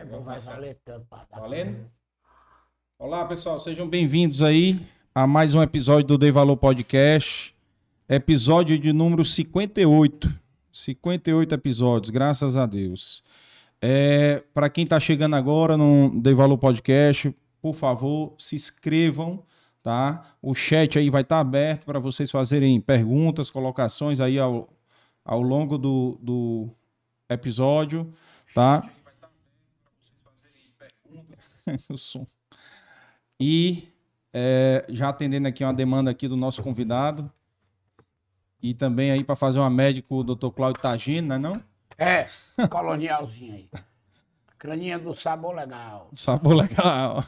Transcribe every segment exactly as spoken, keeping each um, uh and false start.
Não vai valer tanto. Valendo? Olá, pessoal, sejam bem-vindos aí a mais um episódio do Dei Valor Podcast. Episódio de número cinquenta e oito. cinquenta e oito episódios, graças a Deus. É, para quem está chegando agora no Dei Valor Podcast, por favor, se inscrevam, tá? O chat aí vai estar tá aberto para vocês fazerem perguntas, colocações aí ao, ao longo do, do episódio, tá? O som. E é, já atendendo aqui uma demanda aqui do nosso convidado e também aí para fazer uma média com o doutor Cláudio Tagino, não é não? É, colonialzinho aí. Craninha do sabor legal. Sabor legal.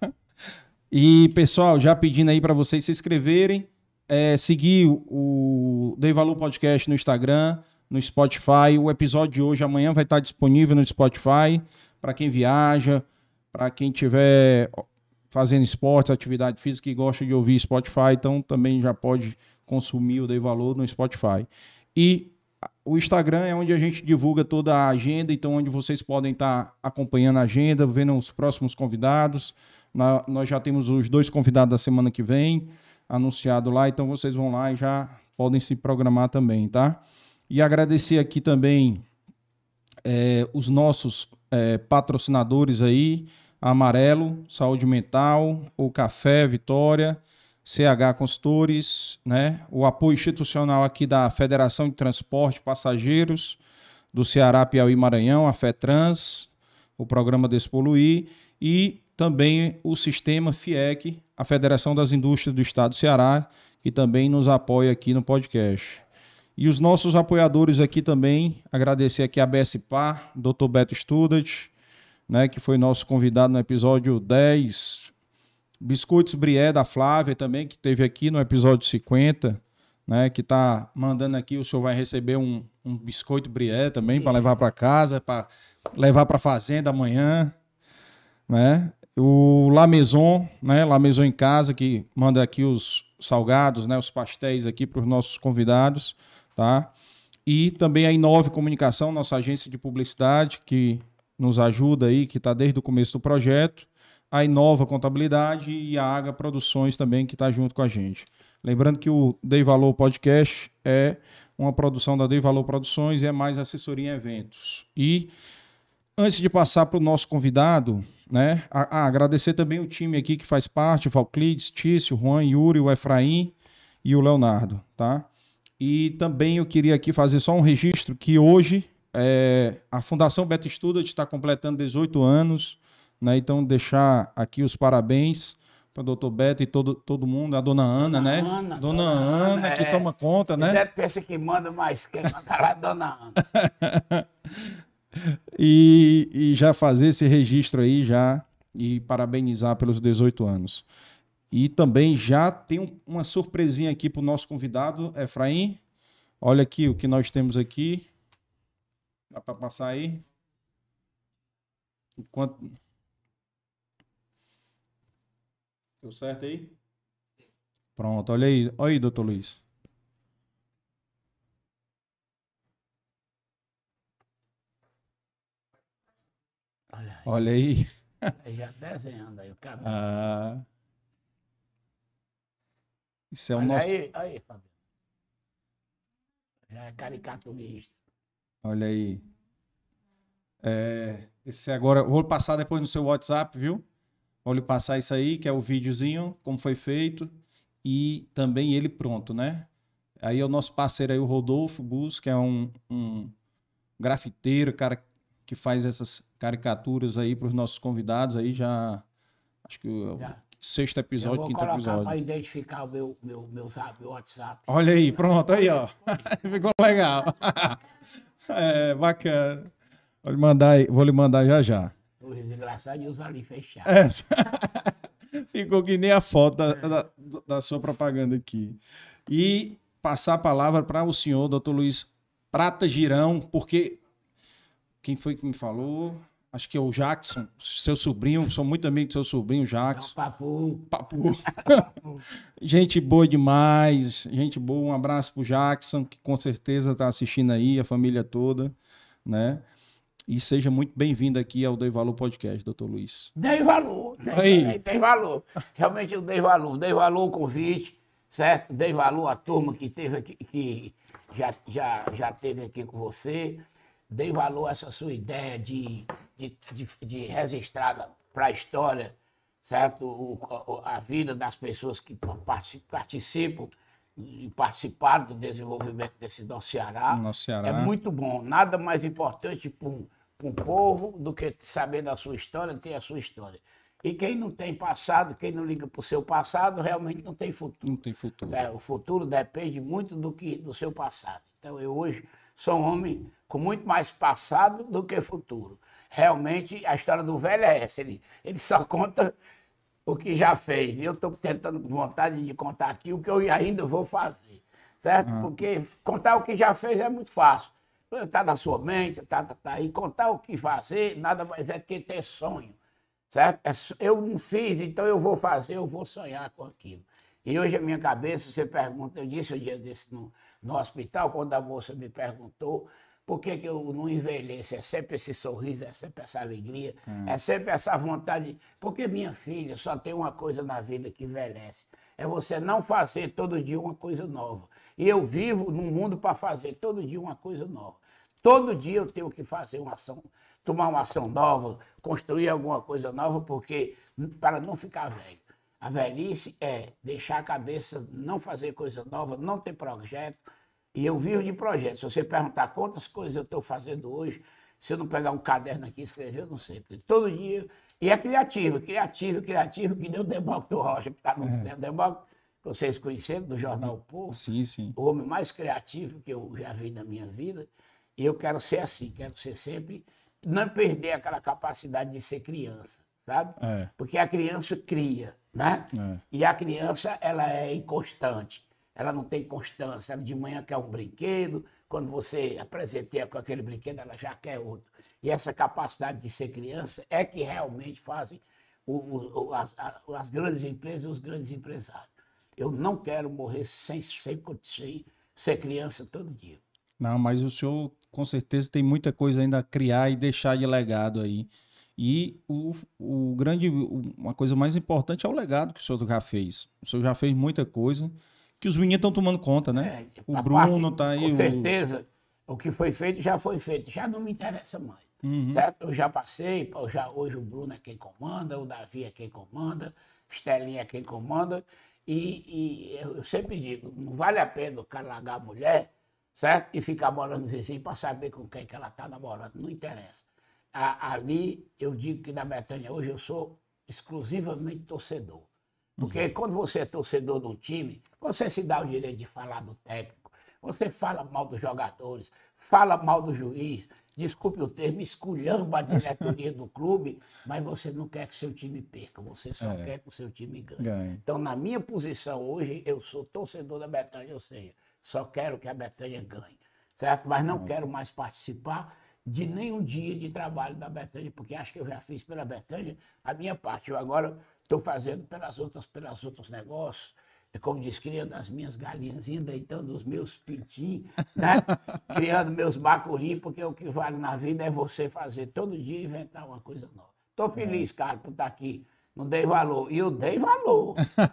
E pessoal, já pedindo aí para vocês se inscreverem, é, seguir o Dei Valor Podcast no Instagram, no Spotify. O episódio de hoje amanhã vai estar disponível no Spotify para quem viaja, para quem estiver fazendo esportes, atividade física e gosta de ouvir Spotify, então também já pode consumir o Dei Valor no Spotify. E o Instagram é onde a gente divulga toda a agenda, então onde vocês podem estar acompanhando a agenda, vendo os próximos convidados. Na, nós já temos os dois convidados da semana que vem anunciado lá, então vocês vão lá e já podem se programar também, tá? E agradecer aqui também é, os nossos é, patrocinadores aí, Amarelo, Saúde Mental, o Café Vitória, C H Consultores, né? O apoio institucional aqui da Federação de Transporte Passageiros do Ceará, Piauí e Maranhão, a FETRANS, o programa Despoluir, e também o Sistema FIEC, a Federação das Indústrias do Estado do Ceará, que também nos apoia aqui no podcast. E os nossos apoiadores aqui também, agradecer aqui a B S P A, doutor Beto Student, né, que foi nosso convidado no episódio dez, Biscoitos Brié da Flávia também, que teve aqui no episódio cinquenta, né, que está mandando aqui, o senhor vai receber um, um biscoito Brié também para levar para casa, para levar para a fazenda amanhã, né? O La Maison, né, La Maison em Casa, que manda aqui os salgados, né, os pastéis aqui para os nossos convidados, tá? E também a Inove Comunicação, nossa agência de publicidade, que nos ajuda aí, que está desde o começo do projeto, a Inova Contabilidade e a Aga Produções também, que está junto com a gente. Lembrando que o Dei Valor Podcast é uma produção da Dei Valor Produções e é mais assessoria em eventos. E antes de passar para o nosso convidado, né, a, a agradecer também o time aqui que faz parte, o Valclides, Tício, Juan, Yuri, o Efraim e o Leonardo, tá? E também eu queria aqui fazer só um registro que hoje É, a Fundação Beto Student está completando dezoito anos, né? Então deixar aqui os parabéns para o doutor Beto e todo, todo mundo, a dona Ana, Dona né? Ana, Dona, Dona Ana, Ana, que é. toma conta, né? Zé pensa que manda, mas quem manda lá é Dona Ana. e, e já fazer esse registro aí já e parabenizar pelos dezoito anos. E também já tem um, uma surpresinha aqui para o nosso convidado, Efraim. Olha aqui o que nós temos aqui. Dá para passar aí? Enquanto... Deu certo aí? Pronto, olha aí. Olha aí, doutor Luiz. Olha aí. Olha aí. Aí já desenhando aí o cabelo. Ah, isso é o Olha nosso... aí, aí, Fabio. Já é caricaturista. Olha aí. É, esse agora, vou passar depois no seu WhatsApp, viu? Vou lhe passar isso aí, que é o videozinho, como foi feito, e também ele pronto, né? Aí é o nosso parceiro aí, o Rodolfo Bus, que é um, um grafiteiro, cara que faz essas caricaturas aí para os nossos convidados, aí já, acho que o Já. sexto episódio, quinto Eu vou episódio. colocar para identificar o meu, meu, meu, zap, meu WhatsApp. Olha aí, pronto, aí, ó. Ficou legal. É, bacana. Vou lhe mandar, aí, vou lhe mandar já já. O desgraçado e os ali fechados. É. Ficou que nem a foto da, da, da sua propaganda aqui. E passar a palavra para o senhor, doutor Luiz Prata Girão, porque quem foi que me falou? Acho que é o Jackson, seu sobrinho, sou muito amigo do seu sobrinho, Jackson. Não, papo. Papo. Gente boa demais, gente boa. Um abraço pro Jackson, que com certeza está assistindo aí, a família toda, né? E seja muito bem-vindo aqui ao Dei Valor Podcast, doutor Luiz. Dei valor, Aí. tem, tem valor. Realmente eu dei valor. Dei valor ao convite, certo? Dei valor à turma que teve aqui, que já, já, já teve aqui com você. Dei valor a essa sua ideia de, de, de, de registrar para a história, certo? O, a vida das pessoas que participam e participaram do desenvolvimento desse nosso Ceará. Nosso Ceará. É muito bom. Nada mais importante para um, para um povo do que saber da sua história, ter a sua história. E quem não tem passado, quem não liga para o seu passado, realmente não tem futuro. Não tem futuro. É, o futuro depende muito do, que, do seu passado. Então, eu hoje sou um homem com muito mais passado do que futuro. Realmente, a história do velho é essa. Ele, ele só conta o que já fez. E eu estou tentando com vontade de contar aqui o que eu ainda vou fazer. Certo? Uhum. Porque contar o que já fez é muito fácil. Está na sua mente, está tá, tá aí. Contar o que fazer nada mais é do que ter sonho. Certo? Eu não fiz, então eu vou fazer, eu vou sonhar com aquilo. E hoje a minha cabeça, você pergunta, eu disse o um dia desse no, no hospital, quando a moça me perguntou por que, que eu não envelheço, é sempre esse sorriso, é sempre essa alegria, hum. é sempre essa vontade. Porque, minha filha, só tem uma coisa na vida que envelhece, é você não fazer todo dia uma coisa nova. E eu vivo num mundo para fazer todo dia uma coisa nova. Todo dia eu tenho que fazer uma ação, tomar uma ação nova, construir alguma coisa nova, porque para não ficar velho. A velhice é deixar a cabeça, não fazer coisa nova, não ter projeto. E eu vivo de projetos. Se você perguntar quantas coisas eu estou fazendo hoje, se eu não pegar um caderno aqui e escrever, eu não sei. Porque todo dia... E é criativo, criativo, criativo, que nem o Demócrito Rocha, que está no é. Demócrito, que vocês conheceram, do Jornal O Povo. Sim, sim. O homem mais criativo que eu já vi na minha vida. E eu quero ser assim, quero ser sempre... Não perder aquela capacidade de ser criança, sabe? É. Porque a criança cria, né? É. E a criança, ela é inconstante. Ela não tem constância. Ela de manhã quer um brinquedo, quando você apresenta com aquele brinquedo, ela já quer outro. E essa capacidade de ser criança é que realmente fazem o, o, as, as grandes empresas e os grandes empresários. Eu não quero morrer sem, sem, sem ser criança todo dia. Não, mas o senhor com certeza tem muita coisa ainda a criar e deixar de legado aí. E o, o grande, uma coisa mais importante é o legado que o senhor já fez. O senhor já fez muita coisa que os meninos estão tomando conta, né? É, o Bruno parte, tá aí. Com certeza, o... o que foi feito já foi feito, já não me interessa mais. Uhum. Certo? Eu já passei, eu já, hoje o Bruno é quem comanda, o Davi é quem comanda, Estelinha é quem comanda. E, e eu sempre digo, não vale a pena o cara largar a mulher, certo? E ficar morando vizinho para saber com quem que ela está namorando, não interessa. A, ali, eu digo que na Betânia hoje eu sou exclusivamente torcedor. Porque uhum. quando você é torcedor de um time, você se dá o direito de falar do técnico, você fala mal dos jogadores, fala mal do juiz, desculpe o termo, esculhamba a diretoria do clube, mas você não quer que seu time perca, você só é. quer que o seu time ganhe. ganhe. Então, na minha posição hoje, eu sou torcedor da Betânia, ou seja, só quero que a Betânia ganhe, certo? Mas não quero mais participar de nenhum dia de trabalho da Betânia, porque acho que eu já fiz pela Betânia a minha parte. Eu agora estou fazendo pelas outras, pelos outros negócios, é como diz, criando as minhas galinhazinhas, deitando os meus pintinhos, né? Criando meus bacurim, porque o que vale na vida é você fazer todo dia inventar uma coisa nova. Estou feliz, cara, por estar aqui. Não dei valor. E eu dei valor.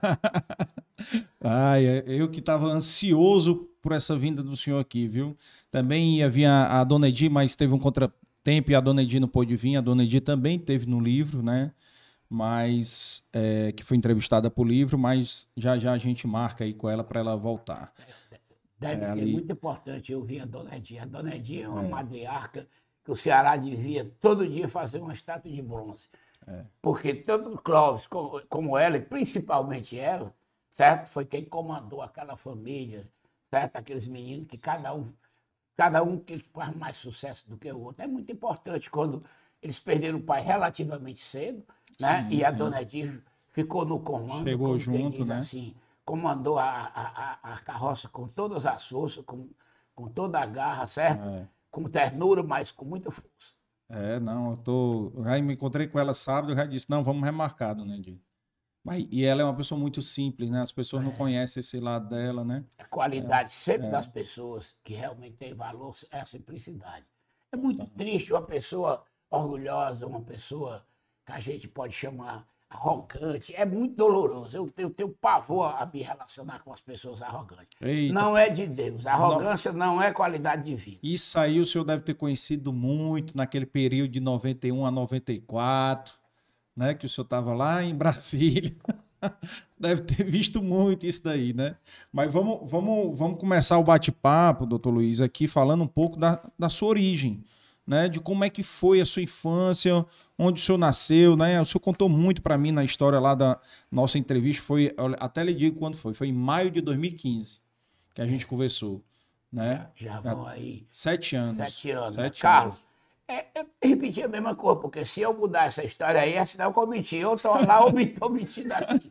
Ai, eu que estava ansioso por essa vinda do senhor aqui, viu? Também ia vir a, a Dona Edi, mas teve um contratempo e a Dona Edi não pôde vir. A Dona Edi também teve no livro, né? Mas é, que foi entrevistada por livro, mas já já a gente marca aí com ela para ela voltar. Deve, é, ali... é muito importante eu ouvir a Dona Edi. A Dona Edi é uma é. matriarca que o Ceará devia todo dia fazer uma estátua de bronze. É. Porque tanto o Clóvis como, como ela, e principalmente ela, certo? Foi quem comandou aquela família, certo? Aqueles meninos que cada um, cada um que faz mais sucesso do que o outro. É muito importante quando eles perderam o pai relativamente cedo, né? Sim, e a sim. Dona Edi ficou no comando. Chegou junto, diz, né? Assim, comandou a, a, a carroça com todas as forças, com, com toda a garra, certo? É. Com ternura, mas com muita força. É, não, eu tô. Eu já me encontrei com ela sábado, eu já disse, não, vamos remarcar, Dona Edi. Mas, e ela é uma pessoa muito simples, né? As pessoas é. não conhecem esse lado dela, né? A qualidade é. sempre é. das pessoas que realmente tem valor é a simplicidade. É muito triste uma pessoa orgulhosa, uma pessoa que a gente pode chamar arrogante. É muito doloroso. Eu, eu tenho pavor a me relacionar com as pessoas arrogantes. Eita. Não é de Deus. A arrogância não, não é qualidade divina. Isso aí o senhor deve ter conhecido muito naquele período de noventa e um a noventa e quatro, né? Que o senhor estava lá em Brasília. Deve ter visto muito isso daí, né? Mas vamos, vamos, vamos começar o bate-papo, doutor Luiz, aqui falando um pouco da, da sua origem, né? De como é que foi a sua infância, onde o senhor nasceu, né? O senhor contou muito para mim na história lá da nossa entrevista, foi, até lhe digo quando foi, foi em maio de dois mil e quinze que a gente conversou, né? Já, já vão aí Sete anos. Sete anos. Sete Carlos, anos. É, eu repeti a mesma coisa, porque se eu mudar essa história aí, é sinal que eu menti. Eu estou lá ou estou mentindo aqui.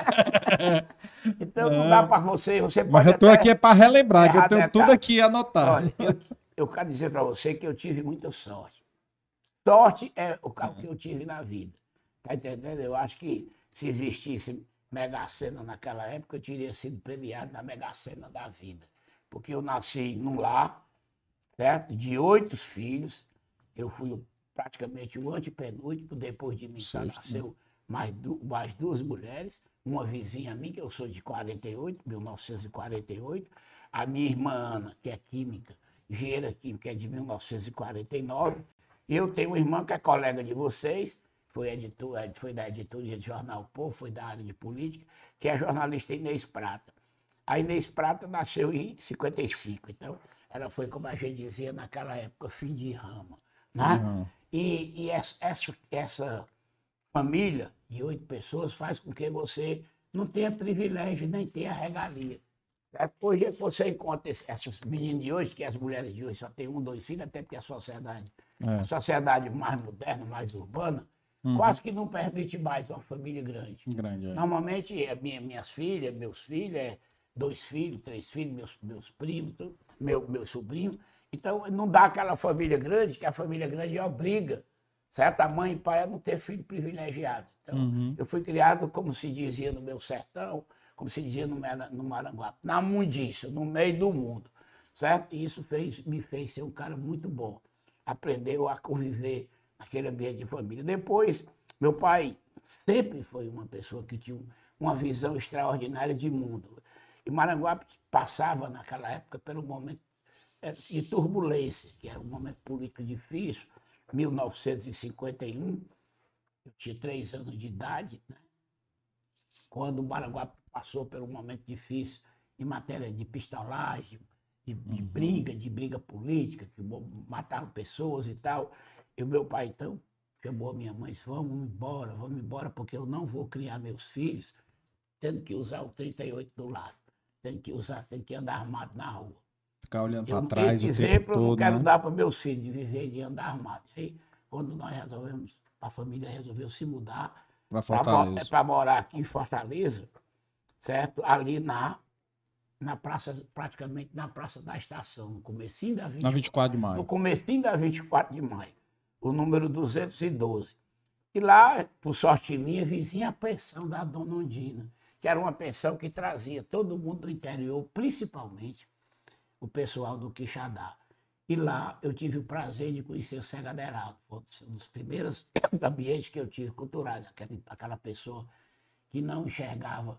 Então não, não dá para você, você pode. Mas eu estou aqui é para relembrar, que eu tenho tudo aqui anotado. Olha, eu, eu quero dizer para você que eu tive muita sorte. Sorte é o que eu tive na vida. Tá entendendo? Eu acho que se existisse Mega Sena naquela época, eu teria sido premiado na Mega Sena da vida. Porque eu nasci num lar, certo? De oito filhos. Eu fui praticamente o antepenúltimo, depois de mim só nasceu mais, du mais duas mulheres, uma vizinha minha, que eu sou de quarenta e oito, mil novecentos e quarenta e oito, a minha irmã Ana, que é química, engenheira química, é de mil novecentos e quarenta e nove, eu tenho uma irmã que é colega de vocês, foi, editor, foi da editoria do Jornal Povo, foi da área de política, que é a jornalista Inês Prata. A Inês Prata nasceu em cinquenta e cinco, então ela foi, como a gente dizia naquela época, fim de rama. Né? Uhum. E, e essa, essa, essa família de oito pessoas faz com que você não tenha privilégio nem tenha regalia. Certo? Hoje é que você encontra esse, essas meninas de hoje, que as mulheres de hoje só têm um, dois filhos, até porque a sociedade, é. a sociedade mais moderna, mais urbana, uhum. quase que não permite mais uma família grande. grande é. Normalmente, é minha, minhas filhas, meus filhos, é dois filhos, três filhos, meus, meus primos, meu, meu sobrinho. Então, não dá aquela família grande, que a família grande obriga, certo? A mãe e pai a não ter filho privilegiado. Então, uhum. eu fui criado, como se dizia no meu sertão, como se dizia no, no Maranguape, na mundiça, no meio do mundo, certo? E isso fez, me fez ser um cara muito bom. Aprendeu a conviver naquele ambiente de família. Depois, meu pai sempre foi uma pessoa que tinha uma visão extraordinária de mundo. E Maranguape passava, naquela época, pelo momento de turbulência, que era um momento político difícil, mil novecentos e cinquenta e um, eu tinha três anos de idade, né? Quando o Maranguape passou por um momento difícil em matéria de pistolagem, de, de briga, de briga política, que mataram pessoas e tal. E o meu pai, então, chamou a minha mãe e disse, vamos embora, vamos embora, porque eu não vou criar meus filhos tendo que usar o trinta e oito do lado, tendo que usar, tendo que andar armado na rua. Ficar olhando para trás esse o exemplo tempo todo, eu não quero né? dar para meus filhos, de viver de andar armado. Aí, quando nós resolvemos, a família resolveu se mudar para Fortaleza, para morar aqui em Fortaleza, certo? Ali na, na praça, praticamente na Praça da Estação, no comecinho da vinte, na vinte e quatro de maio. No comecinho da vinte e quatro de maio, o número duzentos e doze. E lá, por sorte minha, vizinha a pensão da Dona Ondina, que era uma pensão que trazia todo mundo do interior, principalmente o pessoal do Quixadá. E lá eu tive o prazer de conhecer o Cega Aderaldo. Foi um dos primeiros ambientes que eu tive culturais. Aquela, aquela pessoa que não enxergava,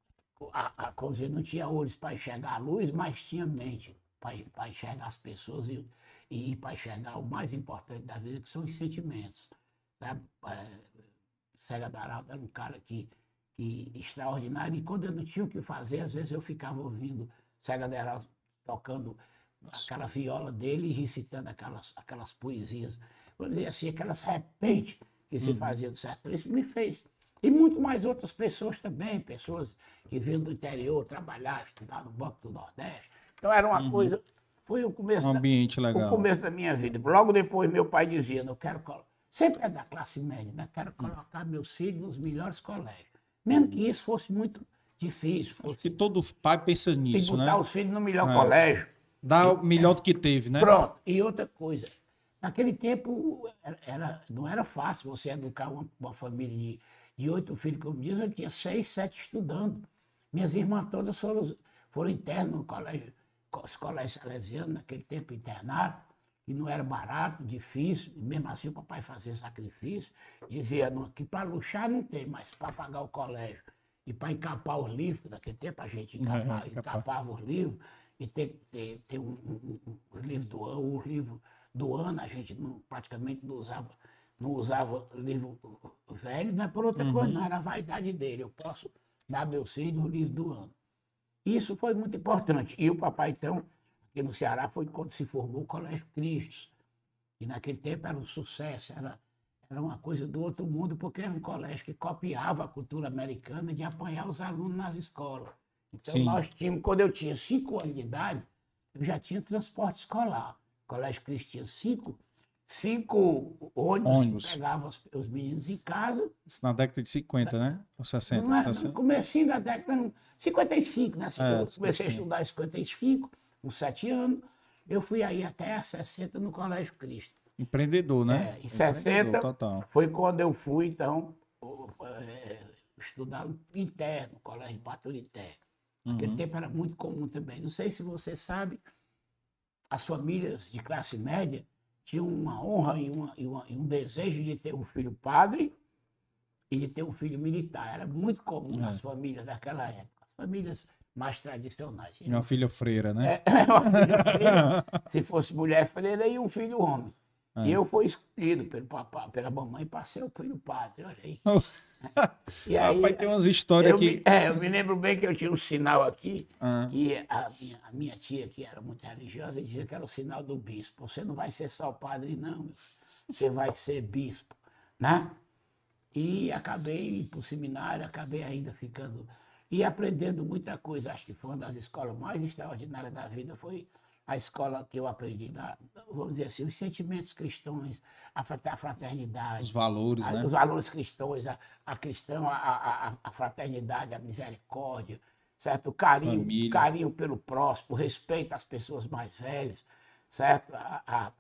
a, a, como dizer, não tinha olhos para enxergar a luz, mas tinha mente para enxergar as pessoas e, e para enxergar o mais importante da vida, que são os sentimentos. Sabe? É, Cega Aderaldo era um cara que, que extraordinário. E quando eu não tinha o que fazer, às vezes eu ficava ouvindo Cega Aderaldo tocando aquela viola dele e recitando aquelas, aquelas poesias, vamos dizer assim, aquelas repentes que se uhum. fazia do sertão. Isso me fez. E muito mais outras pessoas também, pessoas que vinham do interior trabalhar, estudar no Banco do Nordeste. Então era uma uhum. coisa, foi o começo, um ambiente da, legal. o começo da minha vida. Logo depois meu pai dizia, eu quero, sempre é da classe média, né? Quero colocar uhum. meus filhos nos melhores colégios. Mesmo que isso fosse muito difícil. Fosse... Acho que todo pai pensa nisso, né? E botar né? os filhos no melhor é. colégio. Dá o melhor do que teve, né? Pronto. E outra coisa, naquele tempo era, era, não era fácil você educar uma, uma família de, de oito filhos, como diz, eu tinha seis, sete estudando. Minhas irmãs todas foram, foram internas no colégio, os colégios salesianos, naquele tempo internado. que não era barato, difícil, e mesmo assim o papai fazia sacrifício, dizia não, que para luxar não tem, mas para pagar o colégio e para encapar os livros, naquele tempo a gente encapava, É, encapar. encapava os livros, e ter, ter, ter um, um, um, os livros do ano, os livros do ano, a gente não, praticamente não usava, não usava livro velho, não é por outra Uhum. coisa, não, era a vaidade dele, eu posso dar meus filhos o livro do ano. Isso foi muito importante. E o papai, então, aqui no Ceará, foi quando se formou o Colégio Cristo. E naquele tempo era um sucesso, era, era uma coisa do outro mundo, porque era um colégio que copiava a cultura americana de apanhar os alunos nas escolas. Então, Sim. nós tínhamos, quando eu tinha cinco anos de idade, eu já tinha transporte escolar. O Colégio Cristo tinha cinco, cinco ônibus, Ônibus. que pegavam os, os meninos em casa. Isso na década de cinquenta, né? Ou sessenta? Não é, sessenta. no comecinho da década, cinquenta e cinco, né? É, Eu comecei a cinquenta e cinco. estudar em cinquenta e cinco, com sete anos. Eu fui aí até sessenta no Colégio Cristo. Empreendedor, né? É, em sessenta Empreendedor, total. foi quando eu fui, então, é, estudar interno, Colégio Baturité. Naquele Uhum. tempo era muito comum também. Não sei se você sabe, as famílias de classe média tinham uma honra e, uma, e, uma, e um desejo de ter um filho padre e de ter um filho militar. Era muito comum É. nas famílias daquela época, as famílias mais tradicionais. E uma filha freira, né? É, uma filha freira, se fosse mulher freira, e um filho homem. É. E eu fui escolhido pelo papai, pela mamãe para ser o filho padre, olha aí. E aí, Rapaz, tem umas histórias eu, que... me, é, eu me lembro bem que eu tinha um sinal aqui, Ah. que a minha, a minha tia, que era muito religiosa, dizia que era o sinal do bispo. Você não vai ser só padre, não, você vai ser bispo, né? E acabei indo para o seminário, acabei ainda ficando e aprendendo muita coisa. Acho que foi uma das escolas mais extraordinárias da vida, foi a escola que eu aprendi, na, vamos dizer assim, os sentimentos cristãos, a fraternidade. Os valores, a, né? Os valores cristãos, a, a cristão, a, a, a fraternidade, a misericórdia, certo? O carinho, Família. carinho pelo próximo, o respeito às pessoas mais velhas, certo? A, a,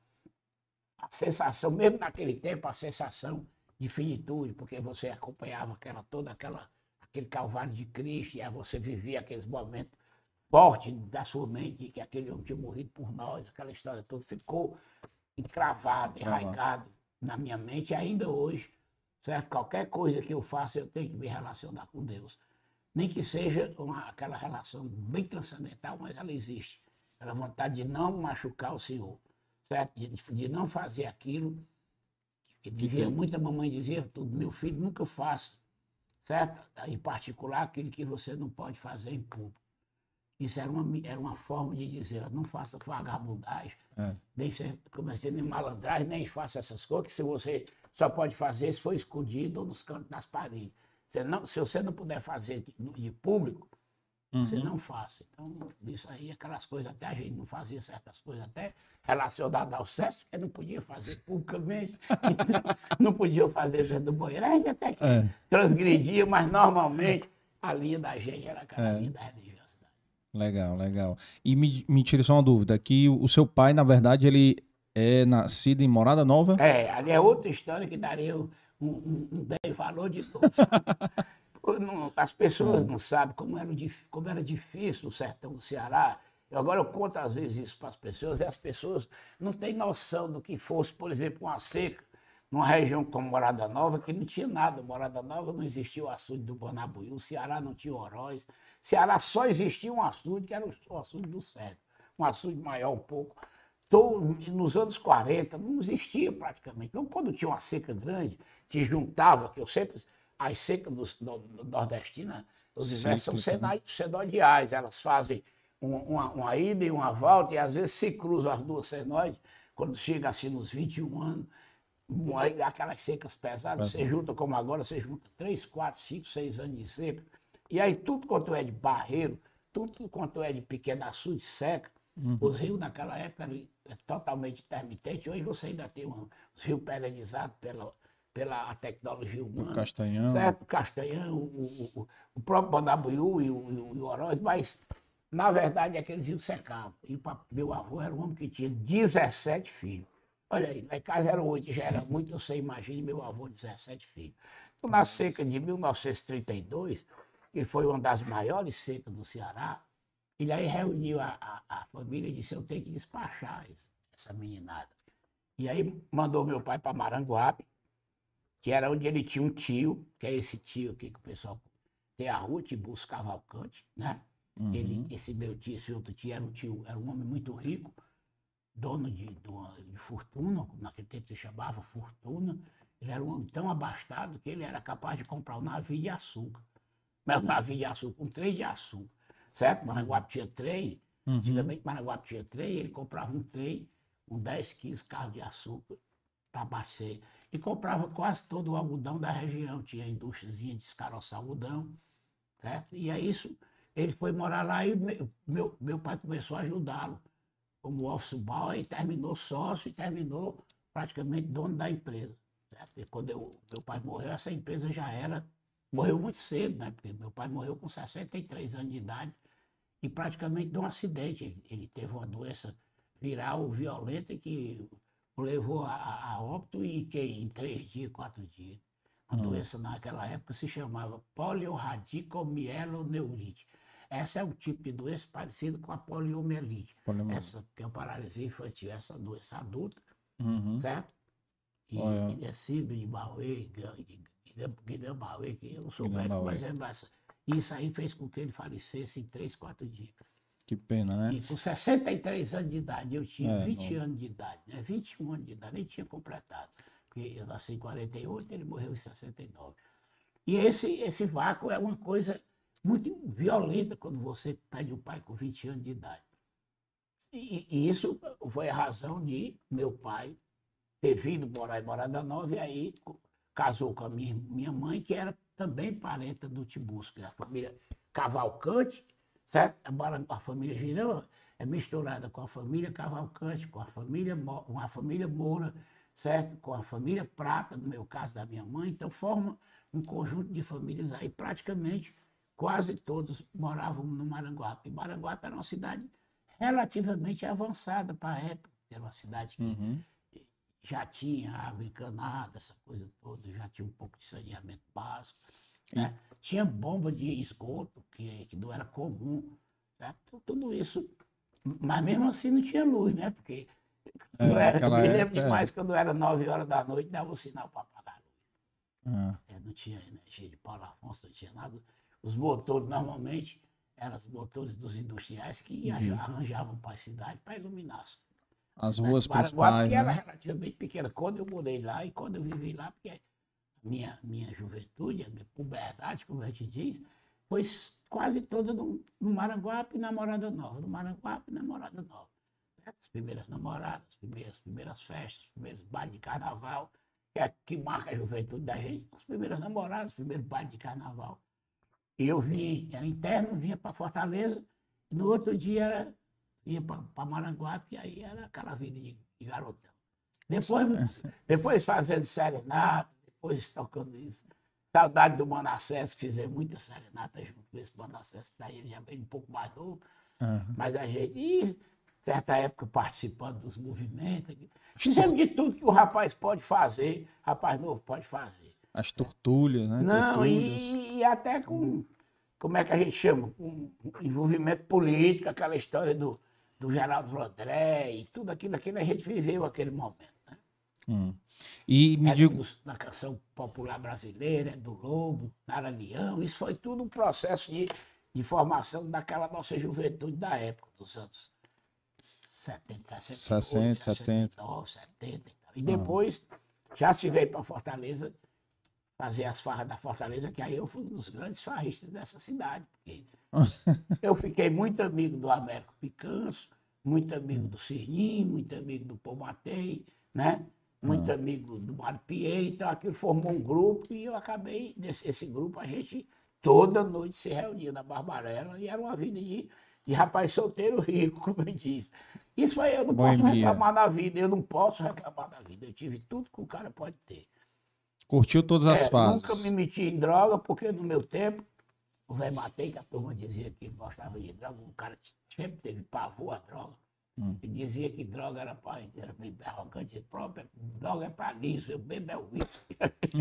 a sensação, mesmo naquele tempo, a sensação de finitude, porque você acompanhava aquela, toda aquela, aquele calvário de Cristo, e aí você vivia aqueles momentos fortes da sua mente, que aquele homem tinha morrido por nós, aquela história toda ficou encravada, enraizado na minha mente, e ainda hoje, certo? Qualquer coisa que eu faça, eu tenho que me relacionar com Deus. Nem que seja uma, aquela relação bem transcendental, mas ela existe. Aquela vontade de não machucar o Senhor, certo? De, de não fazer aquilo. Que dizia, muita mamãe dizia, tudo, meu filho, nunca faça, certo? Em particular, aquilo que você não pode fazer em público. Isso era uma, era uma forma de dizer, não faça vagabundagem, É. nem ser, comecei nem malandragem, nem faça essas coisas, que se você só pode fazer se for escondido ou nos cantos das paredes. Você não, se você não puder fazer de, de público, Uhum. você não faça. Então, isso aí, aquelas coisas, até a gente não fazia certas coisas, até relacionadas ao sexo, que não podia fazer publicamente, então, não podia fazer dentro do banheiro. A gente até que É. transgredia, mas normalmente a linha da gente era aquela É. linha da religiosidade. Legal, legal. E me, me tira só uma dúvida, que o seu pai, na verdade, ele é nascido em Morada Nova? É, ali é outra história que daria um, um, um bem valor de todos. Não, as pessoas não sabem como era, como era difícil o sertão do Ceará. Eu, agora eu conto às vezes isso para as pessoas, e as pessoas não têm noção do que fosse, por exemplo, uma seca, numa região como Morada Nova, que não tinha nada. Morada Nova não existia o açude do Bonabuiú, o Ceará não tinha Oroz. Ceará só existia um açude, que era o açude do Cedro, um açude maior um pouco. Então, nos anos quarenta, não existia praticamente. Então, quando tinha uma seca grande, que juntava, que eu sempre... As secas do, do, do nordestinas, os invernos são senoidiais, elas fazem um, uma, uma ida e uma volta, e às vezes se cruzam as duas senoides, quando chega assim nos vinte e um anos, aquelas secas pesadas, você junta como agora, você junta três, quatro, cinco, seis anos de seca, e aí tudo quanto é de barreiro, tudo quanto é de pequeno açude seca. Uhum. Os rios naquela época eram totalmente intermitentes, hoje você ainda tem um, os rios perenizados pela... pela tecnologia humana. O Castanhão. Certo? O Castanhão, o, o, o próprio Bonabuiú e o, e o Oroz, mas, na verdade, aqueles rios secavam. E o meu avô era um homem que tinha dezessete filhos. Olha aí, lá em casa eram oito, já era muito, você imagina, meu avô, dezessete filhos. Então, na seca de mil novecentos e trinta e dois, que foi uma das maiores secas do Ceará, ele aí reuniu a, a, a família e disse, eu tenho que despachar essa meninada. E aí mandou meu pai para Maranguape, que era onde ele tinha um tio, que é esse tio aqui que o pessoal tem a Ruth Bus Cavalcante, né? Uhum. Ele, esse meu tio, esse outro tio, era um tio, era um homem muito rico, dono de, de, uma, de fortuna, naquele tempo se chamava fortuna. Ele era um homem tão abastado que ele era capaz de comprar um navio de açúcar. Mas um navio de açúcar, um trem de açúcar, certo? Maranguape tinha trem, Uhum. antigamente Maranguape tinha trem, ele comprava um trem, um dez, quinze carros de açúcar para abastecer. E comprava quase todo o algodão da região, tinha indústriazinha de descaroçar algodão, certo? E é isso, ele foi morar lá e meu, meu, meu pai começou a ajudá-lo como office boy, e terminou sócio e terminou praticamente dono da empresa. Certo? E quando eu, meu pai morreu, essa empresa já era, morreu muito cedo, né? Porque meu pai morreu com sessenta e três anos de idade e praticamente de um acidente. Ele, ele teve uma doença viral violenta que o levou a, a óbito e que em três dias, quatro dias. A Hum. doença naquela época se chamava poliorradicomieloneurítica. Essa é um tipo de doença parecido com a poliomielite. Poliomielite. Essa que é a paralisia infantil, essa doença adulta, Uhum. certo? E, Olha. e é síndrome de Bauer, Guillain-Barré, que eu não sou Guillain-Barré. médico, mas é essa. Isso aí fez com que ele falecesse em três, quatro dias. Que pena, né? E com sessenta e três anos de idade, eu tinha É, vinte não- anos de idade, né? vinte e um anos de idade, nem tinha completado. Porque eu nasci em quarenta e oito, ele morreu em sessenta e nove. E esse, esse vácuo é uma coisa muito violenta quando você perde o pai com vinte anos de idade. E, e isso foi a razão de meu pai ter vindo morar em Morada Nova e aí co- casou com a minha, minha mãe, que era também parenta do Tibusco, a família Cavalcante, certo? A, Mara- a família Girão é misturada com a família Cavalcante, com a família, Mo- com a família Moura, certo? Com a família Prata, no meu caso da minha mãe, então forma um conjunto de famílias aí, praticamente quase todos moravam no Maranguape. E Maranguape era uma cidade relativamente avançada para a época, era uma cidade que Uhum. já tinha água encanada, essa coisa toda, já tinha um pouco de saneamento básico, né? Tinha bomba de esgoto, que, que não era comum, certo? Então, tudo isso, mas mesmo assim não tinha luz, né? Porque É, não era, eu naquela me lembro época, é. demais quando era nove horas da noite, dava o sinal para apagar a luz. Ah, É, não tinha energia de Paulo Afonso, não tinha nada. Os motores, normalmente, eram os motores dos industriais que De- arranjavam para a cidade para iluminar as cidade ruas de Maranguape, principais, que era né? relativamente pequena. Quando eu morei lá e quando eu vivi lá, porque minha, minha juventude, a minha puberdade, como a gente diz, foi s- quase toda no, no Maranguape e na Morada Nova. No Maranguape e na Morada Nova. Certo? As primeiras namoradas, as primeiras, as primeiras festas, os primeiros bailes de carnaval, que é que marca a juventude da gente, as primeiras namoradas, os primeiros bailes de carnaval. E eu vim, era interno, vinha para Fortaleza, e no outro dia era, ia para Maranguape, e aí era aquela vida de, de garotão. Depois, depois fazendo serenata, depois tocando isso. Saudade do Manassés, que fizemos muita serenata junto com esse Manassés, que daí ele já veio um pouco mais novo, Aham. mas a gente, e, certa época, participando dos movimentos. Fizemos de tudo que o rapaz pode fazer, rapaz novo pode fazer. As tortulhas, né? Não, Tertúlias. e, e até com, como é que a gente chama? Com envolvimento político, aquela história do, do Geraldo Vandré e tudo aquilo, aquilo a gente viveu aquele momento. Né? Hum. E me É diga, do, da canção popular brasileira, é do Lobo, Nara Leão, isso foi tudo um processo de, de formação daquela nossa juventude da época, dos anos setenta, sessenta e oito, sessenta, sessenta e nove, setenta e tal. E depois já se veio para Fortaleza fazer as farras da Fortaleza, que aí eu fui um dos grandes farristas dessa cidade, porque eu fiquei muito amigo do Américo Picanço, muito amigo do Cirnim, muito amigo do Pomatei, né? Muito amigo do Mário Pinheiro, então aquilo formou um grupo e eu acabei, desse esse grupo, a gente toda noite se reunia na Barbarella e era uma vida de, de rapaz solteiro rico, como ele diz. Isso aí eu não posso Boemia. reclamar da vida, eu não posso reclamar da vida, eu tive tudo que o cara pode ter. curtiu todas as É, fases. nunca me meti em droga, porque no meu tempo, o velho Matei, que a turma dizia que gostava de droga, o cara sempre teve pavor à droga. Hum. E dizia que droga era para. Era meio arrogante, própria, droga é para liso, eu bebo é uísque.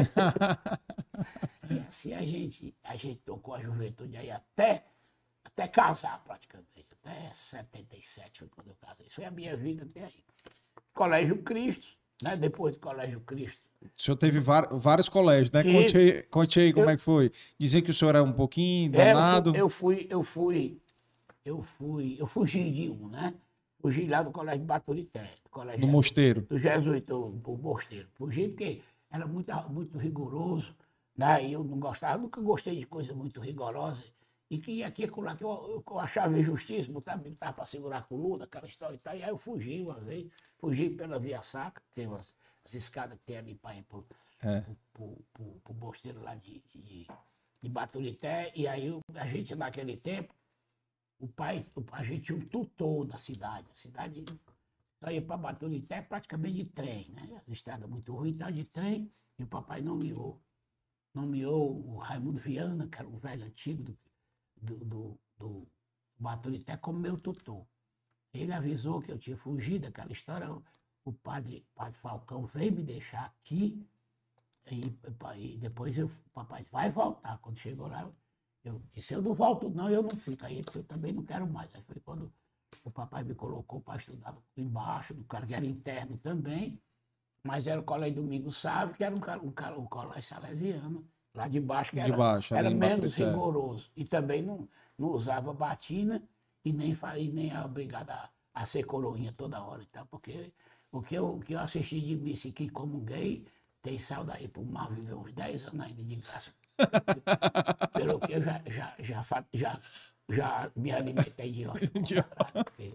E assim a gente, a gente tocou a juventude aí até, até casar praticamente. Até setenta e sete foi quando eu casei. Isso foi a minha vida até aí. Colégio Cristo, né? Depois do Colégio Cristo. O senhor teve vários colégios, né? Tive. Conte aí, conte aí como Eu- é que foi. Dizem que o senhor era um pouquinho É, danado. eu fui, eu fui, eu fui, eu fui, eu fugi de um, né? Fugi lá do Colégio Baturité, do Colégio No Jesuíta- mosteiro. do Jesuíta, o, o mosteiro. Fugi porque era muito, muito rigoroso, né? E eu não gostava, nunca gostei de coisa muito rigorosa. E que aqui e lá que eu, eu achava injustiça, botava, botava para segurar a coluna, aquela história e tal. E aí eu fugi uma vez, fugi pela Via Sacra, que tem umas, as escadas que tem ali para ir pro, É. pro, pro, pro mosteiro lá de, de, de Baturité. E aí eu- a gente naquele tempo, o pai, o- a gente tinha um tutor da cidade. A cidade só ia para Baturité praticamente de trem, né? As estradas muito ruins, então de trem, e o papai nomeou. Nomeou o Raimundo Viana, que era um velho antigo do, do, do, do Baturité, como meu tutor. Ele avisou que eu tinha fugido daquela história. O, o padre, padre Falcão veio me deixar aqui. E, e depois eu, o papai disse, vai voltar. Quando chegou lá, eu disse, eu não volto não, eu não fico. Aí ele disse, eu também não quero mais. Aí foi quando o papai me colocou para estudar embaixo, do cara que era interno também, mas era o Colégio Domingos Sávio, que era um, ca- um, ca- um colégio salesiano, lá de baixo, que De era, baixo, ali era em menos Baturité. rigoroso. E também não, não usava batina e nem, fa- e nem era obrigado a, a ser coroinha toda hora e tal, porque o que eu, o que eu assisti de missa aqui como gay, tem sal daí para o mar viver uns dez anos ainda de graça. Pelo que eu já, já, já, fa- já, já me alimentei de hóstia consagrada, porque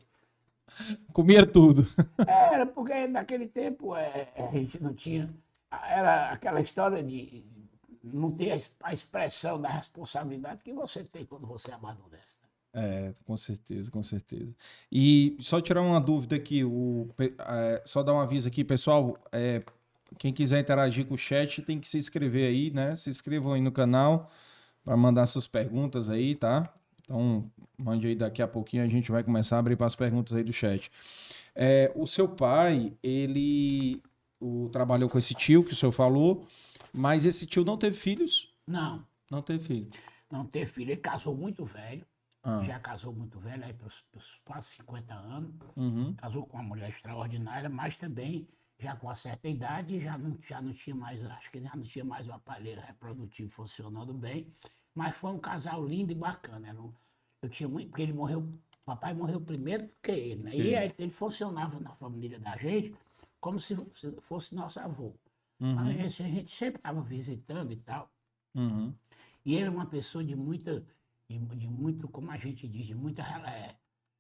Comia tudo. era porque naquele tempo é, a gente não tinha. Era aquela história de não ter a es- a expressão da responsabilidade que você tem quando você amadurece. né? É, com certeza, com certeza. E só tirar uma dúvida aqui, o, pe- é, só dar um aviso aqui, pessoal. é, quem quiser interagir com o chat tem que se inscrever aí, né? Se inscrevam aí no canal para mandar suas perguntas aí, tá? Então, mande aí daqui a pouquinho, a gente vai começar a abrir para as perguntas aí do chat. É, o seu pai, ele o, trabalhou com esse tio que o senhor falou, mas esse tio não teve filhos? Não, Não teve filho. não ter filho. Ele casou muito velho, Ah, já casou muito velho, aí para os quase cinquenta anos. uhum, Casou com uma mulher extraordinária, mas também já com uma certa idade, já não, já não tinha mais, acho que já não tinha mais o aparelho reprodutivo funcionando bem. Mas foi um casal lindo e bacana. Era um- eu tinha muito, porque ele morreu, papai morreu primeiro do que ele, né? Sim. E aí ele funcionava na família da gente como se se fosse nosso avô. uhum, A gente, a gente sempre estava visitando e tal. uhum. E ele era uma pessoa de muita, de, de muito, como a gente diz, de muita é,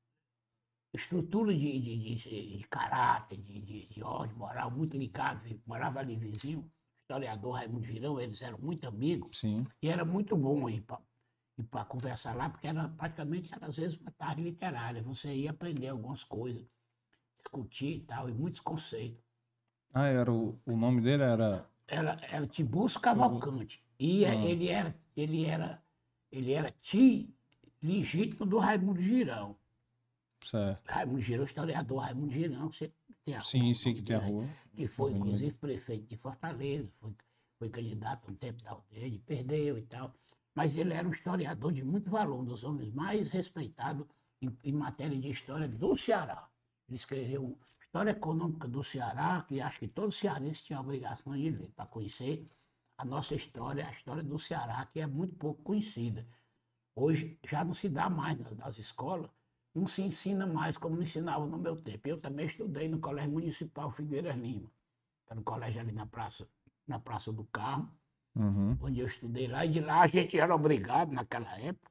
estrutura de, de, de, de caráter, de, de, de ordem moral, muito ligado. Morava ali vizinho, historiador Raimundo Girão, eles eram muito amigos. Sim. E era muito bom ir para conversar lá, porque era praticamente, era, às vezes, uma tarde literária. Você ia aprender algumas coisas, discutir e tal, e muitos conceitos. Ah, era o, o nome dele era. Era, era Tiburcio Cavalcante. E Ah. ele era, ele era, ele era tio legítimo do Raimundo Girão. Certo. Raimundo Girão, historiador Raimundo Girão, você tem a Sim, rua, sim, o que nome tem a dele, rua. que foi, Avenida. inclusive, prefeito de Fortaleza, foi, foi candidato um tempo da aldeia, perdeu e tal. Mas ele era um historiador de muito valor, um dos homens mais respeitados em, em matéria de história do Ceará. Ele escreveu História Econômica do Ceará, que acho que todo cearense tinha a obrigação de ler, para conhecer a nossa história, a história do Ceará, que é muito pouco conhecida. Hoje já não se dá mais nas, nas escolas, não se ensina mais como me ensinava no meu tempo. Eu também estudei no Colégio Municipal Figueiras Lima, que era um colégio ali na Praça, na Praça do Carmo, Uhum. onde eu estudei lá, e de lá a gente era obrigado, naquela época,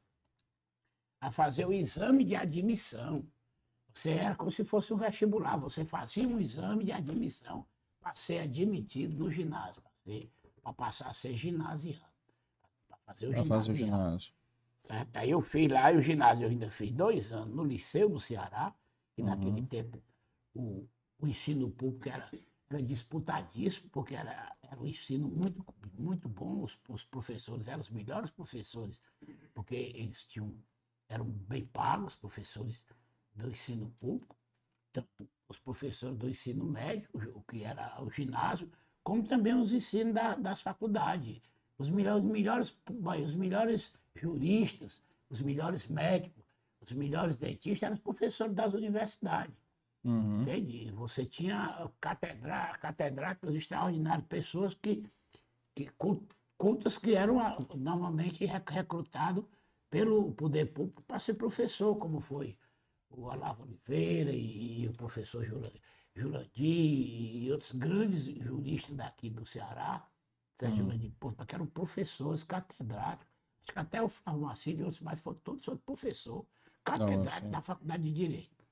a fazer o exame de admissão. Você era como se fosse um vestibular, você fazia um exame de admissão para ser admitido no ginásio, para passar a ser ginasiano, para fazer o Pra fazer o ginasial. ginásio. Certo? Aí eu fiz lá, e o ginásio eu ainda fiz dois anos no Liceu do Ceará, que naquele Uhum. tempo o, o ensino público era, era disputadíssimo, porque era, era um ensino muito, muito bom, os, os professores eram os melhores professores, porque eles tinham, eram bem pagos, professores do ensino público, tanto os professores do ensino médio, o que era o ginásio, como também os ensinos da, das faculdades. Os melhores, melhores, os melhores juristas, os melhores médicos, os melhores dentistas eram os professores das universidades. Uhum. Entende? Você tinha catedra, catedráticos extraordinários, pessoas que, que cul- cultas que eram ah, normalmente re- recrutados pelo poder público para ser professor, como foi o Olavo Oliveira e, e o professor Jura- Jurandir e outros grandes juristas daqui do Ceará, certo? Uhum. Jurandir Porto, que eram professores catedráticos. Acho que até o Farmacino e outros mais foram todos foram professor catedrático Nossa. da Faculdade de Direito.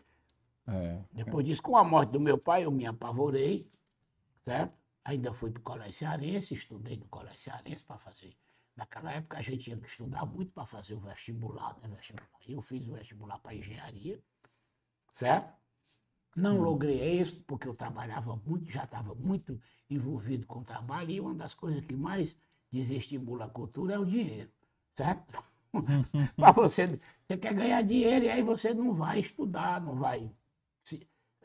É. Depois disso, com a morte do meu pai, eu me apavorei, certo? Ainda fui para o Colégio Cearense, estudei no Colégio Cearense para fazer. Naquela época a gente tinha que estudar muito para fazer o vestibular, né? Vestibular. Eu fiz o vestibular para engenharia, certo? Não Uhum. logrei êxito, porque eu trabalhava muito, já estava muito envolvido com o trabalho, e uma das coisas que mais desestimula a cultura é o dinheiro, certo? Para você, você quer ganhar dinheiro e aí você não vai estudar, não vai se,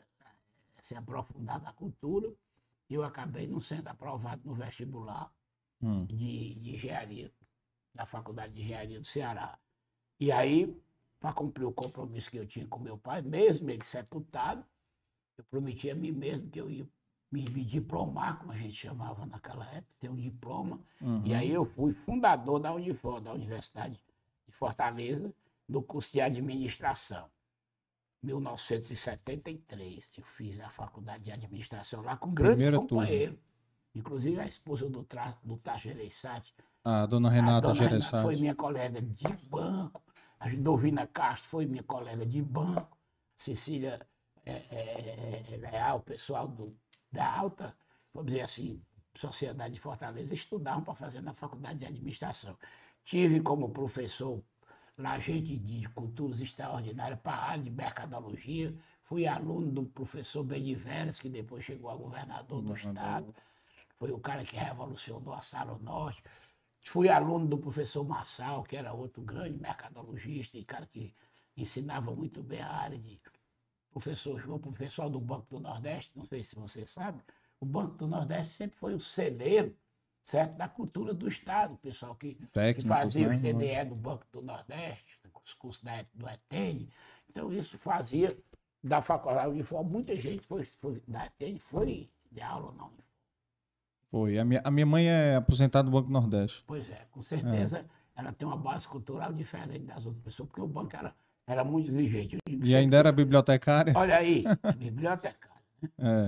se aprofundar na cultura. Eu acabei não sendo aprovado no vestibular Uhum. de, de engenharia, da Faculdade de Engenharia do Ceará. E aí, para cumprir o compromisso que eu tinha com meu pai, mesmo ele sepultado, eu prometi a mim mesmo que eu ia me, me diplomar, como a gente chamava naquela época, ter um diploma. Uhum. E aí eu fui fundador da Unifor, da Universidade de Fortaleza, do curso de administração. mil novecentos e setenta e três, eu fiz a faculdade de administração lá com grandes Primeira turma. companheiros. Inclusive a esposa do, Tra, do Tacho Gereissati, A dona a Renata dona Renata foi Gereissati. minha colega de banco, a Dovina Castro foi minha colega de banco, Cecília é, é, é, Leal, o pessoal do, da alta, vamos dizer assim, Sociedade de Fortaleza, estudavam para fazer na faculdade de administração. Tive como professor lá gente de culturas extraordinárias para a área de mercadologia. Fui aluno do professor Beniveres, que depois chegou a governador do estado. Foi o cara que revolucionou a Sala Norte. Fui aluno do professor Massal, que era outro grande mercadologista e cara que ensinava muito bem a área de professor João, professor do Banco do Nordeste, não sei se você sabe, o Banco do Nordeste sempre foi o celeiro, certo, da cultura do Estado, o pessoal que, que Técnicos, fazia né? os T D E do Banco do Nordeste, os cursos da, do E T N, então isso fazia da faculdade Unifor, muita gente foi, foi da E T N foi de aula na Unifor. Foi. A minha, a minha mãe é aposentada do Banco do Nordeste. Pois é, com certeza ela tem uma base cultural diferente das outras pessoas, porque o banco era, era muito vigente. Eu digo E sempre, ainda era bibliotecária. olha aí, a bibliotecária. É.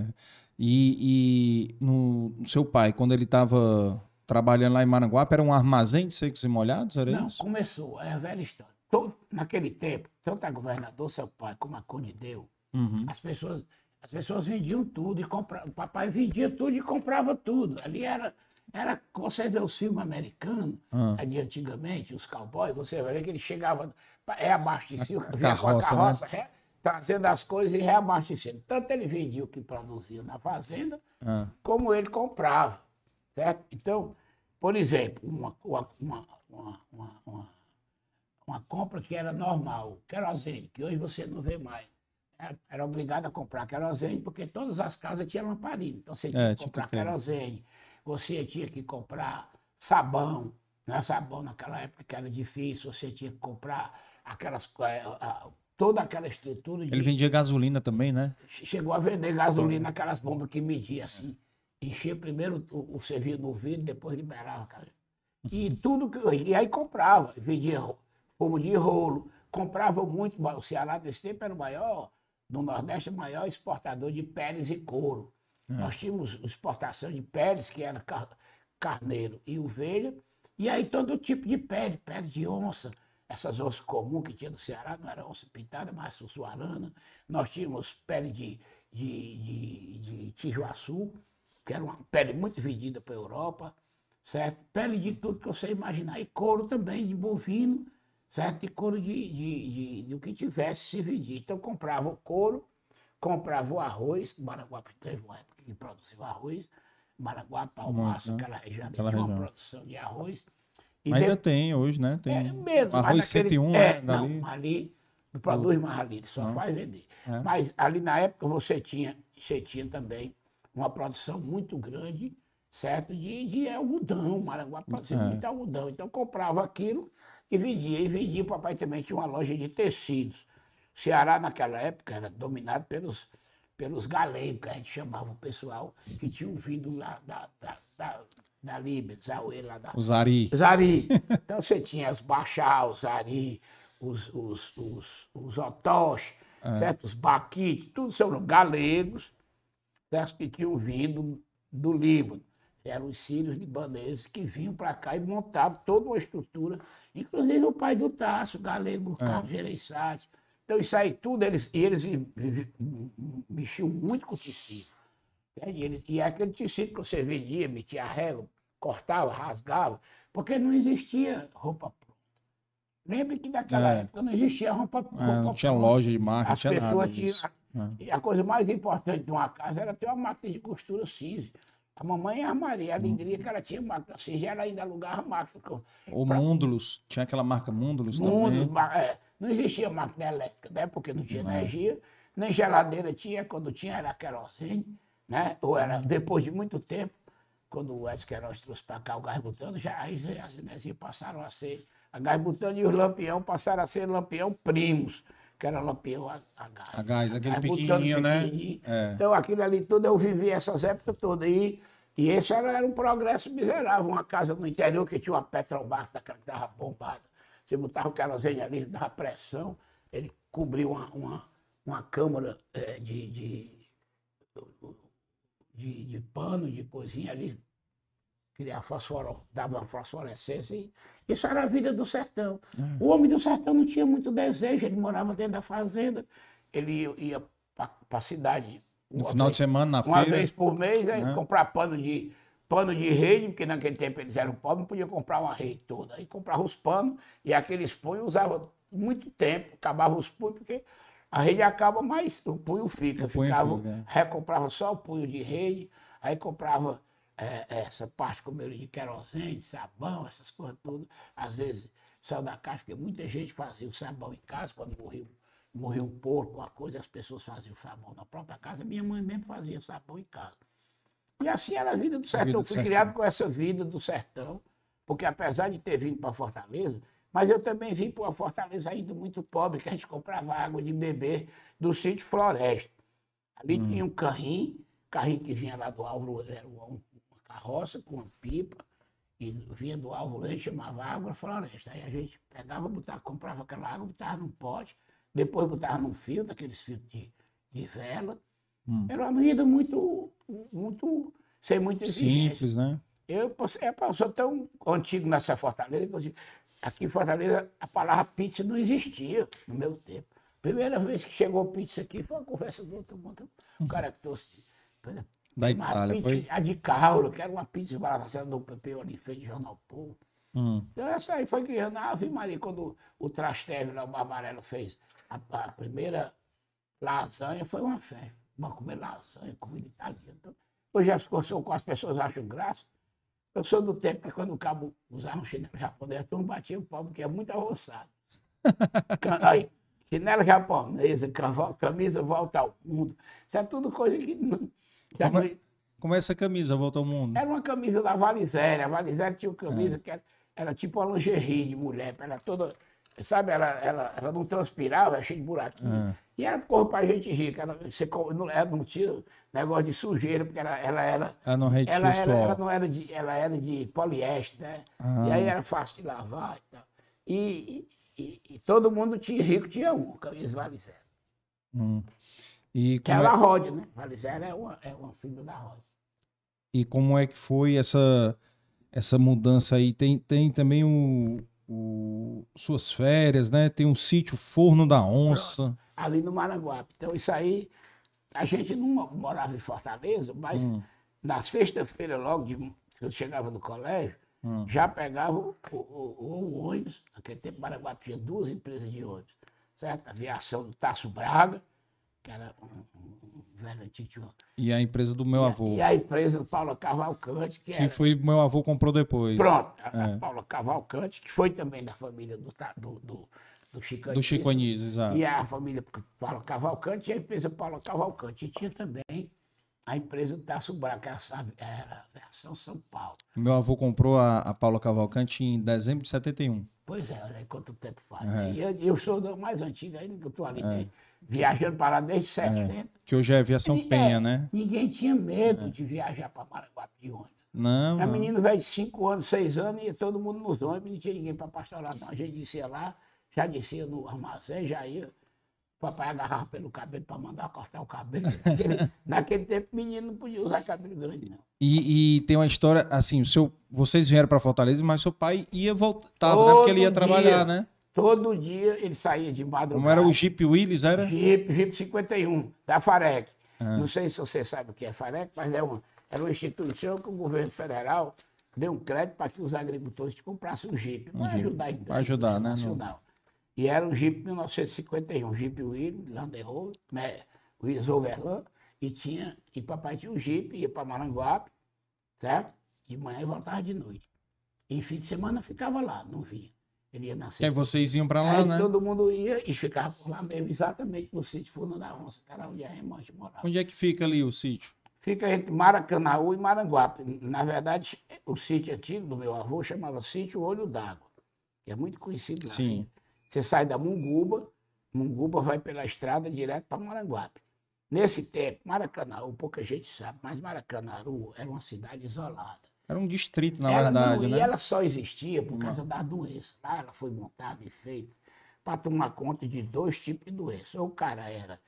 E, e no, no seu pai, quando ele estava trabalhando lá em Maranguape, era um armazém de secos e molhados, era Não, isso? começou, é a velha história. Todo, naquele tempo, tanto a governador, seu pai, como a Conde Deu, Uhum. as pessoas, as pessoas vendiam tudo e compravam. O papai vendia tudo e comprava tudo. Ali era, era você vê o filme americano, Ah. de antigamente, os cowboys, você vai ver que ele chegava, é abastecido, A vinha com a carroça, né? carroça, re- trazendo as coisas e reabastecendo. Tanto ele vendia o que produzia na fazenda, Ah. como ele comprava, certo? Então, por exemplo, uma, uma, uma, uma, uma, uma, uma compra que era normal, querosene, que hoje você não vê mais. Era, era obrigado a comprar querosene, porque todas as casas tinham lamparina. Então você tinha É, que tinha que comprar ter. querosene, você tinha que comprar sabão, não é sabão naquela época que era difícil, você tinha que comprar aquelas, co- eh, a- toda aquela estrutura de. Ele vendia gasolina também, né? Chegou a vender gasolina naquelas bombas que media assim. Enchia primeiro o, o serviço no vidro, depois liberava. Cara. E tudo que. E aí comprava, vendia ro- fumo de rolo, comprava muito. O Ceará nesse tempo era o maior, no Nordeste, o maior exportador de peles e couro. Nós tínhamos exportação de peles, que era car- carneiro e ovelha, e aí todo tipo de pele, pele de onça, essas onças comuns que tinha no Ceará, não era onça pintada, mas sussuarana. Nós tínhamos pele de, de, de, de tijuaçu, que era uma pele muito vendida para a Europa, certo? Pele de tudo que você imaginar, e couro também, de bovino, certo? E couro de, de, de, de o que tivesse se vendia. Então comprava o couro, comprava o arroz, Maranguape teve uma época que produziu arroz, Maranguape, Palmaço, Muito, né? aquela região ali Aquela tinha uma região. produção de arroz. E Ainda de- tem hoje, né? é Tem mesmo, mas arroz naquele, cento e um, é, né? não, Dali. ali não produz mais ali, ele só Não. faz vender. É. Mas ali na época você tinha, você tinha também uma produção muito grande, certo? De, de algodão, Maranguape produzia É. muito algodão. Então comprava aquilo e vendia. E vendia, o papai também tinha uma loja de tecidos. Ceará, naquela época, era dominado pelos, pelos galegos, que a gente chamava o pessoal que tinham vindo lá da, da, da, da Líbia, Zauê, lá da... O Zari. Zari. Então você tinha os Bachá, os Zari, os, os, os, os Otosh, É. certo? Os Baquites, tudo são galegos, certo? Que tinham vindo do Líbano. Eram os sírios libaneses que vinham para cá e montavam toda uma estrutura, inclusive o pai do Tasso, galego, Carlos Gereissati. Então, isso aí tudo, eles, e eles vi- vi- mexiam muito com o tecido. E, eles, e aquele tecido que você vendia, metia a régua, cortava, rasgava, porque não existia roupa pronta. Lembre que naquela É. época não existia roupa, roupa É, não tinha pronta. loja de marca, não As tinha nada pessoas disso. tinham. É. E a coisa mais importante de uma casa era ter uma máquina de costura cinza. A mamãe armaria, a alegria que ela tinha máquina cinza, ela ainda alugava máquina. com- O pra- Mundulus, tinha aquela marca Mundulus Mundo, também. ma- é, não existia máquina elétrica, né? Porque não tinha energia, nem geladeira tinha, quando tinha era querosene, né? Ou era depois de muito tempo, quando o Edson Queiroz trouxe para cá o gás butano, já aí as energias passaram a ser, a gás butano e os lampião passaram a ser lampião primos, que era lampião a, a gás. A gás, aquele butano pequenininho, né? pequenininho. É. Então aquilo ali tudo eu vivi essas épocas todas. E, e esse era, era um progresso miserável, uma casa no interior que tinha uma Petrobras, daquela que estava bombada. Você botava o querosene ali, dava pressão, ele cobria uma, uma, uma câmara eh, de, de, de, de pano, de coisinha ali, criar fosforo, dava uma fosforescência. E isso era a vida do sertão. O homem do sertão não tinha muito desejo, ele morava dentro da fazenda, ele ia, ia para a cidade. No uma final vez- de semana, na Uma feira. vez por mês, aí né? comprar pano de, pano de rede, porque naquele tempo eles eram pobres, não podia comprar uma rede toda. Aí comprava os panos e aqueles punhos usava muito tempo, acabava os punhos, porque a rede acaba, mas o punho fica. O punho ficava, fica, é. recomprava só o punho de rede, aí comprava eh, essa parte como eu, de querosene, sabão, essas coisas tudo. Às vezes saiu da caixa, porque muita gente fazia o sabão em casa, quando morria, morria um porco, uma coisa, as pessoas faziam o sabão na própria casa. Minha mãe mesmo fazia sabão em casa. E assim era a vida do sertão. vida Eu do fui sertão. criado com essa vida do sertão, porque apesar de ter vindo para Fortaleza, mas eu também vim para uma Fortaleza ainda muito pobre, que a gente comprava água de beber do sítio Floresta. Ali tinha um carrinho, carrinho que vinha lá do Álvaro, era uma, uma carroça com uma pipa, e vinha do Álvaro, a gente chamava água Floresta. Aí a gente pegava, botava, comprava aquela água, botava num pote, depois botava num filtro, aqueles filtros de, de vela. Era uma vida muito, muito, sem muita exigência. Simples, né? Eu, posso- é, eu sou tão antigo nessa Fortaleza que eu digo, aqui em Fortaleza a palavra pizza não existia no meu tempo. Primeira vez que chegou pizza aqui foi uma conversa do outro mundo. O cara que trouxe Da uma Itália, pizza, foi? a de Cauro, que era uma pizza baratada do Pepeu ali, feito de jornal Povo. Hum. Então essa aí foi criando a Ave Maria, quando o Trasteve lá, o Barbarella fez a, a primeira lasanha, foi uma festa. Vamos comer lasanha, comida italiana. Então, hoje as coisas são com as pessoas acham graça. Eu sou do tempo que quando o cabo usava um chinelo japonês, todo mundo batia o pau, porque é muito avançado. Ca- Aí, chinelo japonesa, cava- camisa volta ao mundo. Isso é tudo coisa que não. já Como não- é, como é essa camisa, Volta ao Mundo? Era uma camisa da Valizéria. A Valizéria tinha uma camisa que era, era tipo uma lingerie de mulher. Era toda. Sabe, ela, ela, ela não transpirava, era cheia de buraquinho. E era cor para gente rica. Ela, você, co- não, ela não tinha negócio de sujeira, porque ela, ela era. Ela não retia Ela, o era, suor. ela não era de, ela era de poliéster, né? E aí era fácil de lavar e tal. E, e, e todo mundo tinha, rico tinha um, camisa Valizéria. Hum. E, Que é como da é, Rod, né? Valizéria é uma, é uma filha da Rod. e como é que foi essa, essa mudança aí? Tem, tem também o, o- suas férias, né? Tem um sítio Forno da Onça. Ali no Maranguape. Então, isso aí, a gente não mo- morava em Fortaleza, mas na sexta-feira, logo de, que eu chegava do colégio, já pegava o, o- o- o ônibus. Naquele tempo, Maranguape tinha duas empresas de ônibus, certo? A aviação do Tasso Braga, que era um, um, um velho antigo. tinha uma- E a empresa do meu avô. E a empresa do Paulo Cavalcante, que, Que era. foi meu avô comprou depois. Pronto, a, a Paula Cavalcante, que foi também da família do, Ta- do, do, do Chico Do Chico Anísio, exato. E a família Paula Cavalcante e a empresa Paula Cavalcante. E tinha também a empresa do Tasso Braga, que era a Sa- era a Aviação São Paulo. Meu avô comprou a, a Paula Cavalcante em dezembro de setenta e um. Pois é, olha aí quanto tempo faz. É. Né? E eu, eu sou do mais antigo ainda, que eu estou ali, né? Viajando para lá desde sessenta. É. Que hoje é Aviação E, Penha, é, né? Ninguém tinha medo de viajar para Maranguape de ônibus. Não, É não. menino velho de cinco anos, seis anos, ia todo mundo nos ônibus, não tinha ninguém para pastorar, não. A gente descia lá, já descia no armazém, já ia. O papai agarrava pelo cabelo para mandar cortar o cabelo. Naquele, naquele tempo, menino não podia usar cabelo grande, não. E, e tem uma história, assim, o seu, vocês vieram para Fortaleza, mas seu pai ia voltar, né? Porque ele ia trabalhar, dia, né? Todo dia ele saía de madrugada. Como era o Jeep Willys, era? Jeep, Jeep cinquenta e um, da Farec. Ah. Não sei se você sabe o que é Farec, mas é uma, era uma instituição que o governo federal deu um crédito para que os agricultores comprassem um Jeep, para ajudar a indústria Para ajudar, né? nacional. E era um Jeep mil novecentos e cinquenta e um, Jeep Willys, Land Rover, né? Willys Overland, e tinha, e papai tinha um Jeep, ia para Maranguape, certo? De manhã e voltava de noite. E fim de semana ficava lá, não vinha. Ele ia na Que aí vocês iam para lá, Aí né? todo mundo ia e ficava por lá mesmo, exatamente no sítio Fundo da Onça, que era onde a Remanche morava. Onde é que fica ali o sítio? Fica entre Maracanaú e Maranguape. Na verdade, o sítio antigo do meu avô chamava Sítio Olho d'Água, que é muito conhecido lá. Sim. Filho. Você sai da Munguba, Munguba vai pela estrada direto para Maranguape. Nesse tempo, Maracanaú, pouca gente sabe, mas Maracanaú era uma cidade isolada. Era um distrito, na ela verdade, não, né? E ela só existia por causa da doença. Lá ela foi montada e feita para tomar conta de dois tipos de doença. Ou o cara era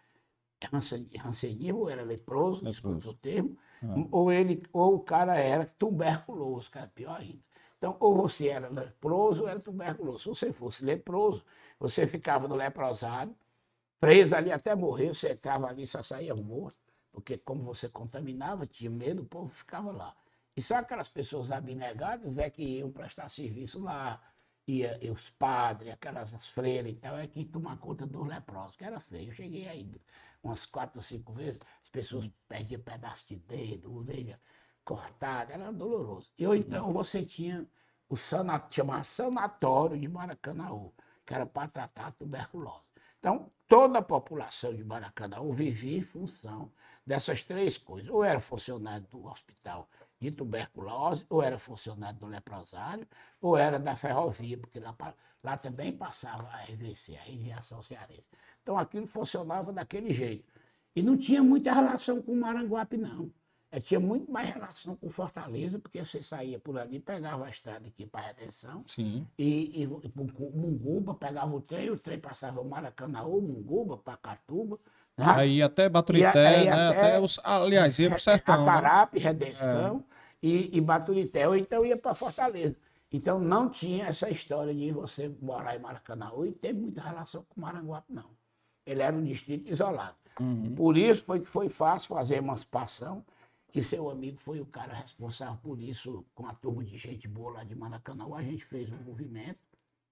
rancenível, ou era leproso, desculpa o termo, ah. ou, ele, ou o cara era tuberculoso, que era pior ainda. Então, ou você era leproso ou era tuberculoso. Se você fosse leproso, você ficava no leprosário, preso ali até morrer, você entrava ali e só saía morto, porque como você contaminava, tinha medo, o povo ficava lá. E só aquelas pessoas abnegadas é que iam prestar serviço lá, ia, e os padres, aquelas as freiras e tal, é que tomar conta dos leprosos, que era feio. Eu cheguei aí umas quatro ou cinco vezes, as pessoas perdiam pedaço de dedo, orelha cortada, era doloroso. E ou então você tinha o sanatório, chamava Sanatório de Maracanaú, que era para tratar a tuberculose. Então, toda a população de Maracanaú vivia em função dessas três coisas. Ou era funcionário do hospital de tuberculose, ou era funcionário do leprosário, ou era da ferrovia, porque lá, lá também passava a R V C, a Reviação Cearense. Então, aquilo funcionava daquele jeito. E não tinha muita relação com Maranguape, não. Eu tinha muito mais relação com Fortaleza, porque você saía por ali, pegava a estrada aqui para a Redenção, Sim. e, e Munguba, pegava o trem, o trem passava Maracanaú, Munguba, Pacatuba. Né? Aí até Baturité, né? Até, até os, aliás, ia para o sertão. Acarape, né? Redenção é. e, e Baturité, ou então ia para Fortaleza. Então não tinha essa história de você morar em Maracanaú e ter muita relação com Maranguape, não. Ele era um distrito isolado. Uhum. Por isso foi que foi fácil fazer a emancipação, que seu amigo foi o cara responsável por isso, com a turma de gente boa lá de Maracanã. A gente fez um movimento,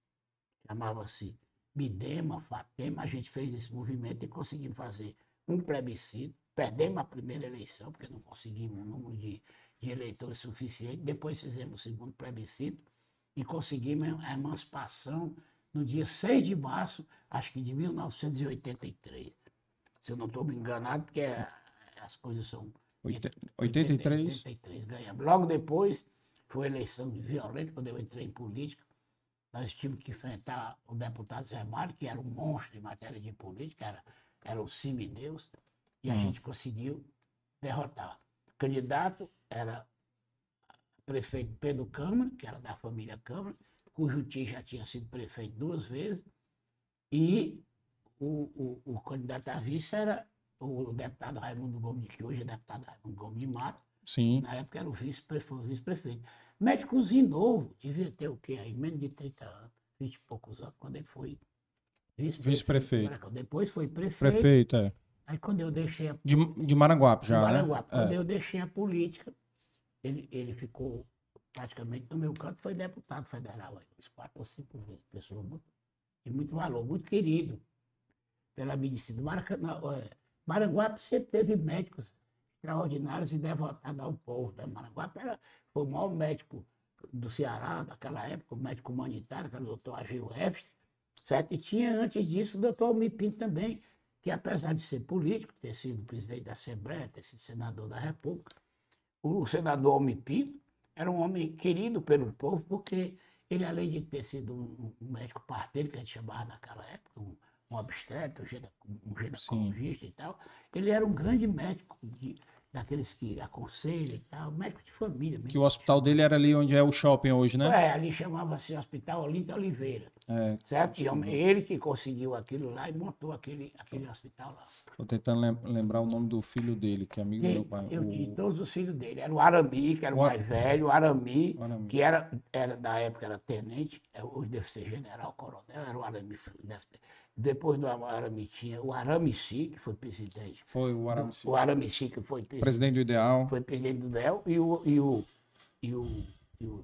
chamava-se Midema, Fatema, a gente fez esse movimento e conseguimos fazer um plebiscito. Perdemos a primeira eleição, porque não conseguimos um número de, de eleitores suficiente. Depois fizemos o segundo plebiscito e conseguimos a emancipação no dia seis de março, acho que de mil novecentos e oitenta e três. Se eu não estou me enganado, porque as coisas são... oitenta e três? oitenta e três, ganhamos. Logo depois, foi eleição violenta, quando eu entrei em política. Nós tínhamos que enfrentar o deputado Zé Mário, que era um monstro em matéria de política, era, era o semideus, e a hum. gente conseguiu derrotar. O candidato era o prefeito Pedro Câmara, que era da família Câmara, cujo tio já tinha sido prefeito duas vezes, e o, o, o candidato a vice era o deputado Raimundo Gomes, que hoje é deputado Raimundo Gomes de Mato. Sim. Na época era o vice-prefeito. Vice Médicozinho novo, devia ter o quê aí? Menos de trinta anos, vinte e poucos anos, quando ele foi vice-prefeito. Vice Depois foi prefeito. Prefeito, é. Aí quando eu deixei a... De, de Maranguape já, de Maranguape. Né? Quando é. eu deixei a política, ele, ele ficou praticamente no meu canto, foi deputado federal aí, quatro ou cinco vezes. Pessoa muito, de muito valor, muito querido pela medicina. Maracanã, Maranguape sempre teve médicos extraordinários e devotados ao povo. Né? Maranguape era, foi o maior médico do Ceará daquela época, o médico humanitário, que era o doutor Agil Epstein, certo? E tinha antes disso o doutor Almir Pinto também, que apesar de ser político, ter sido presidente da Assembleia, ter sido senador da República, o senador Almir Pinto era um homem querido pelo povo, porque ele, além de ter sido um, um médico parteiro, que a gente chamava naquela época, um, um obstetra, um, gine- um ginecologista e tal, ele era um grande médico, de, daqueles que aconselham e tal, médico de família mesmo. Que o hospital dele era ali onde é o shopping hoje, né? É, ali chamava-se Hospital Olinto Oliveira, É, certo? E ele que conseguiu aquilo lá e montou aquele, aquele hospital lá. tô tentando lem- lembrar o nome do filho dele, que é amigo do meu Sim, pai. eu o- tinha todos os filhos dele. Era o Arami, que era o O Ar- mais velho, o Arami, o Arami. que era, era da época era tenente, é, hoje deve ser general, coronel, era o Arami. Deve ter. Depois do Arami tinha o Aramici, que foi presidente. Foi o Aramci, O Aramici, que foi presidente, presidente do Ideal. foi presidente do D E L, e o, e o, e o, e o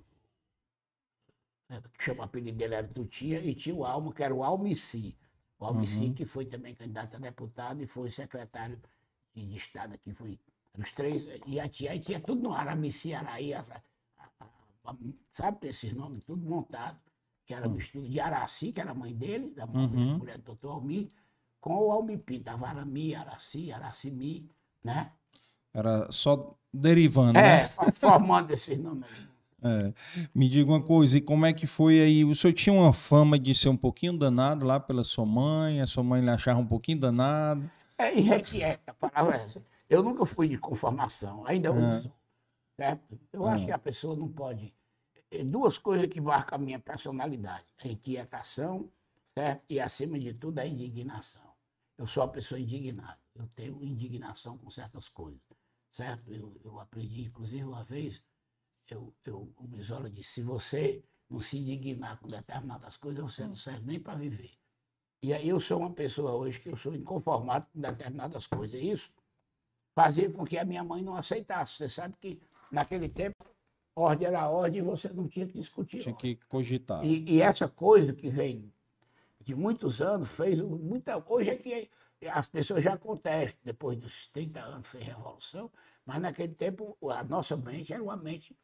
é, que chama o apelido dele era Tutinha, e tinha o Almo, que era o Almici. O Almici, Uhum. que foi também candidato a deputado e foi secretário de, de Estado aqui, foi os três, e a tia, aí tinha tudo no Aramici, Araí, a, a, a, a, sabe, esses nomes, tudo montado, que era mistura de Araci, que era a mãe dele, da mãe Uhum. da mulher do doutor Almir, com o Almir Pinto, tava Arami, Araci, Aracimi, né? Era só derivando, É, né? fa- formando esses nomes aí. É. Me diga uma coisa, e como é que foi aí? O senhor tinha uma fama de ser um pouquinho danado lá pela sua mãe? A sua mãe lhe achava um pouquinho danado? É irrequieta, a palavra é essa. Eu nunca fui de conformação, ainda Ah. uso, certo? Eu Ah. acho que a pessoa não pode... é, Duas coisas que marcam a minha personalidade, a inquietação, certo? E, acima de tudo, a indignação. Eu sou uma pessoa indignada, eu tenho indignação com certas coisas, certo? Eu, eu aprendi, inclusive, uma vez, eu, eu, o Brizola disse, se você não se indignar com determinadas coisas, você não serve nem para viver. E aí eu sou uma pessoa hoje que eu sou inconformado com determinadas coisas. E isso fazia com que a minha mãe não aceitasse. Você sabe que naquele tempo, ordem era ordem e você não tinha que discutir. Tinha ordem. que cogitar. E, e essa coisa que vem de muitos anos fez um- muita. Hoje é que as pessoas já contestam, depois dos trinta anos fez revolução, mas naquele tempo a nossa mente era uma mente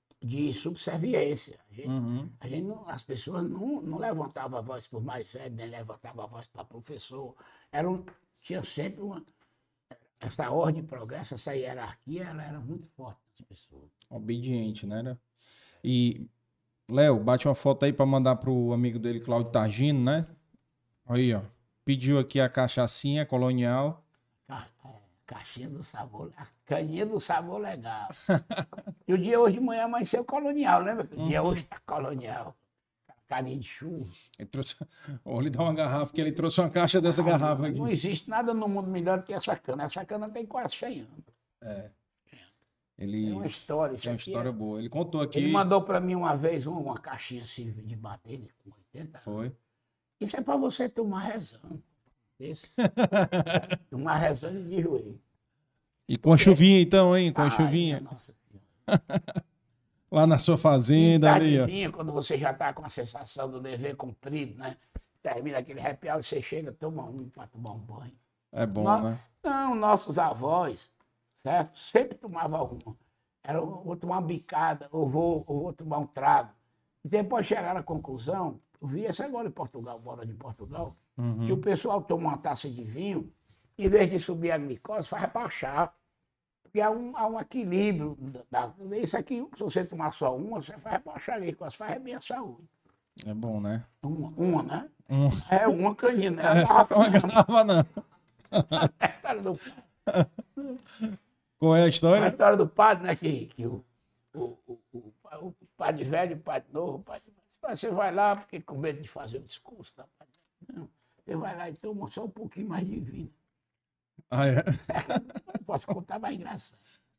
de subserviência. A gente, Uhum. a gente não, as pessoas não, não levantavam a voz por mais velho, nem levantavam a voz para professor. Era um, tinha sempre uma. Essa ordem de progresso, essa hierarquia, ela era muito forte nas pessoas. Obediente, né? Né? E, Léo, bate uma foto aí pra mandar pro amigo dele, Cláudio Targino, né? Aí, ó. Pediu aqui a cachaçinha colonial. Ca- é, Caixinha do sabor, a caninha do sabor legal. E o dia hoje de manhã amanheceu colonial, lembra? que O dia hoje está colonial. Carinha de chuva. Ele trouxe... Ou lhe dá uma garrafa, que ele trouxe uma caixa dessa garrafa aqui. Não existe nada no mundo melhor do que essa cana. Essa cana tem quase cem anos. Ele É uma história. Isso tem uma aqui história é- boa. Ele contou aqui. Ele mandou para mim uma vez uma, uma caixinha assim de bater de- com oitenta. Foi. Isso é para você tomar rezando. Esse. Tomar rezando e de joelho. E com a chuvinha, então, hein? Com a Ai, chuvinha. nossa Senhora. Lá na sua E fazenda, ali, ó. tardezinha, quando você já está com a sensação do dever cumprido, né? Termina aquele happy hour, você chega, toma um para tomar um banho. É bom, Nó- né? Não, nossos avós, certo? Sempre tomavam uma. Era, eu vou tomar uma bicada, ou vou, ou vou tomar um trago. E depois chegaram à conclusão, eu vi isso agora em Portugal, fora de Portugal, Uhum. que o pessoal toma uma taça de vinho, em vez de subir a glicose, faz baixar. Porque há um, há um equilíbrio. Da, da- isso aqui, se você tomar só uma, você faz baixar a glicose, faz bem a saúde. É bom, né? Uma, uma né? Um... É uma caninha, né? A garrafa Uma não. garrafa, não. A história do, Qual é a a história? história do padre, né? Que, que o, o, o, o, o padre velho, o padre novo, o padre, você vai lá, porque com medo de fazer o discurso, tá? Não, você vai lá e toma só um pouquinho mais de vinho. Ah, é? Não posso contar mais engraçado.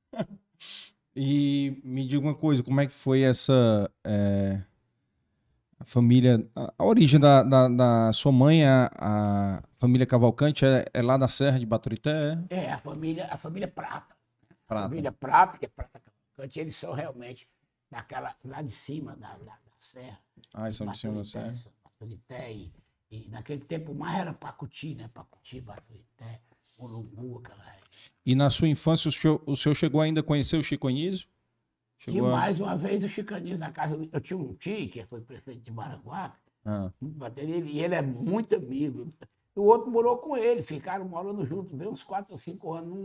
E me diga uma coisa, como é que foi essa é, a família, a, a origem da, da, da sua mãe, a, a família Cavalcante, é, é lá da Serra de Baturité? É? É, a família, a família Prata. A Prata. família Prata, que é Prata Cavalcante, eles são realmente daquela, lá de cima da, da, da serra. Ah, eles são de cima da Baturité, Serra. Baturité, e, e naquele tempo mais era Pacuti, né? Pacuti, Baturité, Urungu, aquela região. E na sua infância o senhor, o senhor chegou ainda a conhecer o Chico Anísio? E Chegou a... mais uma vez o Chicanismo na casa. do- Eu tinha um tio que foi prefeito de Maranguape, Ah, muito bateria, ele- e ele é muito amigo. O outro morou com ele, ficaram morando juntos, bem uns quatro ou cinco anos num,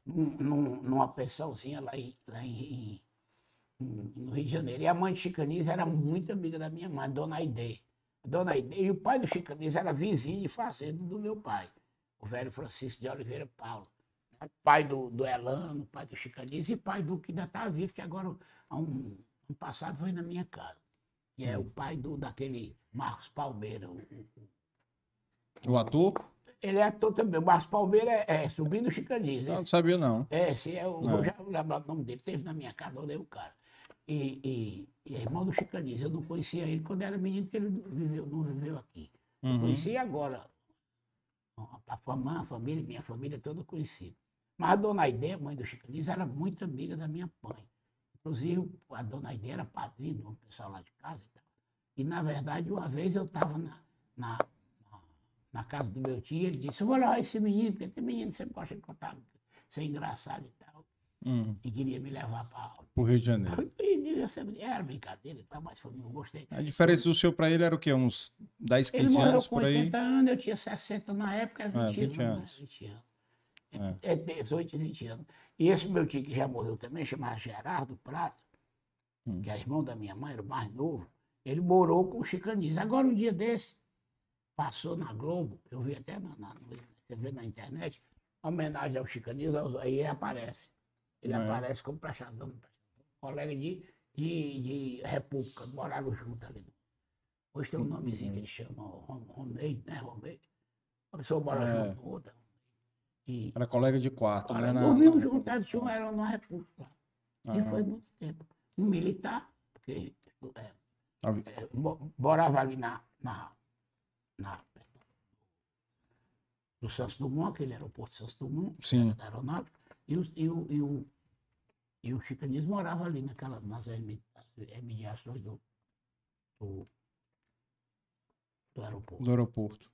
num- num- numa pensãozinha lá, em, lá em, em- no Rio de Janeiro. E a mãe de Chicanis era muito amiga da minha mãe, Dona Aide. Dona Aide, e o pai do Chicanis era vizinho de fazenda do meu pai, o velho Francisco de Oliveira Paulo. Pai do, do Elano, pai do Chicanis e pai do que ainda está vivo, que agora, há um, um passado, foi na minha casa. Que é o pai do, daquele Marcos Palmeira. o- O ator? Ele é ator também. O Marcos Palmeira é, é sobrinho do Chicanis. Não, não sabia, não. É, esse é o. É. Eu já vou lembrar o nome dele. Teve na minha casa, olhei o cara. E, e, e é irmão do Chicanis. Eu não conhecia ele quando era menino, porque ele não viveu, não viveu aqui. Eu Uhum. conheci agora. A fama- a família, minha família toda conhecida. Mas a dona Aide, mãe do Chicanis, era muito amiga da minha mãe. Inclusive, a dona Aide era padrinha do pessoal lá de casa e tal. E, na verdade, uma vez eu estava na, na, na, na casa do meu tio, ele disse, eu vou levar esse menino, porque esse menino sempre gosta de contar, ser engraçado e tal. Hum, E queria me levar para pro Rio de Janeiro. E devia ser- era brincadeira e tal, mas foi, eu gostei. A diferença do senhor pra ele era o quê? Uns dez, Ele quinze morreu anos com por aí? oitenta anos, eu tinha sessenta na época, é vinte, vinte anos. anos. Né? vinte anos. É. É dezoito e vinte anos. E esse meu tio que já morreu também, chamava Gerardo Prata, Hum. que é irmão da minha mãe, era o mais novo, ele morou com o Chicanis. Agora, um dia desse, passou na Globo, eu vi até na, na, você vê na internet, homenagem ao Chicanis, aí ele aparece. Ele É. aparece como prestador, colega de, de, de República, moraram juntos ali. Hoje tem um nomezinho que ele chama Rom- Romei, né, Romei? A pessoa mora É. junto com outra. E, Era colega de quarto, né? Olha, Na, dormimos na- juntos, eles tinham- eram na República. E Ah. foi muito tempo. Um militar, porque é, Ah, é, mo- morava ali na, na, na, no Santos Dumont, aquele aeroporto Santos Dumont, Sim. era da aeronáutica, e o, e o, e o, e o Chicanis morava ali naquela, nas remi- remediações do, do, do aeroporto. do aeroporto.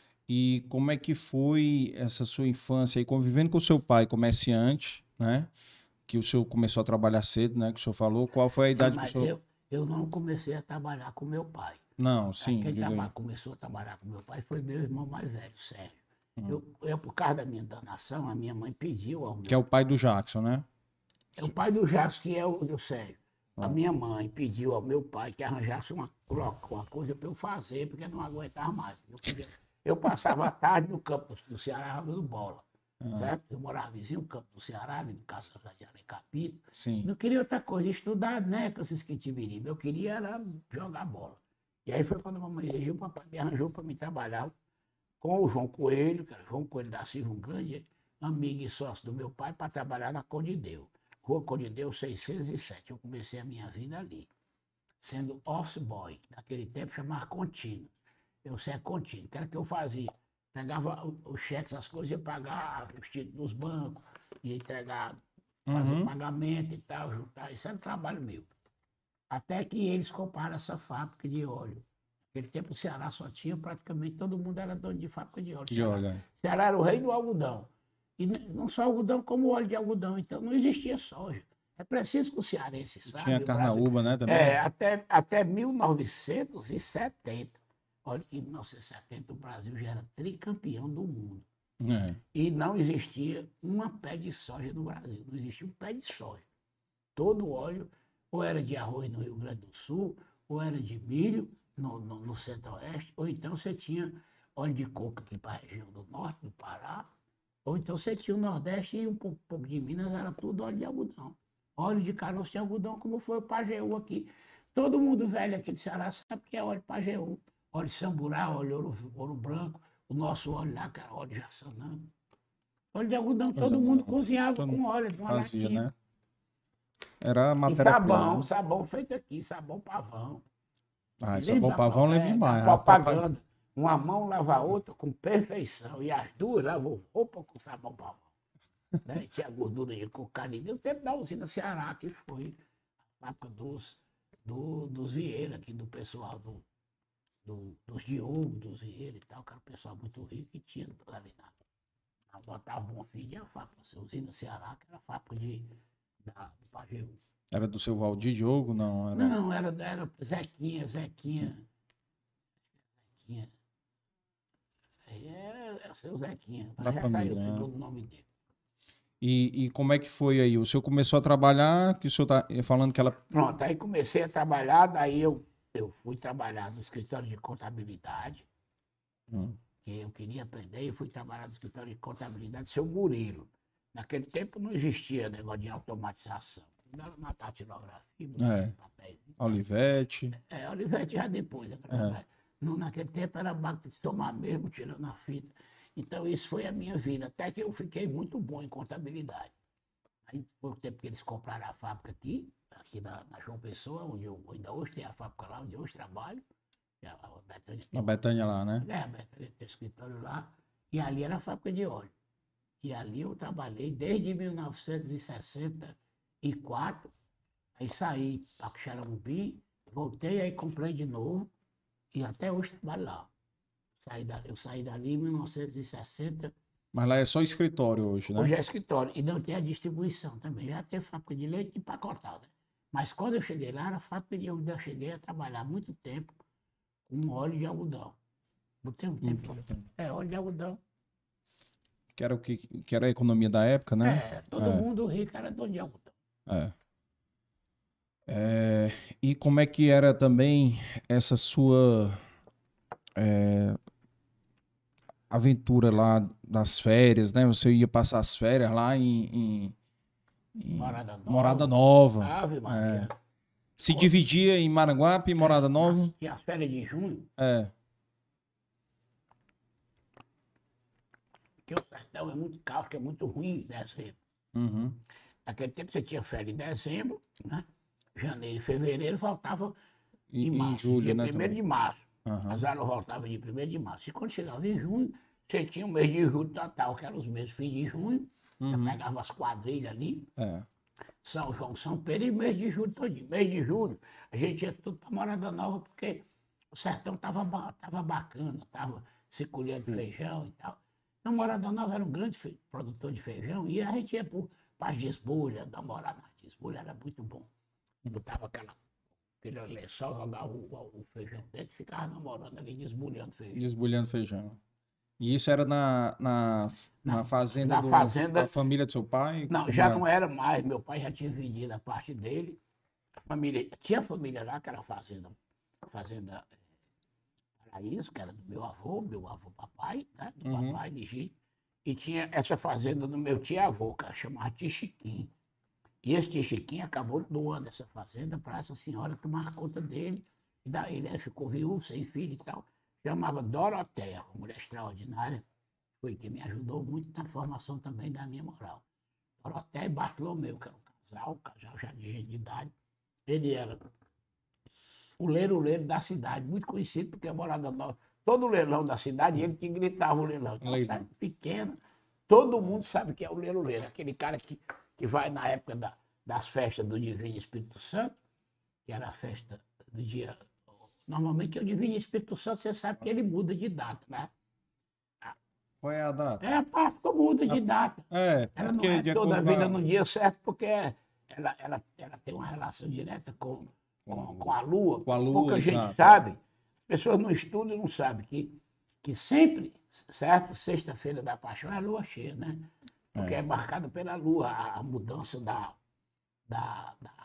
E como é que foi essa sua infância aí, convivendo com o seu pai, comerciante, né? Que o senhor começou a trabalhar cedo, né? Que o senhor falou. Qual foi a Sim, idade que o mas senhor... eu, eu não comecei a trabalhar com meu pai. Não, sim, Quem diga aí. traba- começou a trabalhar com meu pai foi meu irmão mais velho, Sérgio. Hum. Eu, eu, por causa da minha danação, a minha mãe pediu ao meu Que é o pai do Jackson, né? É o pai do Jasso, que é o do Sérgio. A Ah. minha mãe pediu ao meu pai que arranjasse uma, uma coisa para eu fazer, porque eu não aguentava mais. Eu, podia- eu passava a tarde no campo do Ceará jogando bola. Ah. Certo? Eu morava vizinho no campo do Ceará, ali no Casa de Alecapito. Sim. Não queria outra coisa, estudar, né, com esses quitibiribe. Eu queria era jogar bola. E aí foi quando a mamãe exigiu, o papai me arranjou para me trabalhar com o João Coelho, que era João Coelho da Silva, um grande amigo e sócio do meu pai, para trabalhar na Condideu. Rua Condideu seiscentos e sete. Eu comecei a minha vida ali, sendo office boy. Naquele tempo chamava contínuo. Eu sei contínuo. Que era o que eu fazia. Pegava os cheques, as coisas, ia pagar os títulos dos bancos, ia entregar, fazer Uhum. pagamento e tal, juntar. Isso era trabalho meu. Até que eles compraram essa fábrica de óleo. Naquele tempo o Ceará só tinha, praticamente todo mundo era dono de fábrica de óleo. De Ceará- óleo, é. Ceará era o rei do algodão. E n- não só algodão, como óleo de algodão. Então não existia soja. É preciso que o cearense saiba. Tinha o carnaúba, né? Também. é, até, até mil novecentos e setenta. Olha que em mil novecentos e setenta o Brasil já era tricampeão do mundo. É. E não existia uma pé de soja no Brasil. Não existia um pé de soja. Todo óleo, ou era de arroz no Rio Grande do Sul, ou era de milho no, no, no centro-oeste, ou então você tinha óleo de coco aqui para a região do norte, do Pará, ou então você tinha o Nordeste e um pouco, pouco de Minas, era tudo óleo de algodão. Óleo de caroço de algodão, como foi o Pajeú aqui. Todo mundo velho aqui de Ceará sabe que é óleo Pajeú. Óleo de samburá, óleo ouro, ouro branco, o nosso óleo lá, que era óleo de jaçanã. Óleo de algodão, todo mundo cozinhava Todo com óleo de uma Fazia, latinha. né? Era a E matéria-prima. sabão, Né? sabão feito aqui, sabão pavão. Ah, Lembra sabão da pavão, pro- lembro é, demais. da A papa- propaganda. Uma mão lava a outra com perfeição. E as duas lavam roupa com sabão pavão. Né? E tinha gordura de cocaína. No tempo da usina Ceará, que foi a fábrica dos, do, dos Vieira, aqui do pessoal do, do, dos Diogo, dos Vieira e tal, que era um pessoal muito rico e tinha ali na, na Botava Bonfim e a fábrica, a usina Ceará, que era a fábrica de, da, do Pajeú. Era do seu Valdir Diogo? Não, era... Não, era, era Zequinha, Zequinha. Zequinha. É, é, é o seu Zequinha. Da já família, saiu né? o nome dele. E, e como é que foi aí? O senhor começou a trabalhar, que o senhor tá falando que ela... Pronto, aí comecei a trabalhar, daí eu, eu fui trabalhar no escritório de contabilidade, Hum. que eu queria aprender, e fui trabalhar no escritório de contabilidade, seu Murilo. Naquele tempo não existia negócio de automatização. Era na datilografia, É. papéis. Olivete. É, Olivetti já depois. É. No, naquele tempo era banco de tomar mesmo, tirando a fita. Então isso foi a minha vida, até que eu fiquei muito bom em contabilidade. Aí foi o tempo que eles compraram a fábrica aqui, aqui na, na João Pessoa, onde eu ainda hoje tem a fábrica lá, onde eu hoje trabalho. A, a Betânia, A Betânia lá, né? É, a Betânia tem escritório lá. E ali era a fábrica de óleo. E ali eu trabalhei desde mil novecentos e sessenta e quatro. Aí saí para Xaramubim, voltei, aí comprei de novo. E até hoje trabalho lá. Saí da, eu saí dali em mil novecentos e sessenta. Mas lá é só escritório hoje, né? Hoje é escritório. E não tem a distribuição também. Já tem fábrica de leite empacotada. Mas quando eu cheguei lá, era fábrica de onde eu cheguei a trabalhar muito tempo com óleo de algodão. Botei um tempo. Hum. É, óleo de algodão. Que era, o que, que era a economia da época, né? É, todo É. mundo rico era dono de algodão. É. É, e como é que era também essa sua é, aventura lá das férias, né? Você ia passar as férias lá em, em, em Morada Nova. Morada Nova. Ave Maria. É. Se dividia em Maranguape e Morada Nova? Tinha as férias de junho, É. que o sertão é muito cáustico, é muito ruim em dezembro. Uhum. Naquele tempo você tinha férias em dezembro, né? Janeiro e fevereiro voltava E, em em março, julho, dia né? primeiro também. de março. Uhum. As aulas voltavam de primeiro de março. E quando chegava em junho, você tinha o mês de julho total, que eram os meses fim de junho. Você Uhum. pegava as quadrilhas ali, É. São João, São Pedro e mês de julho todinho. Mês de julho, a gente ia tudo para Morada Nova, porque o sertão estava tava bacana, estava se colhendo feijão e tal. Então, Morada Nova era um grande fe- produtor de feijão e a gente ia para as desbulhas, da Morada. As desbulhas era muito bom. Botava aquela, aquele lençol, jogava o, o, o feijão dentro e ficava namorando ali, desbulhando feijão. Desbulhando feijão. E isso era na, na, na, Na- fazenda, na do, fazenda- da família do seu pai? Não, Como já era? não era mais. Meu pai já tinha vendido a parte dele. A família, tinha família lá, que era a fazenda, a fazenda eh, Paraíso, que era do meu avô, meu avô papai, né? Do Uhum. papai legítimo. E tinha essa fazenda do meu tio-avô, que era chamado Tio Chiquinho. E esse Tio Chiquinho acabou doando essa fazenda para essa senhora tomar conta dele. E daí ele ficou viúvo, sem filho e tal. Chamava Doroteia, uma mulher extraordinária. Foi quem me ajudou muito na formação também da minha moral. Doroteia e Bartolomeu, que era um casal, um casal já de gente de idade. Ele era o leiro-leiro da cidade, muito conhecido, porque a Morada Nova, todo leilão da cidade, ele que gritava o leilão. Então, uma Leilão. cidade pequena, todo mundo sabe que é o leiro-leiro, aquele cara que, que vai na época da, das festas do Divino Espírito Santo, que era a festa do dia. Normalmente é o Divino Espírito Santo, você sabe que ele muda de data, né? Qual é a data? É a Páscoa muda de data. É, é Ela não porque é de toda a acordo com vida a- no dia certo, porque ela, ela, ela tem uma relação direta com, com, com a Lua. Com a Lua, Pouca gente exato. sabe, as pessoas não estudam e não sabem que, que sempre, certo, sexta-feira da Paixão é a Lua cheia, né? Porque é, marcada pela Lua, a, a mudança da, da, da,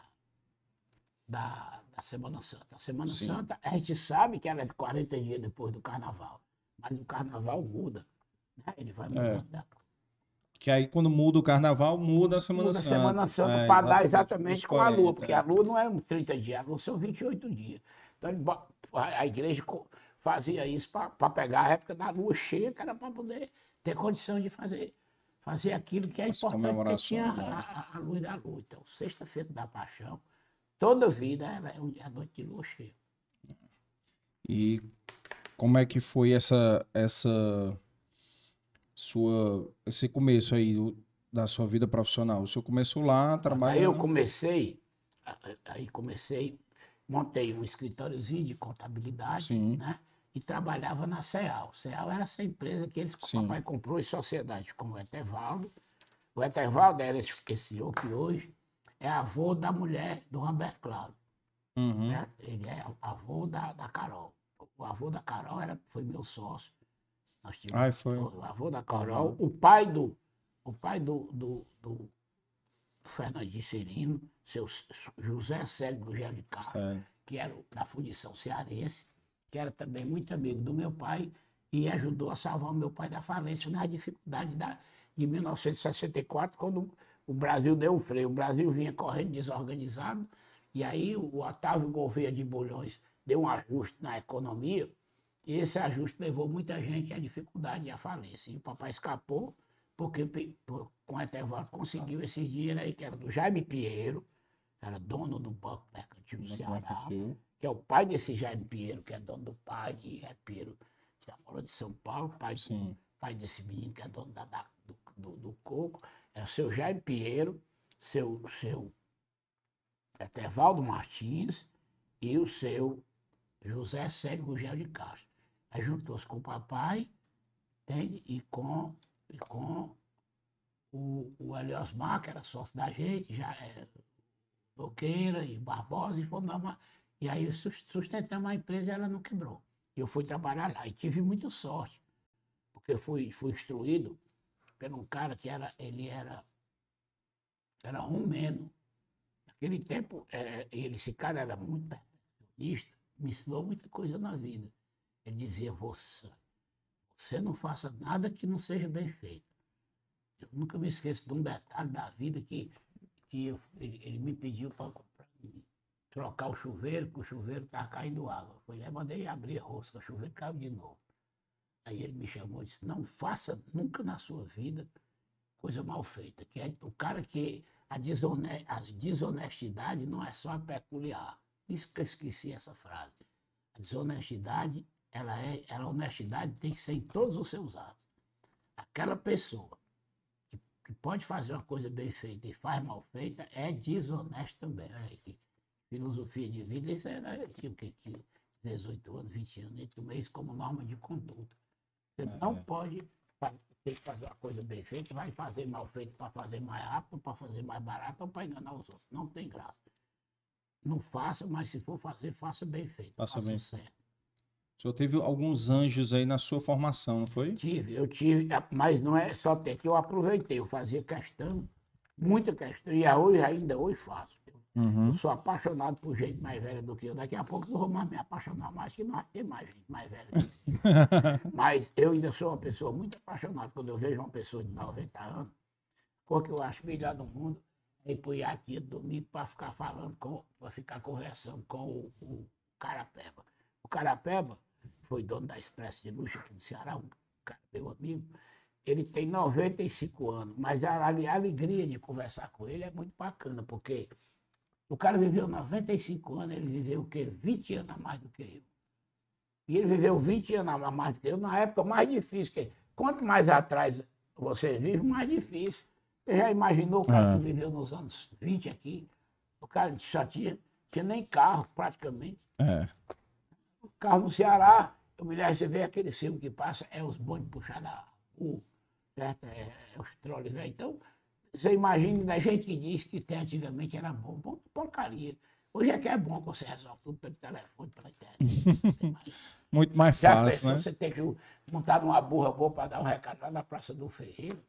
da, da Semana Santa. A Semana Sim. Santa, a gente sabe que ela é de quarenta dias depois do Carnaval, mas o Carnaval muda, né? Ele vai mudando. né? Que aí quando muda o carnaval, muda a Semana Muda a Santa. Semana Santa É, para dar Os exatamente com a quarenta, Lua, porque é. a Lua não é uns trinta dias, a Lua são vinte e oito dias. Então ele bo- a a igreja co- fazia isso para pegar a época da Lua cheia, que era para poder ter condição de fazer, fazer aquilo que é As importante, porque tinha comemorações, né? a, a- a luz da Lua. Então, sexta-feira da Paixão, toda vida ela é um- é a noite de Lua cheia. E como é que foi essa, essa sua, esse começo aí do- da sua vida profissional? O senhor começou lá Aí eu trabalhando... comecei, a- a- aí comecei, montei um escritóriozinho de contabilidade, Sim. né? E trabalhava na CEAL. CEAL era essa empresa que eles, o Sim. papai comprou em sociedade com o Etevaldo. O Etevaldo era esse, esse senhor que hoje é avô da mulher do Roberto Cláudio, Uhum. né? Ele é avô da, da Carol. O avô da Carol era, foi meu sócio. Nós tínhamos Ai, foi. o avô da Carol, o pai do o pai do, do, do Fernandinho Cirino, seu José Célio Gugel de Castro, Sério. que era da fundição cearense, que era também muito amigo do meu pai e ajudou a salvar o meu pai da falência na dificuldade da, de mil novecentos e sessenta e quatro, quando o Brasil deu o freio. O Brasil vinha correndo desorganizado e aí o Otávio Gouveia de Bulhões deu um ajuste na economia e esse ajuste levou muita gente à dificuldade e à falência. E o papai escapou porque por, com o Etevaldo conseguiu esses dinheiros aí, que era do Jaime Pinheiro, que era dono do Banco Mercantil do Ceará, que é o pai desse Jaime Pinheiro, que é dono do pai de Jaime Pinheiro, que mora de São Paulo, pai, do, pai desse menino que é dono da, da, do, do, do Coco, era o seu Jaime Pinheiro, seu, seu Etevaldo Martins e o seu José Célio Gugel de Castro. Aí juntou-se com o papai, entende? E com, e com o, o Eliosmar, que era sócio da gente, já é Boqueira e Barbosa, e fomos, e aí sustentamos a empresa e ela não quebrou. Eu fui trabalhar lá e tive muita sorte, porque eu fui, fui instruído por um cara que era, ele era, era romeno. Naquele tempo, é, ele, esse cara era muito perfeccionista, me ensinou muita coisa na vida. Ele dizia, você, você não faça nada que não seja bem feito. Eu nunca me esqueço de um detalhe da vida que, que eu, ele, ele me pediu para trocar o chuveiro, porque o chuveiro estava caindo água. Eu fui lá, mandei abrir a rosca, o chuveiro caiu de novo. Aí ele me chamou e disse, não faça nunca na sua vida coisa mal feita. Que é o cara que a, desone, a desonestidade não é só peculiar. Isso que eu esqueci essa frase. A desonestidade, ela é, ela, a honestidade tem que ser em todos os seus atos. Aquela pessoa que, que pode fazer uma coisa bem feita e faz mal feita é desonesta também. Olha aí, que filosofia de vida, isso era, eu tinha o que, dezoito anos, vinte anos, eu tomei isso como norma de conduta. Você é, não é. pode ter que fazer uma coisa bem feita, vai fazer mal feito para fazer mais rápido, para fazer mais barato ou para enganar os outros. Não tem graça. Não faça, mas se for fazer, faça bem feito. Faça, faça bem certo. O senhor teve alguns anjos aí na sua formação, não foi? Tive, eu tive, mas não é só ter que eu aproveitei, eu fazia questão, muita questão, e hoje, ainda hoje faço. Uhum. Eu sou apaixonado por gente mais velha do que eu. Daqui a pouco eu vou mais me apaixonar mais, que não vai ter mais gente mais velha do que eu. Mas eu ainda sou uma pessoa muito apaixonada quando eu vejo uma pessoa de noventa anos, porque eu acho melhor do mundo é ir para o Iatia domingo para ficar falando, para ficar conversando com o, o Carapeba. O Carapeba foi dono da Expresso de Luxo aqui do Ceará, um cara meu amigo. Ele tem noventa e cinco anos, mas a, a alegria de conversar com ele é muito bacana, porque o cara viveu noventa e cinco anos, ele viveu o quê? vinte anos a mais do que eu. E ele viveu vinte anos a mais do que eu, na época mais difícil. Que, quanto mais atrás você vive, mais difícil. Você já imaginou o cara ah. que viveu nos anos vinte aqui? O cara só tinha, tinha nem carro, praticamente. É. O carro no Ceará, eu me lembro, você vê aquele filme que passa, é os bondes puxados a rua, certo? É, é os trolls, né? Então, você imagina, da gente que diz que até antigamente era bom, bom, porcaria. Hoje é que é bom que você resolve tudo pelo telefone, pela internet. Muito mais Já fácil, pensou, né? Você tem que montar numa burra boa para dar um recado lá na Praça do Ferreiro.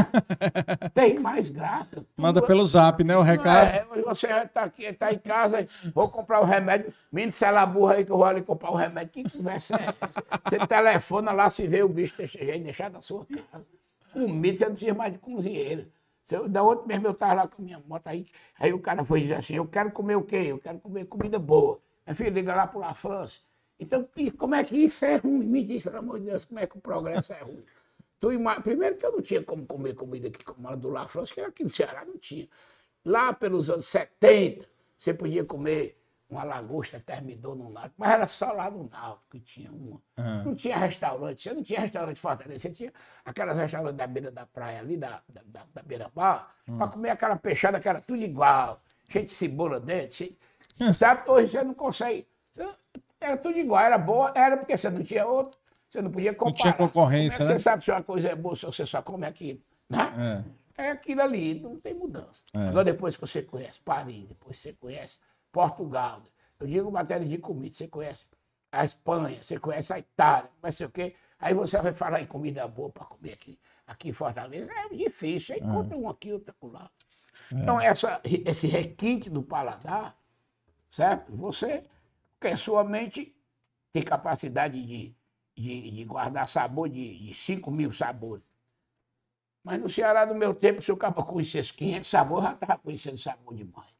Né? Tem mais graça. Manda pelo zap, né, o recado? É, você está aqui, está em casa, vou comprar o remédio. Menino, se ela burra aí que eu vou ali comprar o remédio. Que conversa é essa? Você telefona lá, se vê o bicho desse jeito, deixar na sua casa. Comida, você não precisa mais de cozinheiro. Eu, da outra mesmo eu estava lá com a minha moto aí, aí o cara foi dizer assim, eu quero comer o quê? Eu quero comer comida boa. Meu filho, liga lá para La France. Então, e como é que isso é ruim? Me diz, pelo amor de Deus, como é que o progresso é ruim? Tu, primeiro que eu não tinha como comer comida aqui como a do La France, que aqui no Ceará não tinha. Lá pelos anos setenta, você podia comer uma lagosta termidor no Náutico, mas era só lá no Náutico que tinha uma. Uhum. Não tinha restaurante, você não tinha restaurante Fortaleza, você tinha aquelas restaurantes da beira da praia ali, da, da, da, da beira-mar, uhum. para comer aquela peixada que era tudo igual, cheio de cebola dentro, cheio... sabe? Hoje você não consegue. Era tudo igual, era boa, era porque você não tinha outra, você não podia comparar. Não tinha concorrência, Como é que né? Você sabe se uma coisa é boa, se você só come aquilo, né? É, é aquilo ali, não tem mudança. É. Agora depois que você conhece Paris, depois você conhece Portugal, eu digo matéria de comida, você conhece a Espanha, você conhece a Itália, não sei o quê. Aí você vai falar em comida boa para comer aqui, aqui em Fortaleza, é difícil, aí encontra um aqui, outro lá. Então, essa, esse requinte do paladar, certo? Você, porque a sua mente tem capacidade de, de, de guardar sabor de, de cinco mil sabores. Mas no Ceará, do meu tempo, se eu acaba conhecesse quinhentos sabores, eu já estava conhecendo sabor demais.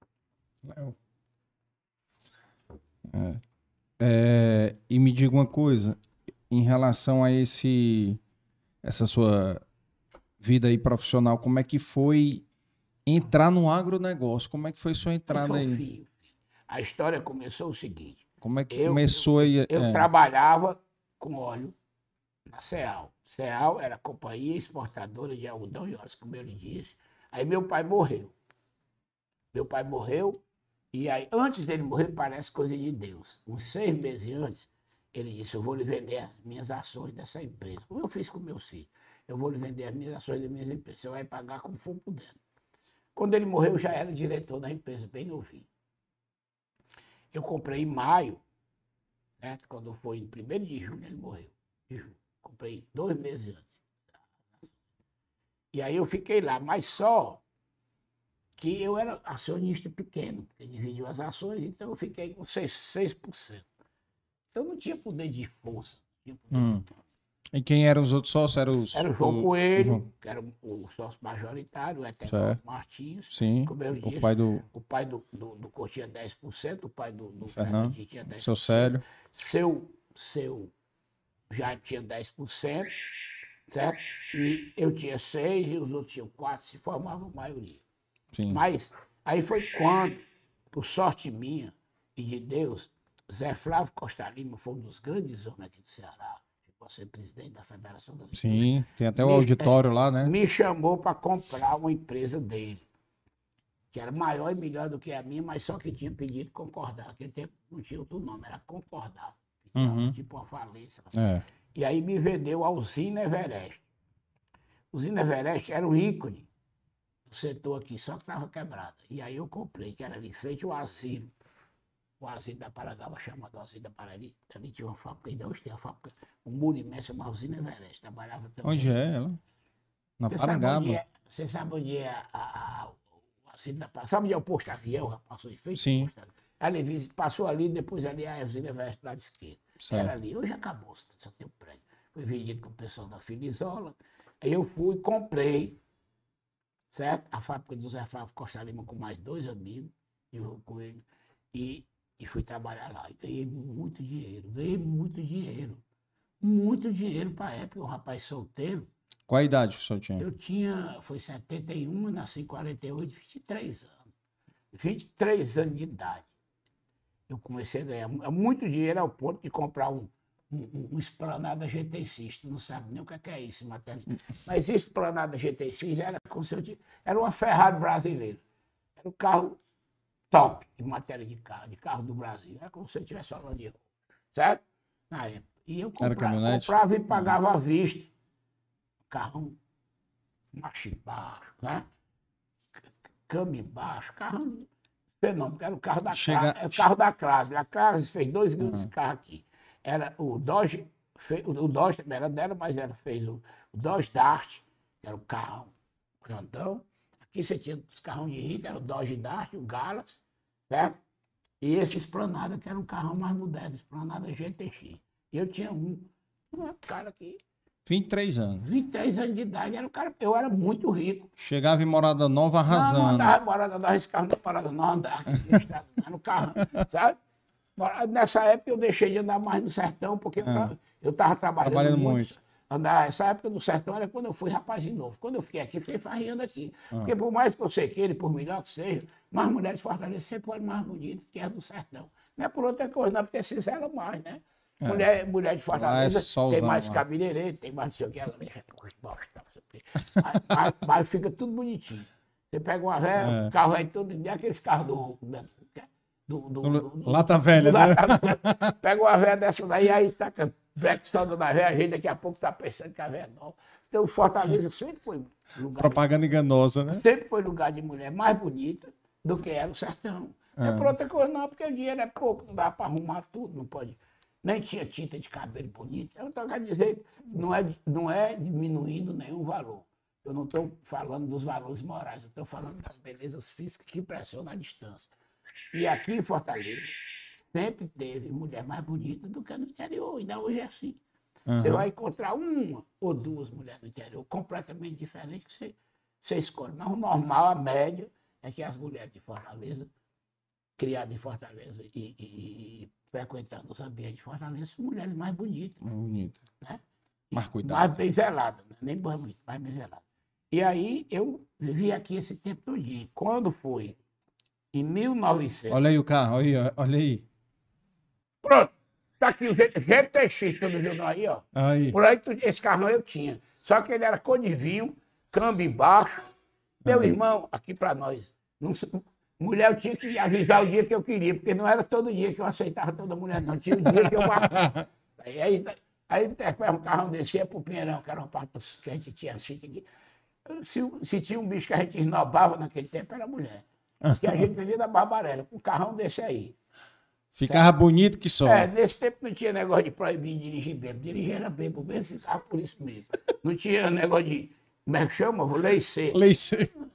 É. É, e me diga uma coisa, em relação a esse, essa sua vida aí profissional, como é que foi entrar no agronegócio? Como é que foi sua entrada aí? Filho, a história começou o seguinte. Como é que eu, começou aí? Eu, eu é. trabalhava com óleo na Ceal. Ceal era a companhia exportadora de algodão e óleo, como eu lhe disse. Aí meu pai morreu. Meu pai morreu, e aí, antes dele morrer, parece coisa de Deus. Uns seis meses antes, ele disse, eu vou lhe vender as minhas ações dessa empresa. Como eu fiz com meus filhos. Eu vou lhe vender as minhas ações das minhas empresas. Você vai pagar como for podendo. Quando ele morreu, eu já era diretor da empresa, bem novinho. Eu comprei em maio, certo? Quando foi em primeiro de junho, ele morreu. De junho. Comprei dois meses antes. E aí eu fiquei lá, mas só que eu era acionista pequeno, porque dividiu as ações, então eu fiquei com seis por cento. Então não tinha poder de força. Tinha poder Hum. de... E quem eram os outros sócios? Era, os, era o João o, Coelho, o... que era o sócio majoritário, o Eterno Martins. Sim, como eu disse, o pai do... O pai do, do, do Couto tinha dez por cento, o pai do, do Fernando tinha dez por cento. Seu Célio. Seu, seu já tinha dez por cento, certo? E eu tinha seis e os outros tinham quatro, se formavam a maioria. Sim. Mas aí foi quando, por sorte minha e de Deus, Zé Flávio Costa Lima foi um dos grandes homens aqui do Ceará. Chegou a ser presidente da Federação das Sim, tem até o me, auditório é, lá, né? Me chamou para comprar uma empresa dele, que era maior e melhor do que a minha, mas só que tinha pedido concordar. Naquele tempo não tinha outro nome, era concordar. Uhum. Tipo uma falência. É. E aí me vendeu a Usina Everest. Usina Everest era um ícone do setor aqui, só que estava quebrada. E aí eu comprei, que era ali feito o asilo. O asilo da Paragaba, chamado asilo da Parari. Ali tinha uma fábrica, ainda hoje tem a fábrica. O muro imenso, uma Usina Everest. Trabalhava também. Onde é ela? Na Você Parangaba. Sabe é, você sabe onde é a, a, a, o asilo da Paragaba? Sabe onde é o posto avião? Já passou em frente? Sim. Ali passou ali, depois ali a Usina Everest do lado esquerdo. Certo. Era ali. Hoje acabou, só tem o prédio. Foi vendido com o pessoal da Filizola. Aí eu fui, comprei, certo? A fábrica do Zé Flávio Costa Lima com mais dois amigos, eu com ele, e, e fui trabalhar lá. E ganhei muito dinheiro, ganhei muito dinheiro. Muito dinheiro para a época, um rapaz solteiro. Qual a idade que o senhor tinha? Eu tinha, foi setenta e um, nasci em quarenta e oito, vinte e três anos. vinte e três anos de idade. Eu comecei a ganhar muito dinheiro ao ponto de comprar um, um, um Esplanada G T seis. Tu não sabe nem o que é isso, matéria. Mas esse Esplanada G T seis era, como se eu tivesse, era uma Ferrari brasileira. Era o carro top em matéria de carro, de carro do Brasil. Era como se eu estivesse falando de roupa, certo? Na época. E eu comprava, comprava e pagava à vista. Carrão marcha embaixo, né? Cama embaixo, carro fenômeno, era o carro da Chega... classe, é o carro da classe. A classe fez dois grandes uhum. carros aqui. Era o Dodge, fez, o Dodge também era dela, mas ela fez o, o Dodge Dart, que era o carrão grandão. Aqui você tinha os carrão de rico, era o Dodge Dart, o Galaxy, certo? E esse Esplanada, que era um carrão mais moderno, Esplanada G T X. E eu tinha um, um cara que... vinte e três anos. vinte e três anos de idade, era um cara, eu era muito rico. Chegava em Morada Nova arrasando. Não, não andava em Morada Nova, esse carro não Morada Nova, andava no carro, sabe? Nessa época eu deixei de andar mais no sertão, porque é. eu estava trabalhando, trabalhando muito. muito. Andar, essa época do sertão era quando eu fui rapazinho novo. Quando eu fiquei aqui, fiquei farriando aqui. Ah. Porque por mais que você queira, por melhor que seja, mais mulheres de Fortaleza sempre foram mais bonitas que as do sertão. Não é por outra coisa, não, porque se zela mais, né? É. Mulher, mulher de Fortaleza é tem mais cabeleireiro, tem mais não sei o que, ela mas, mas fica tudo bonitinho. Você pega uma véia, é. o carro aí todo, aqueles carros do... do, do, do, do Lata velha, do, né? Lata, pega uma véia dessa daí, aí taca backstone na véia, a gente daqui a pouco tá pensando que a véia é nova. Então, Fortaleza sempre foi lugar... Propaganda de, enganosa, né? Sempre foi lugar de mulher mais bonita do que era o sertão. Não é por outra coisa não, porque o dinheiro é pouco, não dá para arrumar tudo, não pode... nem tinha tinta de cabelo bonita. Então, quer dizer, não é, não é diminuindo nenhum valor. Eu não estou falando dos valores morais, eu estou falando das belezas físicas que impressionam à distância. E aqui em Fortaleza, sempre teve mulher mais bonita do que no interior, ainda hoje é assim. Uhum. Você vai encontrar uma ou duas mulheres no interior completamente diferentes que você, você escolhe. Mas o normal, a média, é que as mulheres de Fortaleza, criadas em Fortaleza e, e, e frequentando os ambientes de Fortaleza, são mulheres mais bonitas. Mais bonitas. Né? Mais cuidadas. Mais bem zeladas, né? Nem mais bonitas, mais bem zeladas. E aí eu vivi aqui esse tempo todinho. Quando foi em mil e novecentos... Olha aí o carro, olha aí. Olha aí. Pronto. Tá aqui o G T X, todo jornal aí, ó. Aí. Por aí, esse carro eu tinha. Só que ele era cor de vinho, câmbio embaixo. Meu ah. irmão, aqui para nós, não, mulher eu tinha que avisar o dia que eu queria, porque não era todo dia que eu aceitava toda mulher, não. Tinha o dia que eu marcava. Aí, aí, aí um carrão descia pro Pinheirão, que era uma parte que a gente tinha sítio aqui. Se, se tinha um bicho que a gente esnobava naquele tempo, era mulher. Que a gente vivia da Barbarella, com um carrão desse aí. Ficava certo? Bonito que só. É, nesse tempo não tinha negócio de proibir dirigir bêbado. Dirigir era bêbado mesmo, ficava por isso mesmo. Não tinha negócio de, como é que chama? Lei seca. Lei seca.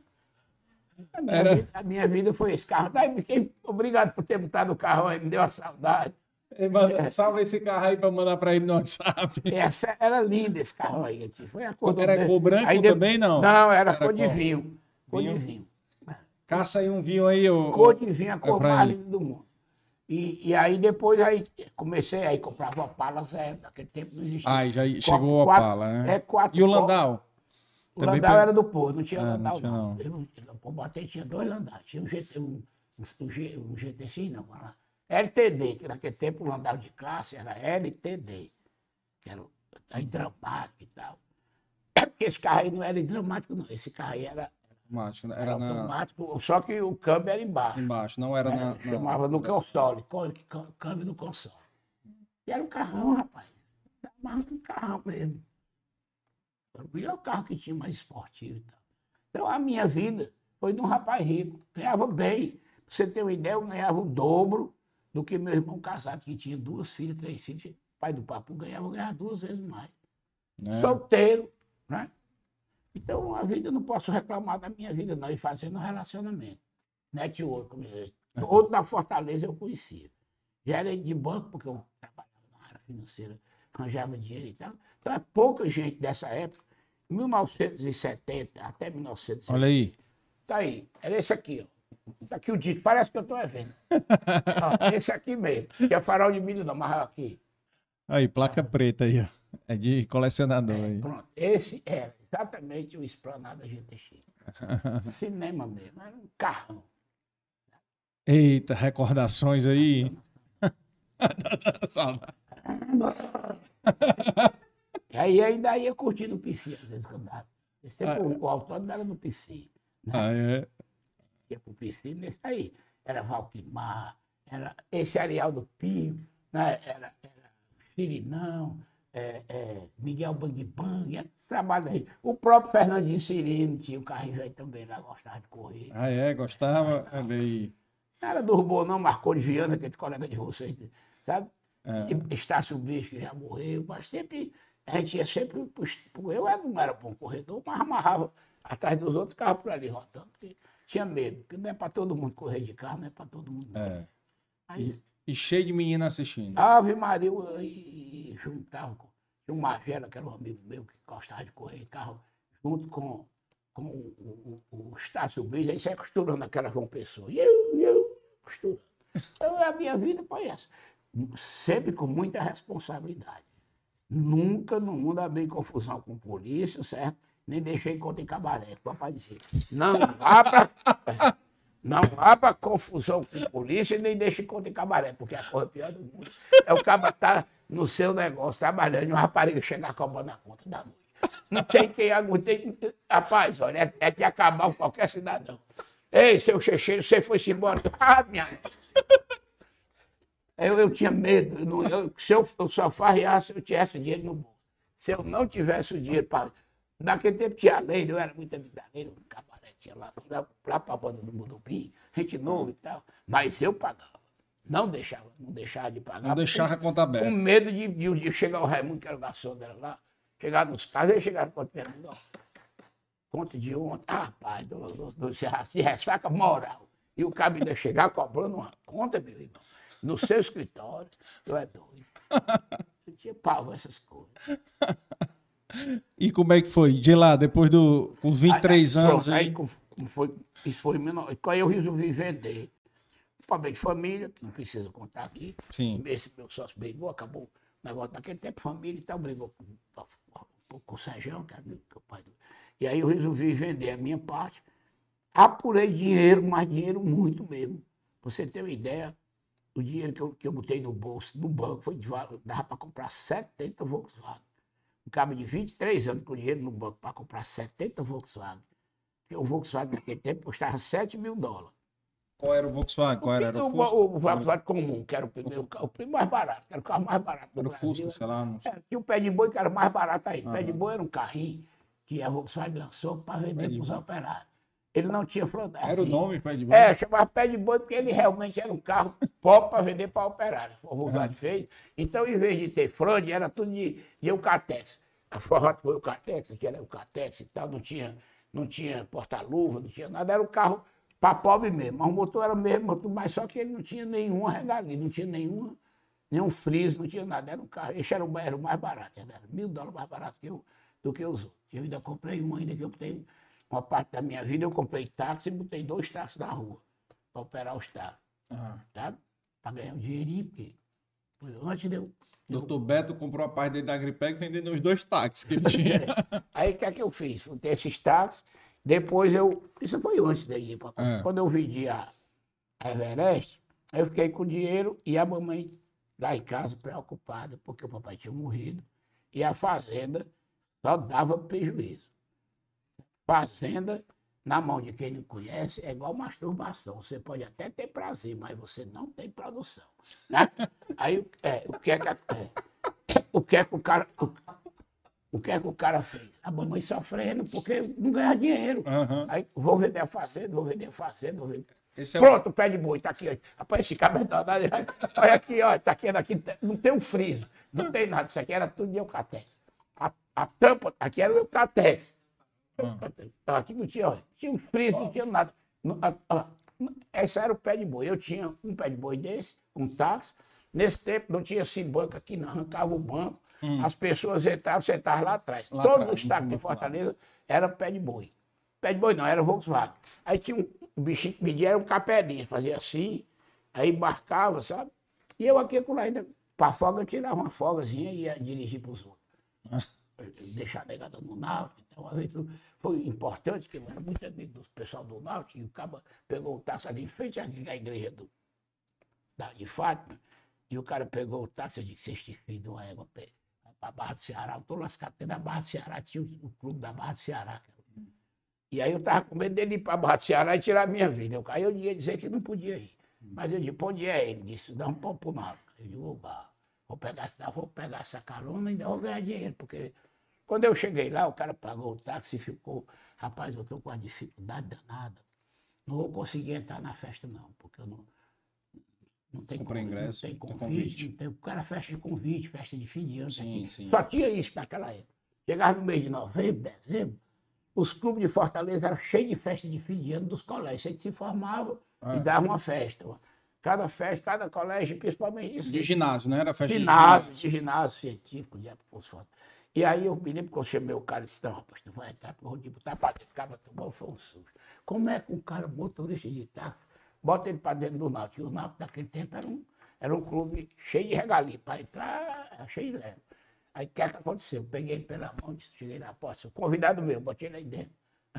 A minha, era... vida, a minha vida foi esse carro. Daí fiquei obrigado por ter botado o carro aí, me deu uma saudade. Manda, é. Salva esse carro aí para mandar para ele no WhatsApp. Essa era linda esse carro aí. Aqui. Foi a cor era cor branco aí também, não? Não, era, era cor de vinho. Cor vinho. de vinho. Caça aí um vinho aí. Ô, cor de vinho, a cor mais linda do mundo. E, e aí depois aí comecei, aí comprava Opala zero, naquele tempo não existia. Aí já chegou a Opala, né? É, quatro e o Landau? O Também Landau tem... era do Porto, não tinha ah, Landau não. Tinha, não. não. Eu, eu, eu botei, tinha dois Landau, tinha um G T, um, um, um G T X, não, lá. L T D, que naquele tempo o Landau de classe era L T D, que era aí dramático e tal. Esse carro aí não era dramático, não, esse carro aí era... Automático, era, era na... automático, só que o câmbio era embaixo. Embaixo, não era, era na... Chamava na... no console, câmbio no console. E era um carrão, rapaz. Mas um carrão mesmo. Era o melhor carro que tinha, mais esportivo e tal. Então a minha vida foi de um rapaz rico, ganhava bem. Pra você ter uma ideia, eu ganhava o dobro do que meu irmão casado, que tinha duas filhas, três filhos. Pai do papo ganhava, eu ganhava duas vezes mais. É. Solteiro, né? Então, a vida, eu não posso reclamar da minha vida, não, e fazendo relacionamento. Network, como diz. Outro da Fortaleza eu conhecia. Gerente de banco, porque eu trabalhava na área financeira, arranjava dinheiro e tal. Então, é pouca gente dessa época, mil novecentos e setenta até mil novecentos e setenta. Olha aí. Tá aí, era esse aqui, ó. Tá aqui o dito, parece que eu tô vendo. Ó, esse aqui mesmo, que é farol de milho, não, mas aqui. Aí, placa ah. preta aí, ó. É de colecionador é, aí. Pronto, esse era exatamente o Esplanada G T X. Cinema mesmo, era um carrão. Eita, recordações aí. Saudade. E aí ainda ia curtindo o P C, às vezes que eu dava. Esse ah, o, o autódromo era no P C. Né? Ah, é? Ia pro P C, nesse aí. Era Valquimar, era esse Arial do Pio, né? era, era Sirinão. É, é, Miguel Bang Bang, é, trabalho aí. O próprio Fernandinho Cirino tinha o carrinho aí também lá, gostava de correr. Ah, é? Gostava? Olha aí. Não era do Rubô, não, Marconi Viana, aquele colega de vocês, sabe? É. Estácio Bicho, que já morreu, mas sempre, a gente ia sempre, eu não era bom corredor, mas amarrava atrás dos outros, ficava por ali rodando, porque tinha medo, porque não é para todo mundo correr de carro, não é para todo mundo. É. Mas, e, e cheio de menina assistindo. Ave Maria, e, e juntava com tinha um Magela, que era um amigo meu, que gostava de correr de carro, junto com, com o, o, o Estácio Bicho, aí saia costurando aquela João Pessoa. E eu, e eu costurando. Então a minha vida foi essa. Sempre com muita responsabilidade. Nunca no mundo abri confusão com polícia, certo? Nem deixei conta em cabaré, o papai dizia. Não há para não há para confusão com polícia e nem deixe conta em cabaré, porque a coisa pior do mundo é o cara estar no seu negócio, trabalhando, e uma rapariga chegar cobrando a conta da noite. Não tem quem aguente. Rapaz, olha, é, é de acabar com qualquer cidadão. Ei, seu checheiro, você foi-se embora. Ah, minha... Eu, eu tinha medo. Eu não, eu, se eu, eu só farreasse se eu tivesse dinheiro no bolso. Se eu não tivesse o dinheiro para... Naquele tempo tinha lei, eu era muito amidaneiro, no cabaré, tinha lá, lá, lá para a banda do Mudubim, gente nova e tal. Mas eu pagava. Não deixava, não deixava de pagar. Não deixava a conta aberta. Com medo de, de, de chegar o Raimundo, que era o garçom dela lá, chegar nos casos, ele chegava com a Raimundo, conta de ontem, ah, rapaz, do, do, do, se ressaca moral. E o cara ainda chegar cobrando uma conta, meu irmão, no seu escritório, eu é doido. Eu tinha pavor essas coisas. E como é que foi? De lá, depois do, com vinte e três aí, anos... Pronto, aí, aí como foi, isso foi em mil e novecentos. Aí eu resolvi vender. Problema de família, que não preciso contar aqui. Sim. Esse meu sócio brigou, acabou o negócio naquele tempo, família e tal, brigou com, com, com o Sejão, que é amigo do pai do... E aí eu resolvi vender a minha parte. Apurei dinheiro, mas dinheiro muito mesmo. Pra você ter uma ideia, o dinheiro que eu, que eu botei no bolso, no banco, foi de, dava para comprar setenta Volkswagen. Um cabo de vinte e três anos com dinheiro no banco para comprar setenta Volkswagen. Porque o Volkswagen naquele tempo custava sete mil dólares. Qual era o Volkswagen? Qual era? Era o Fusca? O, o Volkswagen comum, que era o primeiro, o primeiro mais barato, que era o carro mais barato do Era o Brasil. Fusca, sei lá. Não sei. É, tinha o pé de boi, que era o mais barato aí. O pé de Aham. boi era um carrinho que a Volkswagen lançou para Pé vender de para os boi. operários. Ele não tinha flodagem. Era o nome, pé de boi? É, chamava pé de boi porque ele realmente era um carro pobre para vender para operário. O Volkswagen fez. Então, em vez de ter fraude, era tudo de, de Eucatex. A Forrota foi o Eucatex, que era Eucatex e tal, não tinha, não tinha porta-luva, não tinha nada, era um carro para pobre mesmo. Mas o motor era o mesmo, motor, mas só que ele não tinha nenhuma regalia, não tinha nenhuma, nenhum freeze, não tinha nada. Era um carro, esse era o, era o mais barato, era mil dólares mais barato que eu, do que os outros. Eu ainda comprei um, ainda que eu tenho. Uma parte da minha vida eu comprei táxi e botei dois táxis na rua para operar os táxis. Ah. Sabe? Para ganhar um dinheirinho, porque foi antes de eu. Doutor Beto comprou a parte dele da Agripec vendendo os dois táxis que ele tinha. Aí o que é que eu fiz? Fui ter esses táxis, depois eu. Isso foi antes daí. Pra, É. Quando eu vendi a, a Everest, aí eu fiquei com dinheiro e a mamãe lá em casa preocupada, porque o papai tinha morrido, e a fazenda só dava prejuízo. Fazenda, na mão de quem não conhece, é igual masturbação. Você pode até ter prazer, mas você não tem produção. Né? Aí, é, o que é que, é, o que é que o cara... O, o que é que o cara fez? A mamãe sofrendo porque não ganha dinheiro. Uhum. Aí, vou vender a fazenda, vou vender a fazenda, vou vender... Esse é o- Pronto, o pé de boi, tá aqui. Ó. Rapaz, esse cabelo tá danado. Olha aqui, ó, tá aqui, aqui, não tem um friso, não tem nada. Isso aqui era tudo de Eucatex. A, a tampa, aqui era o Eucatex. Aqui não tinha, ó, tinha um friso, não tinha nada. Não, ah, ah, esse era o pé de boi. Eu tinha um pé de boi desse, um táxi. Nesse tempo não tinha assim banco aqui, não. Arrancava o banco, Hum. as pessoas entravam, sentavam lá atrás. Lá Todos atrás, os táxis de no Fortaleza eram pé de boi. Pé de boi não, era Volkswagen. Aí tinha um, um bichinho que pedia, era um capelinha, fazia assim, aí embarcava, sabe? E eu aqui com lá ainda, para folga, eu tirava uma folgazinha e ia dirigir para os outros. Deixar a negada no Náutico. Então, uma vez foi importante, que eu era muito amigo do pessoal do Náutico, e o cara pegou o táxi ali em frente à igreja do, da, de Fátima, e o cara pegou o táxi e disse, vocês te filho de uma égua para Barra do Ceará. Eu estou lascado, porque na Barra do Ceará tinha o, o clube da Barra do Ceará. E aí eu estava com medo dele ir para Barra do Ceará e tirar a minha vida. Eu, aí eu ia dizer que não podia ir. Mas eu disse, para onde é ele? Ele disse, dá um pau pro Náutico. Eu digo, oba, vou pegar, vou pegar essa carona e ainda vou ganhar dinheiro, porque quando eu cheguei lá, o cara pagou o táxi e ficou, rapaz, eu estou com uma dificuldade danada. Não vou conseguir entrar na festa, não, porque eu não, não tenho Comprar convite, ingresso, não tem tem convite, convite. não tem, o cara fecha de convite, festa de fim de ano. Sim, aqui. sim. Só tinha isso naquela época. Chegava no mês de novembro, dezembro, os clubes de Fortaleza eram cheios de festa de fim de ano dos colégios. A gente se formava Ah. e dava uma festa. Cada festa, cada colégio, principalmente isso. De ginásio, né? Era festa Ginásio, de de ginásio científico, de época fosse foda. E aí eu me lembro que eu chamei o cara e disse, não, rapaz, tu vai entrar, porque eu vou te botar pra dentro. O cara tomou, foi um susto. Como é que um cara motorista de táxi bota ele pra dentro do Náutico? E o Náutico naquele tempo era um, era um clube cheio de regalia. Para entrar, era cheio de leve. Aí o que é que aconteceu? Eu peguei ele pela mão, disse, cheguei na porta, o convidado meu, botei ele aí dentro.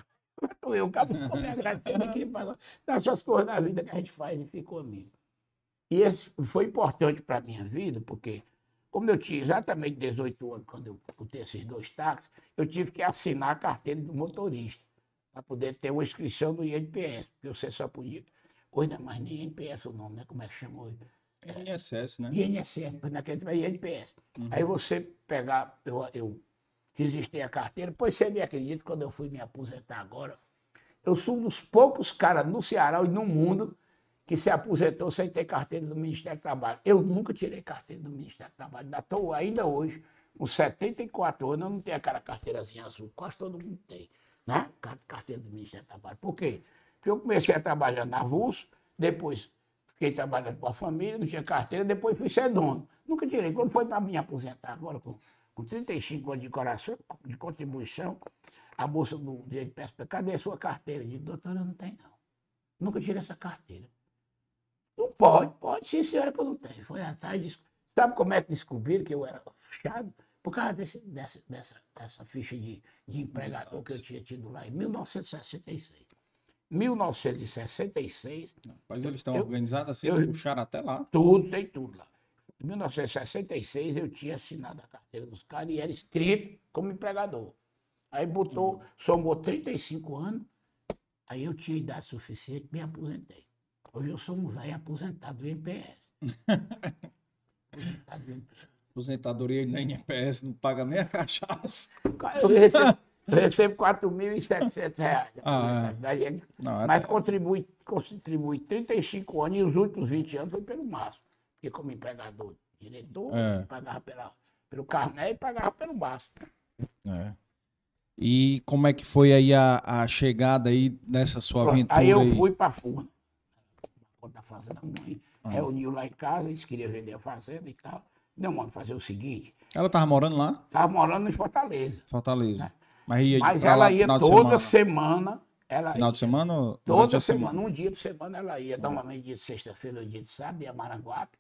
Eu, o cara ficou me agradecendo aqui, essas coisas da vida que a gente faz e ficou amigo. E esse foi importante para a minha vida, porque como eu tinha exatamente dezoito anos quando eu botei esses dois táxis, eu tive que assinar a carteira do motorista para poder ter uma inscrição no I N P S, porque você só podia... Hoje não é mais nem I N P S o nome, né? Como é que chama hoje? I N S S, né? I N S S, mas naquele tempo é I N P S. Uhum. Aí você pegar... Eu, eu registrei a carteira, depois você me acredita, quando eu fui me aposentar agora, eu sou um dos poucos caras no Ceará e no mundo que se aposentou sem ter carteira do Ministério do Trabalho. Eu nunca tirei carteira do Ministério do Trabalho. Ainda, tô, ainda hoje, com setenta e quatro anos, eu não tenho aquela carteirazinha azul. Quase todo mundo tem, né? Carteira do Ministério do Trabalho. Por quê? Porque eu comecei a trabalhar na avulso, depois fiquei trabalhando com a família, não tinha carteira, depois fui ser dono. Nunca tirei. Quando foi para me aposentar, agora com, com trinta e cinco anos de, coração, de contribuição, a moça do direito de pesca, cadê a sua carteira? Eu digo, doutora, não tem não. Nunca tirei essa carteira. Não pode, pode sim, senhora, que eu não tenho. Foi atrás, disse, sabe como é que descobriram que eu era fechado? Por causa desse, dessa, dessa, dessa ficha de, de empregador que eu tinha tido lá em mil novecentos e sessenta e seis. mil novecentos e sessenta e seis. Mas eles estão eu, organizados assim, eu, puxaram até lá. Tudo, tem tudo lá. Em mil novecentos e sessenta e seis eu tinha assinado a carteira dos caras e era inscrito como empregador. Aí botou, somou trinta e cinco anos, aí eu tinha idade suficiente e me aposentei. Hoje eu sou um velho aposentado do I N P S. Aposentado do I N P S. Aposentadoria na I N P S não paga nem a cachaça. Eu recebo, eu recebo quatro mil e setecentos reais. Ah, é. Não, mas até... contribui, contribui trinta e cinco anos e os últimos vinte anos foi pelo máximo. Porque como empregador, diretor, é. pagava pela, pelo carné e pagava pelo máximo. É. E como é que foi aí a, a chegada aí nessa sua Pronto, aventura? Aí eu aí? fui para a Furna. Da fazenda mãe, ah. reuniu lá em casa, eles queriam vender a fazenda e tal. Não, mano, fazer o seguinte. Ela estava morando lá? Estava morando em Fortaleza. Fortaleza. Né? Mas, ia Mas ela lá, ia final toda de semana. semana. Ela final ia. de semana? Ou toda a semana, semana, um dia por semana ela ia. Ah. Normalmente dia de sexta-feira ou dia de sábado, ia a Maranguape,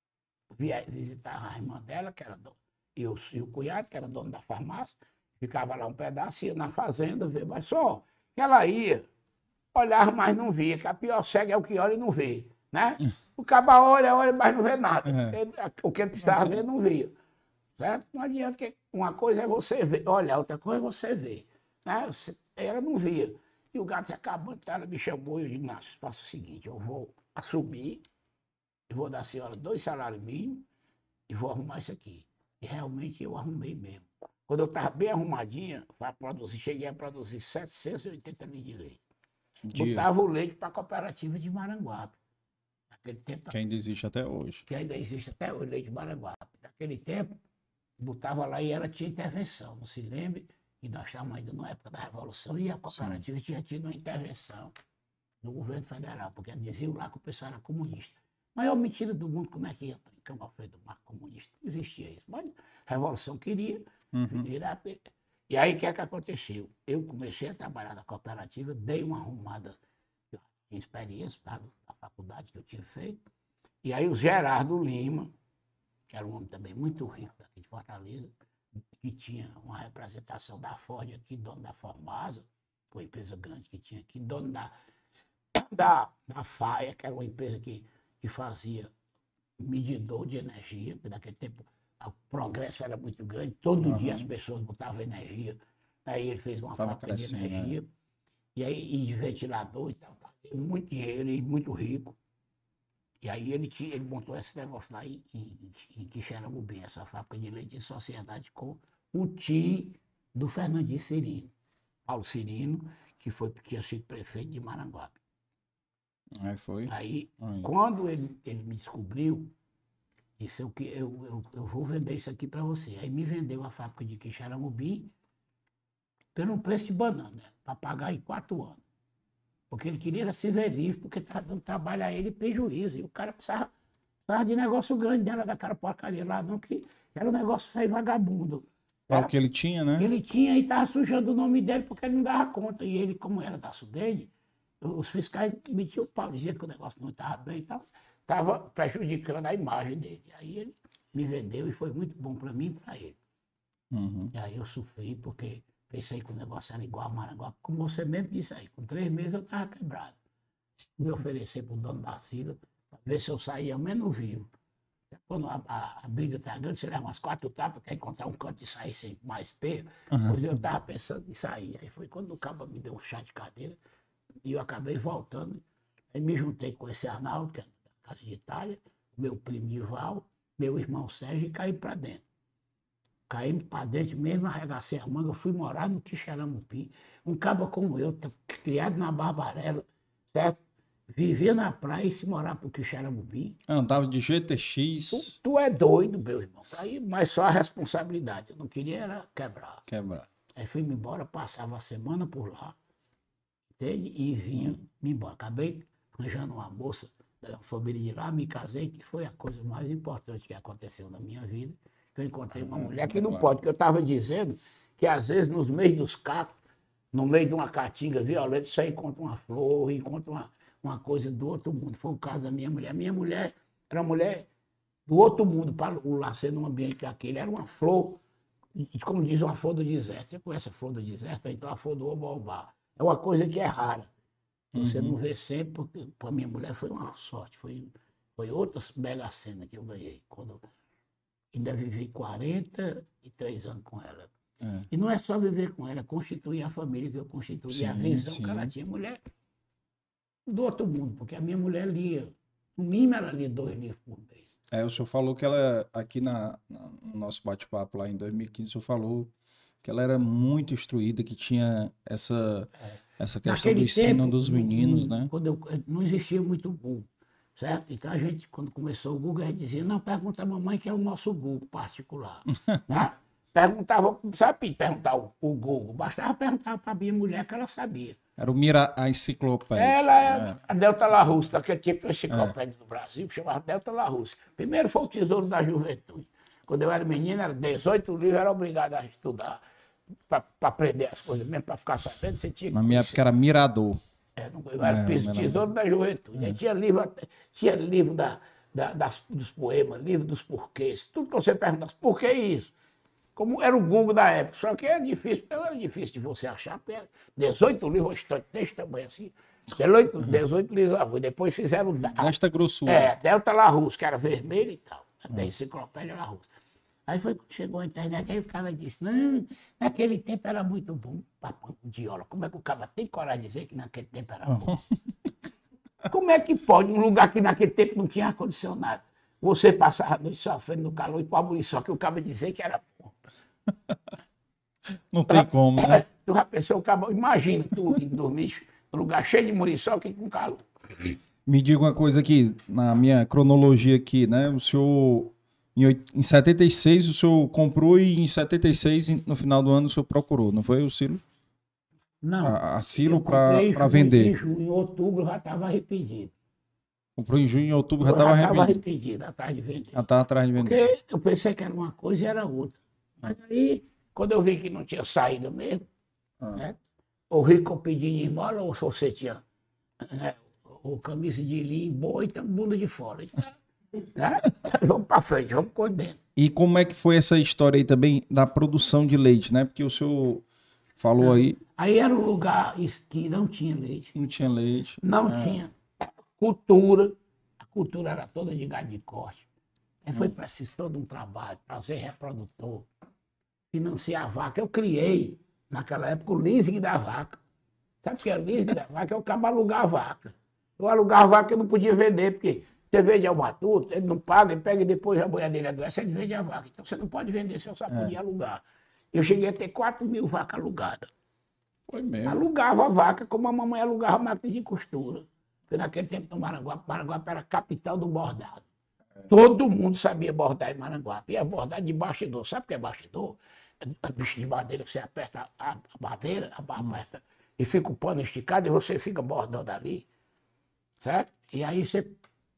via visitar a irmã dela, que era do, e, o, e o cunhado, que era dono da farmácia. Ficava lá um pedaço, ia na fazenda, ver, mas só que ela ia, olhava, mas não via, que a pior cega é o que olha e não vê. Né? O caba olha, olha, mas não vê nada. É. Ele, o que ele precisava ver, não via. Certo? Não adianta que uma coisa é você ver, olha, outra coisa é você ver. Né? Ela não via. E o gato se acabando, ela me chamou e eu disse, Inácio, faça o seguinte, eu vou assumir, eu vou dar à senhora dois salários mínimos e vou arrumar isso aqui. E realmente eu arrumei mesmo. Quando eu estava bem arrumadinha, produzir, cheguei a produzir setecentos e oitenta litros de leite. Dia. Botava o leite para a cooperativa de Maranguape. Naquele tempo, que ainda existe até hoje. Que ainda existe até hoje, leite de Maranguape. Naquele tempo, botava lá e ela tinha intervenção. Não se lembre que nós estávamos ainda na época da Revolução e a cooperativa Sim. tinha tido uma intervenção do governo federal, porque diziam lá que o pessoal era comunista. Maior mentira do mundo, como é que ia em Cama Freire do Marco Comunista? Não existia isso. Mas a Revolução queria uhum. virar. E aí o que é que aconteceu? Eu comecei a trabalhar na cooperativa, dei uma arrumada, eu tinha experiência tá, da faculdade que eu tinha feito. E aí o Gerardo Lima, que era um homem também muito rico daqui de Fortaleza, que tinha uma representação da Ford aqui, dono da Formasa, uma empresa grande que tinha aqui, dono da, da, da Faia, que era uma empresa que, que fazia medidor de energia, porque naquele tempo o progresso era muito grande, todo uhum. dia as pessoas botavam energia, aí ele fez uma Tava fábrica de energia, né? e aí e de ventilador e tal, muito dinheiro e muito rico. E aí ele, tinha, ele montou esse negócio lá em, em, em Quixeramobim, essa fábrica de leite em sociedade com o tio do Fernandinho Cirino, Paulo Cirino, que foi, tinha sido prefeito de Maranguape. Aí foi. Aí, aí. quando ele, ele me descobriu, disse, eu, eu, eu, eu vou vender isso aqui para você. Aí me vendeu a fábrica de Quixeramobim pelo preço de banana, para pagar em quatro anos. Porque ele queria ser verível, porque estava dando trabalho a ele e prejuízo. E o cara precisava, precisava de negócio grande dela, daquela porcaria lá, não, que era um negócio feio vagabundo. Para o que ele tinha, né? Ele tinha e estava sujando o nome dele porque ele não dava conta. E ele, como era da Sudene, os fiscais metiam o pau, diziam que o negócio não estava bem e tal, estava prejudicando a imagem dele. Aí ele me vendeu e foi muito bom para mim e para ele. Uhum. E aí eu sofri porque pensei que o negócio era igual a Maranguape, como você mesmo disse aí, com três meses eu estava quebrado. Me oferecer para o dono da Sila, para ver se eu saía menos vivo. Quando a, a, a briga está grande, você leva umas quatro tapas, quer encontrar um canto de sair sem mais peso. Uhum. Pois eu estava pensando em sair. Aí foi quando o cabo me deu um chá de cadeira e eu acabei voltando. Aí me juntei com esse Arnaldo, que é da Casa de Itália, meu primo Dival, meu irmão Sérgio, e caí para dentro. Caí para dentro mesmo, arregacei a manga, fui morar no Quixeramobim. Um cabo como eu, criado na Barbarella, certo? vivia na praia e se morar pro Quixeramobim. Andava de G T X. Tu, tu é doido, meu irmão. Aí, mas só a responsabilidade. Eu não queria era quebrar. Quebrar. Aí fui-me embora, passava a semana por lá, entende? E vinha-me embora. Acabei arranjando uma moça da família de lá, me casei, que foi a coisa mais importante que aconteceu na minha vida. Eu encontrei uma mulher que não pode, que eu estava dizendo que às vezes nos meios dos cacos, no meio de uma caatinga violenta, você encontra uma flor, encontra uma, uma coisa do outro mundo. Foi o caso da minha mulher. A minha mulher era uma mulher do outro mundo, para o nascer num ambiente daquele. Era uma flor, como diz, uma flor do deserto. Você conhece a flor do deserto? Então a flor do oba-oba. É uma coisa que é rara. Você uhum. não vê sempre, porque para minha mulher foi uma sorte. Foi, foi outra mega cena que eu ganhei. Quando ainda vivi quarenta e três anos com ela. É. E não é só viver com ela, constituir a família que eu constituí, sim, a visão sim. que ela tinha. Mulher do outro mundo, porque a minha mulher lia, no mínimo ela lia dois livros por mês. É, o senhor falou que ela, aqui na, na, no nosso bate-papo lá em dois mil e quinze, o senhor falou que ela era muito instruída, que tinha essa, é. essa questão Naquele do ensino tempo, dos meninos, não, né? Quando eu, não existia muito Google, certo? Então a gente, quando começou o Google, a gente dizia, não, pergunta a mamãe que é o nosso Google particular, né? Perguntava, sabe perguntar o, o Google, bastava perguntar para a minha mulher que ela sabia. Era o Mira, a enciclopédia. Ela é a Delta La Russa, daquele tipo de enciclopédia é. do Brasil, chamava Delta La Russa. Primeiro foi o Tesouro da Juventude. Quando eu era menino, era dezoito livros, era obrigado a estudar, para aprender as coisas mesmo, para ficar sabendo, você tinha que... Na minha época era Mirador. É, não, eu era é, piso, Tesouro da Juventude. É. Tinha livro, tinha livro da, da, das, dos poemas, livro dos porquês, tudo que você perguntasse, por que isso? Como era o Google da época, só que era difícil, era difícil de você achar, porque dezoito livros, uma história desse tamanho assim, dezoito, dezoito livros avô, depois fizeram... Desta grossura. É, Delta La Russa, que era vermelho e tal, até enciclopédia La Russa. Aí foi quando chegou a internet, aí o cara disse, não, naquele tempo era muito bom, papo de aula, como é que o cara tem coragem de dizer que naquele tempo era bom? Como é que pode, um lugar que naquele tempo não tinha ar-condicionado, você passava a noite sofrendo no calor e com a munição, que o cara dizer que era bom. Não tem como, né? Tu já pensou, imagina tu dormir num lugar cheio de munição aqui com calor. Me diga uma coisa aqui, na minha cronologia aqui, né? O senhor, em, em setenta e seis, o senhor comprou e em setenta e seis, no final do ano, o senhor procurou, não foi o silo? Não. A, a silo para vender. Em junho, em outubro já estava arrependido. Comprou em junho e outubro já estava arrependido. Já estava arrependido, atrás de vender. Já estava atrás de vender. Porque eu pensei que era uma coisa e era outra. Mas aí, quando eu vi que não tinha saída mesmo, ah. né? Ou rico pedindo esmola, ou se você tinha né, o camisa de linho boa e tem bunda de fora. Né? Vamos para frente, vamos por dentro. E como é que foi essa história aí também da produção de leite, né? Porque o senhor falou não. aí... Aí era um lugar que não tinha leite. Não tinha leite. Não é. tinha cultura. A cultura era toda de gado de corte. Aí foi preciso todo um trabalho, trazer reprodutor, financiar a vaca. Eu criei, naquela época, o leasing da vaca. Sabe o que é o leasing da vaca? É o cabo alugar a vaca. Eu alugar a vaca eu não podia vender, porque você vende ao matuto, ele não paga, ele pega e depois a mulher dele adoece, ele vende a vaca. Então você não pode vender, você só podia é. alugar. Eu cheguei a ter quatro mil vacas alugadas. Foi mesmo. Alugava a vaca como a mamãe alugava a máquina de costura. Porque naquele tempo no Maranguape, Maranguape era a capital do bordado. Todo mundo sabia bordar em Maranguape. Ia bordar de bastidor. Sabe o que é bastidor? É bicho de madeira, você aperta a, a madeira, a barra aperta, e fica o pano esticado e você fica bordando ali. Certo? E aí você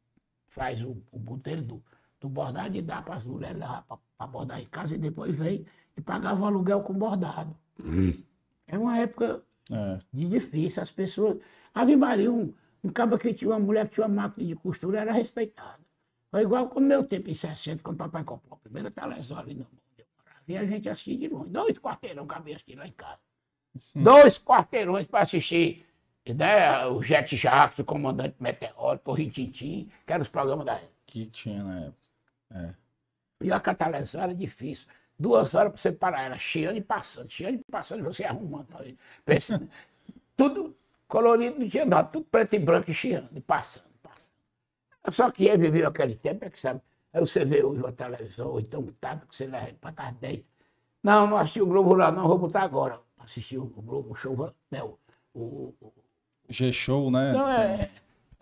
faz o, o modelo do, do bordado e dá para as mulheres levar para bordar em casa e depois vem e pagava o aluguel com bordado. Hum. É uma época é. de difícil. As pessoas... Ave Maria, um, um cabo que tinha uma mulher que tinha uma máquina de costura era respeitada. Foi igual no meu tempo, em sessenta, quando o papai comprou a primeira televisão ali no mundo. E a gente assistia de longe. Dois quarteirões cabia assistir lá em casa. Hum. Dois quarteirões para assistir né, o Jet Jackson, o Comandante Meteórico, o Rintintim, que eram os programas da época. Que tinha na época. É. E a televisão era difícil. Duas horas para você parar, era cheio de passando, cheio de passando, você arrumando para ver. Pense, tudo colorido, não tinha nada, tudo preto e branco e chiando, e passando, passando. Só que ele viveu aquele tempo, é que sabe. Aí você vê hoje a televisão, ou então o tábua que você leva para casa dez. Não, não assisti o Globo lá, não, vou botar agora. Assisti o Globo Show, né? O, o, o... G-Show, né? Não, é,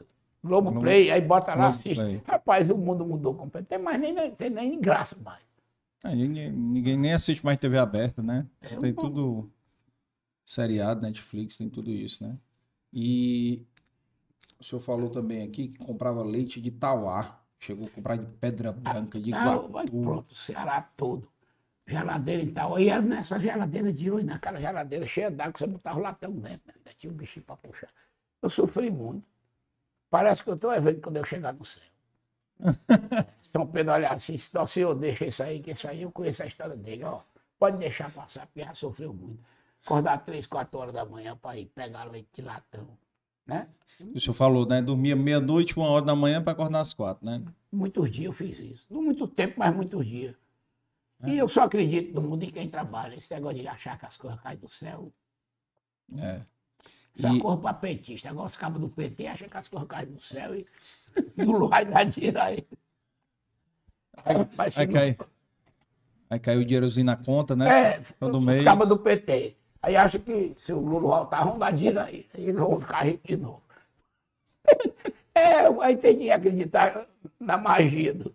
Globo Play, aí bota lá, Globo assiste. Play. Rapaz, o mundo mudou completamente. Tem mais nem, tem nem graça mais. É, ninguém, ninguém nem assiste mais T V aberta, né? É Tem um- tudo seriado, Netflix, tem tudo isso, né? E o senhor falou também aqui que comprava leite de Tauá. Chegou a comprar de Pedra Branca, de Ah, vai, Iguatu. pronto, o Ceará todo. Geladeira e tal. Aí era nessa geladeira de hoje, naquela geladeira cheia d'água, você botava o latão dentro, né? Ainda tinha um bichinho para puxar. Eu sofri muito. Parece que eu estou vendo quando eu chegar no céu. São Pedro olhar assim, se o senhor deixa isso aí, que isso aí eu conheço a história dele, ó. Pode deixar passar, porque já sofreu muito. Acordar três, quatro horas da manhã para ir pegar leite de latão, né? O senhor falou, né? Dormia meia-noite, uma hora da manhã para acordar às quatro, né? Muitos dias eu fiz isso. Não muito tempo, mas muitos dias. E eu só acredito no mundo em quem trabalha. Esse negócio de achar que as coisas caem do céu. É. Isso é E- uma coisa para petista. Agora os cabos do P T acham que as coisas caem do céu e não vai dar dinheiro aí. Mas se Aí não- cai, aí cai o dinheirozinho na conta, né? É, Todo os mês. cabos do P T. Aí acha que se o Lula voltar, vão dar dinheiro aí. Aí eles vão ficar ricos de novo. É, aí tem que acreditar na magia do.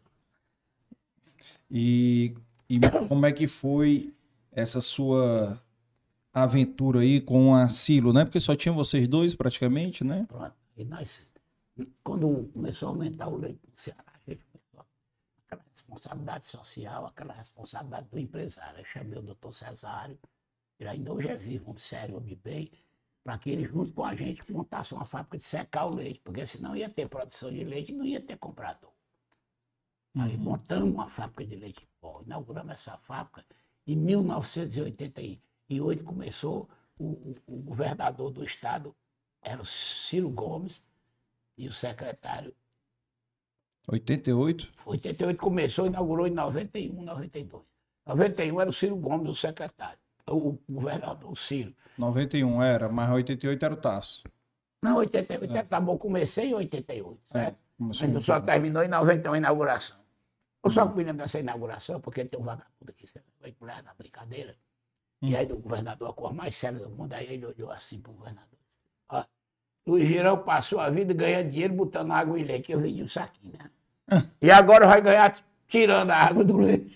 E, e como é que foi essa sua aventura aí com a Silo, né? Porque só tinha vocês dois praticamente, né? Pronto. E nós, quando começou a aumentar o leite no Ceará, a gente começou aquela responsabilidade social, aquela responsabilidade do empresário. Eu chamei o doutor Cesário, ele ainda hoje é vivo, homem sério, homem bem, para que ele, junto com a gente, montasse uma fábrica de secar o leite, porque senão ia ter produção de leite e não ia ter comprador. Aí montamos uma fábrica de leite em pó, inauguramos essa fábrica. Em mil novecentos e oitenta e oito começou, o, o, o governador do estado era o Ciro Gomes e o secretário. oitenta e oito? oitenta e oito começou, inaugurou em noventa e um, noventa e dois. noventa e um era o Ciro Gomes, o secretário, o, o governador, o Ciro. noventa e um era, mas oitenta e oito era o Tasso. Não, oitenta e oito é. Tá bom, comecei em oitenta e oito, certo? Começou Mas em só oitenta e oito. terminou em noventa e um a inauguração. Eu só me lembro dessa inauguração, porque tem um vagabundo aqui, você vai pular na brincadeira. E aí o governador, a cor mais séria do mundo, aí ele olhou assim para o governador. Ó, Luiz Girão passou a vida ganhando dinheiro botando água em leite, que eu vendi um saquinho, né? E agora vai ganhar tirando a água do leite.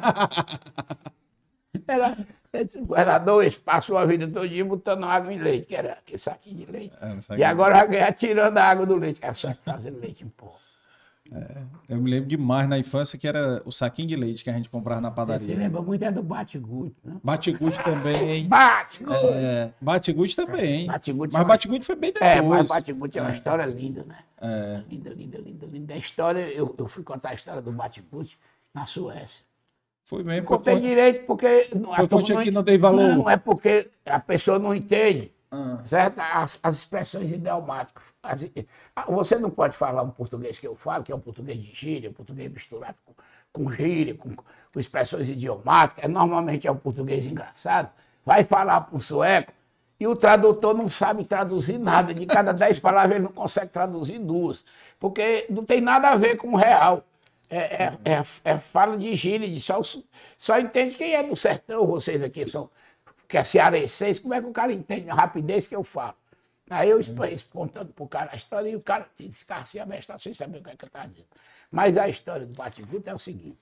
Ela, esse governador esse passou a vida todinha botando água em leite, que era aquele saquinho de leite. É, saquinho. E agora vai ganhar tirando a água do leite, que é só fazendo leite em pó. Eu me lembro demais na infância que era o saquinho de leite que a gente comprava na Você se padaria. lembra muito é do Bate-Gude, né? Bate-gude também. Bate-Gude! É, Bate-gude também. Bate-gude Mas é uma- Bate-gude foi bem depois. É, mas Bate-Gude é uma É. história linda, né? É. Linda, linda, linda, linda. A história, eu, eu fui contar a história do Bate-Gude na Suécia. Foi mesmo. Contei direito porque... Não, a Foi turma conte não aqui en- não tem valor. Não, é porque a pessoa não entende, Ah. certo? As, as expressões idiomáticas. As- ah, você não pode falar um português que eu falo, que é um português de gíria, um português misturado com, com gíria, com, com expressões idiomáticas. Normalmente é um português engraçado. Vai falar para um sueco e o tradutor não sabe traduzir nada. De cada dez palavras ele não consegue traduzir duas, porque não tem nada a ver com o real. É, é, é, é fala de gíria, de só, só entende quem é do sertão, vocês aqui são, que é cearenseis, como é que o cara entende a rapidez que eu falo? Aí eu estou espontando para o cara a história e o cara fica assim, a mestra sem saber o que é que eu estava dizendo. Mas a história do Bate-Gude é o seguinte,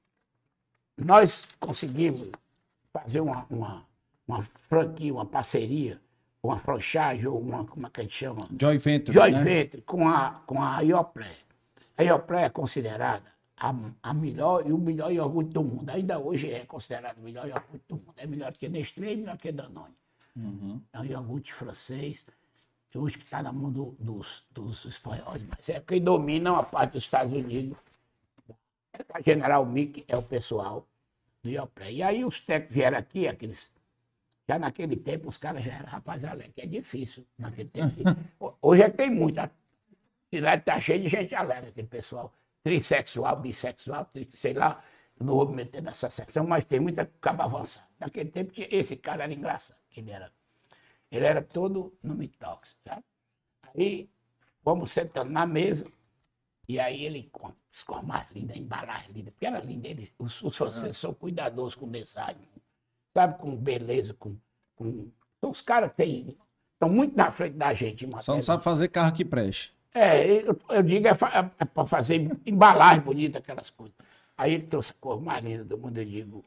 nós conseguimos fazer uma, uma, uma franquia, uma parceria, uma franchise, ou uma, como é que a gente chama? Joy Venture, Joy né? Venture com a, com a Ioplé. A Ioplé é considerada a, a melhor e o melhor iogurte do mundo. Ainda hoje é considerado o melhor iogurte do mundo. É melhor do que Nestlé e melhor do que Danone. Uhum. É um iogurte francês, que hoje que está na mão do- dos, dos espanhóis, mas é quem domina a parte dos Estados Unidos. A General Milk é o pessoal do Ioplé. E aí os técnicos vieram aqui, aqueles. Já naquele tempo os caras já eram rapaz alegre, que é difícil naquele tempo. Hoje é que tem muito. A cidade está cheia de gente alegre, aquele pessoal trissexual, bissexual, tri- sei lá, eu não vou me meter nessa secção, mas tem muita cabo avançado. Naquele tempo tinha- esse cara era engraçado, que ele era. Ele era todo no mitox, sabe? Aí fomos sentando na mesa, e aí ele com as cores mais lindas, a embalagem linda, porque era linda, ele, os, os franceses são cuidadosos com design, sabe, com beleza, com. com... Então os caras têm. Estão muito na frente da gente em Só não matéria. sabe fazer carro que preste. É, eu, eu digo, é, fa- é para fazer embalagem bonita, aquelas coisas. Aí ele trouxe a cor mais linda do mundo, eu digo,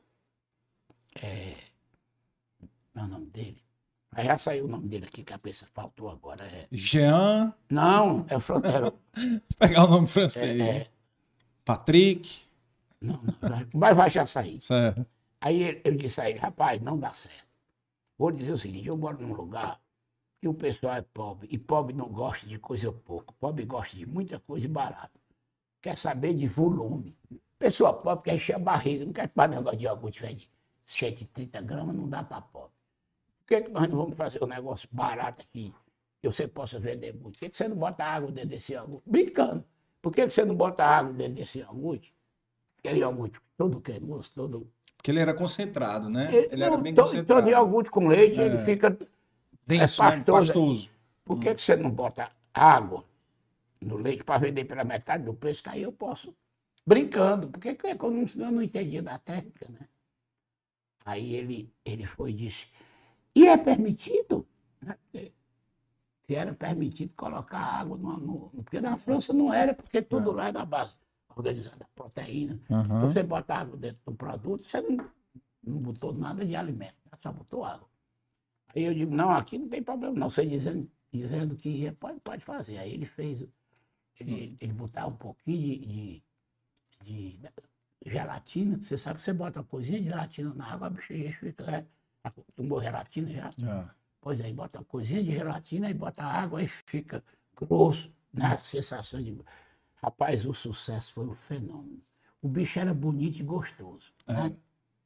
não é o nome dele? Aí já saiu o nome dele aqui, que a pessoa faltou agora. É... Jean, Não, é o fronteiro. pegar o nome francês. É, é, Patrick, não, não, vai- mas vai já sair. certo. Aí ele- eu disse a ele, rapaz, não dá certo. Vou dizer o seguinte, eu moro num lugar que o pessoal é pobre, e pobre não gosta de coisa pouca, pobre gosta de muita coisa e barata. Quer saber de volume. Pessoa pobre quer encher a barriga, não quer tomar negócio de iogurte velho de cento e trinta gramas, não dá para pobre. Por que, que nós não vamos fazer um negócio barato aqui, que você possa vender muito? Por que, que você não bota água dentro desse iogurte? Brincando. Por que, que você não bota água dentro desse iogurte? Aquele iogurte todo cremoso, todo... Porque ele era concentrado, né? Ele, Ele era não, bem todo, concentrado. todo iogurte com leite, É. ele fica Denso, é né? pastoso. Pastoso. Por que, que você não bota água no leite para vender pela metade do preço? Que aí eu posso. Brincando, porque que eu não, eu não entendia da técnica, né? Aí ele, ele foi e disse, e é permitido? Né? Porque se era permitido colocar água no, no. Porque na França não era, porque tudo lá é na base organizada, proteína. Aham. Você bota água dentro do produto, você não, não botou nada de alimento, só botou água. Aí eu digo, não, aqui não tem problema, não. Você dizendo, dizendo que ia, pode, pode fazer. Aí ele fez, ele, ele botava um pouquinho de, de, de gelatina, que você sabe que você bota uma coisinha de gelatina na água, a bexiga fica, né? Tomou gelatina já? Já. Pois aí, bota uma coisinha de gelatina, aí bota água, aí fica grosso, né? A sensação de... Rapaz, o sucesso foi um fenômeno. O bicho era bonito e gostoso. É. Né?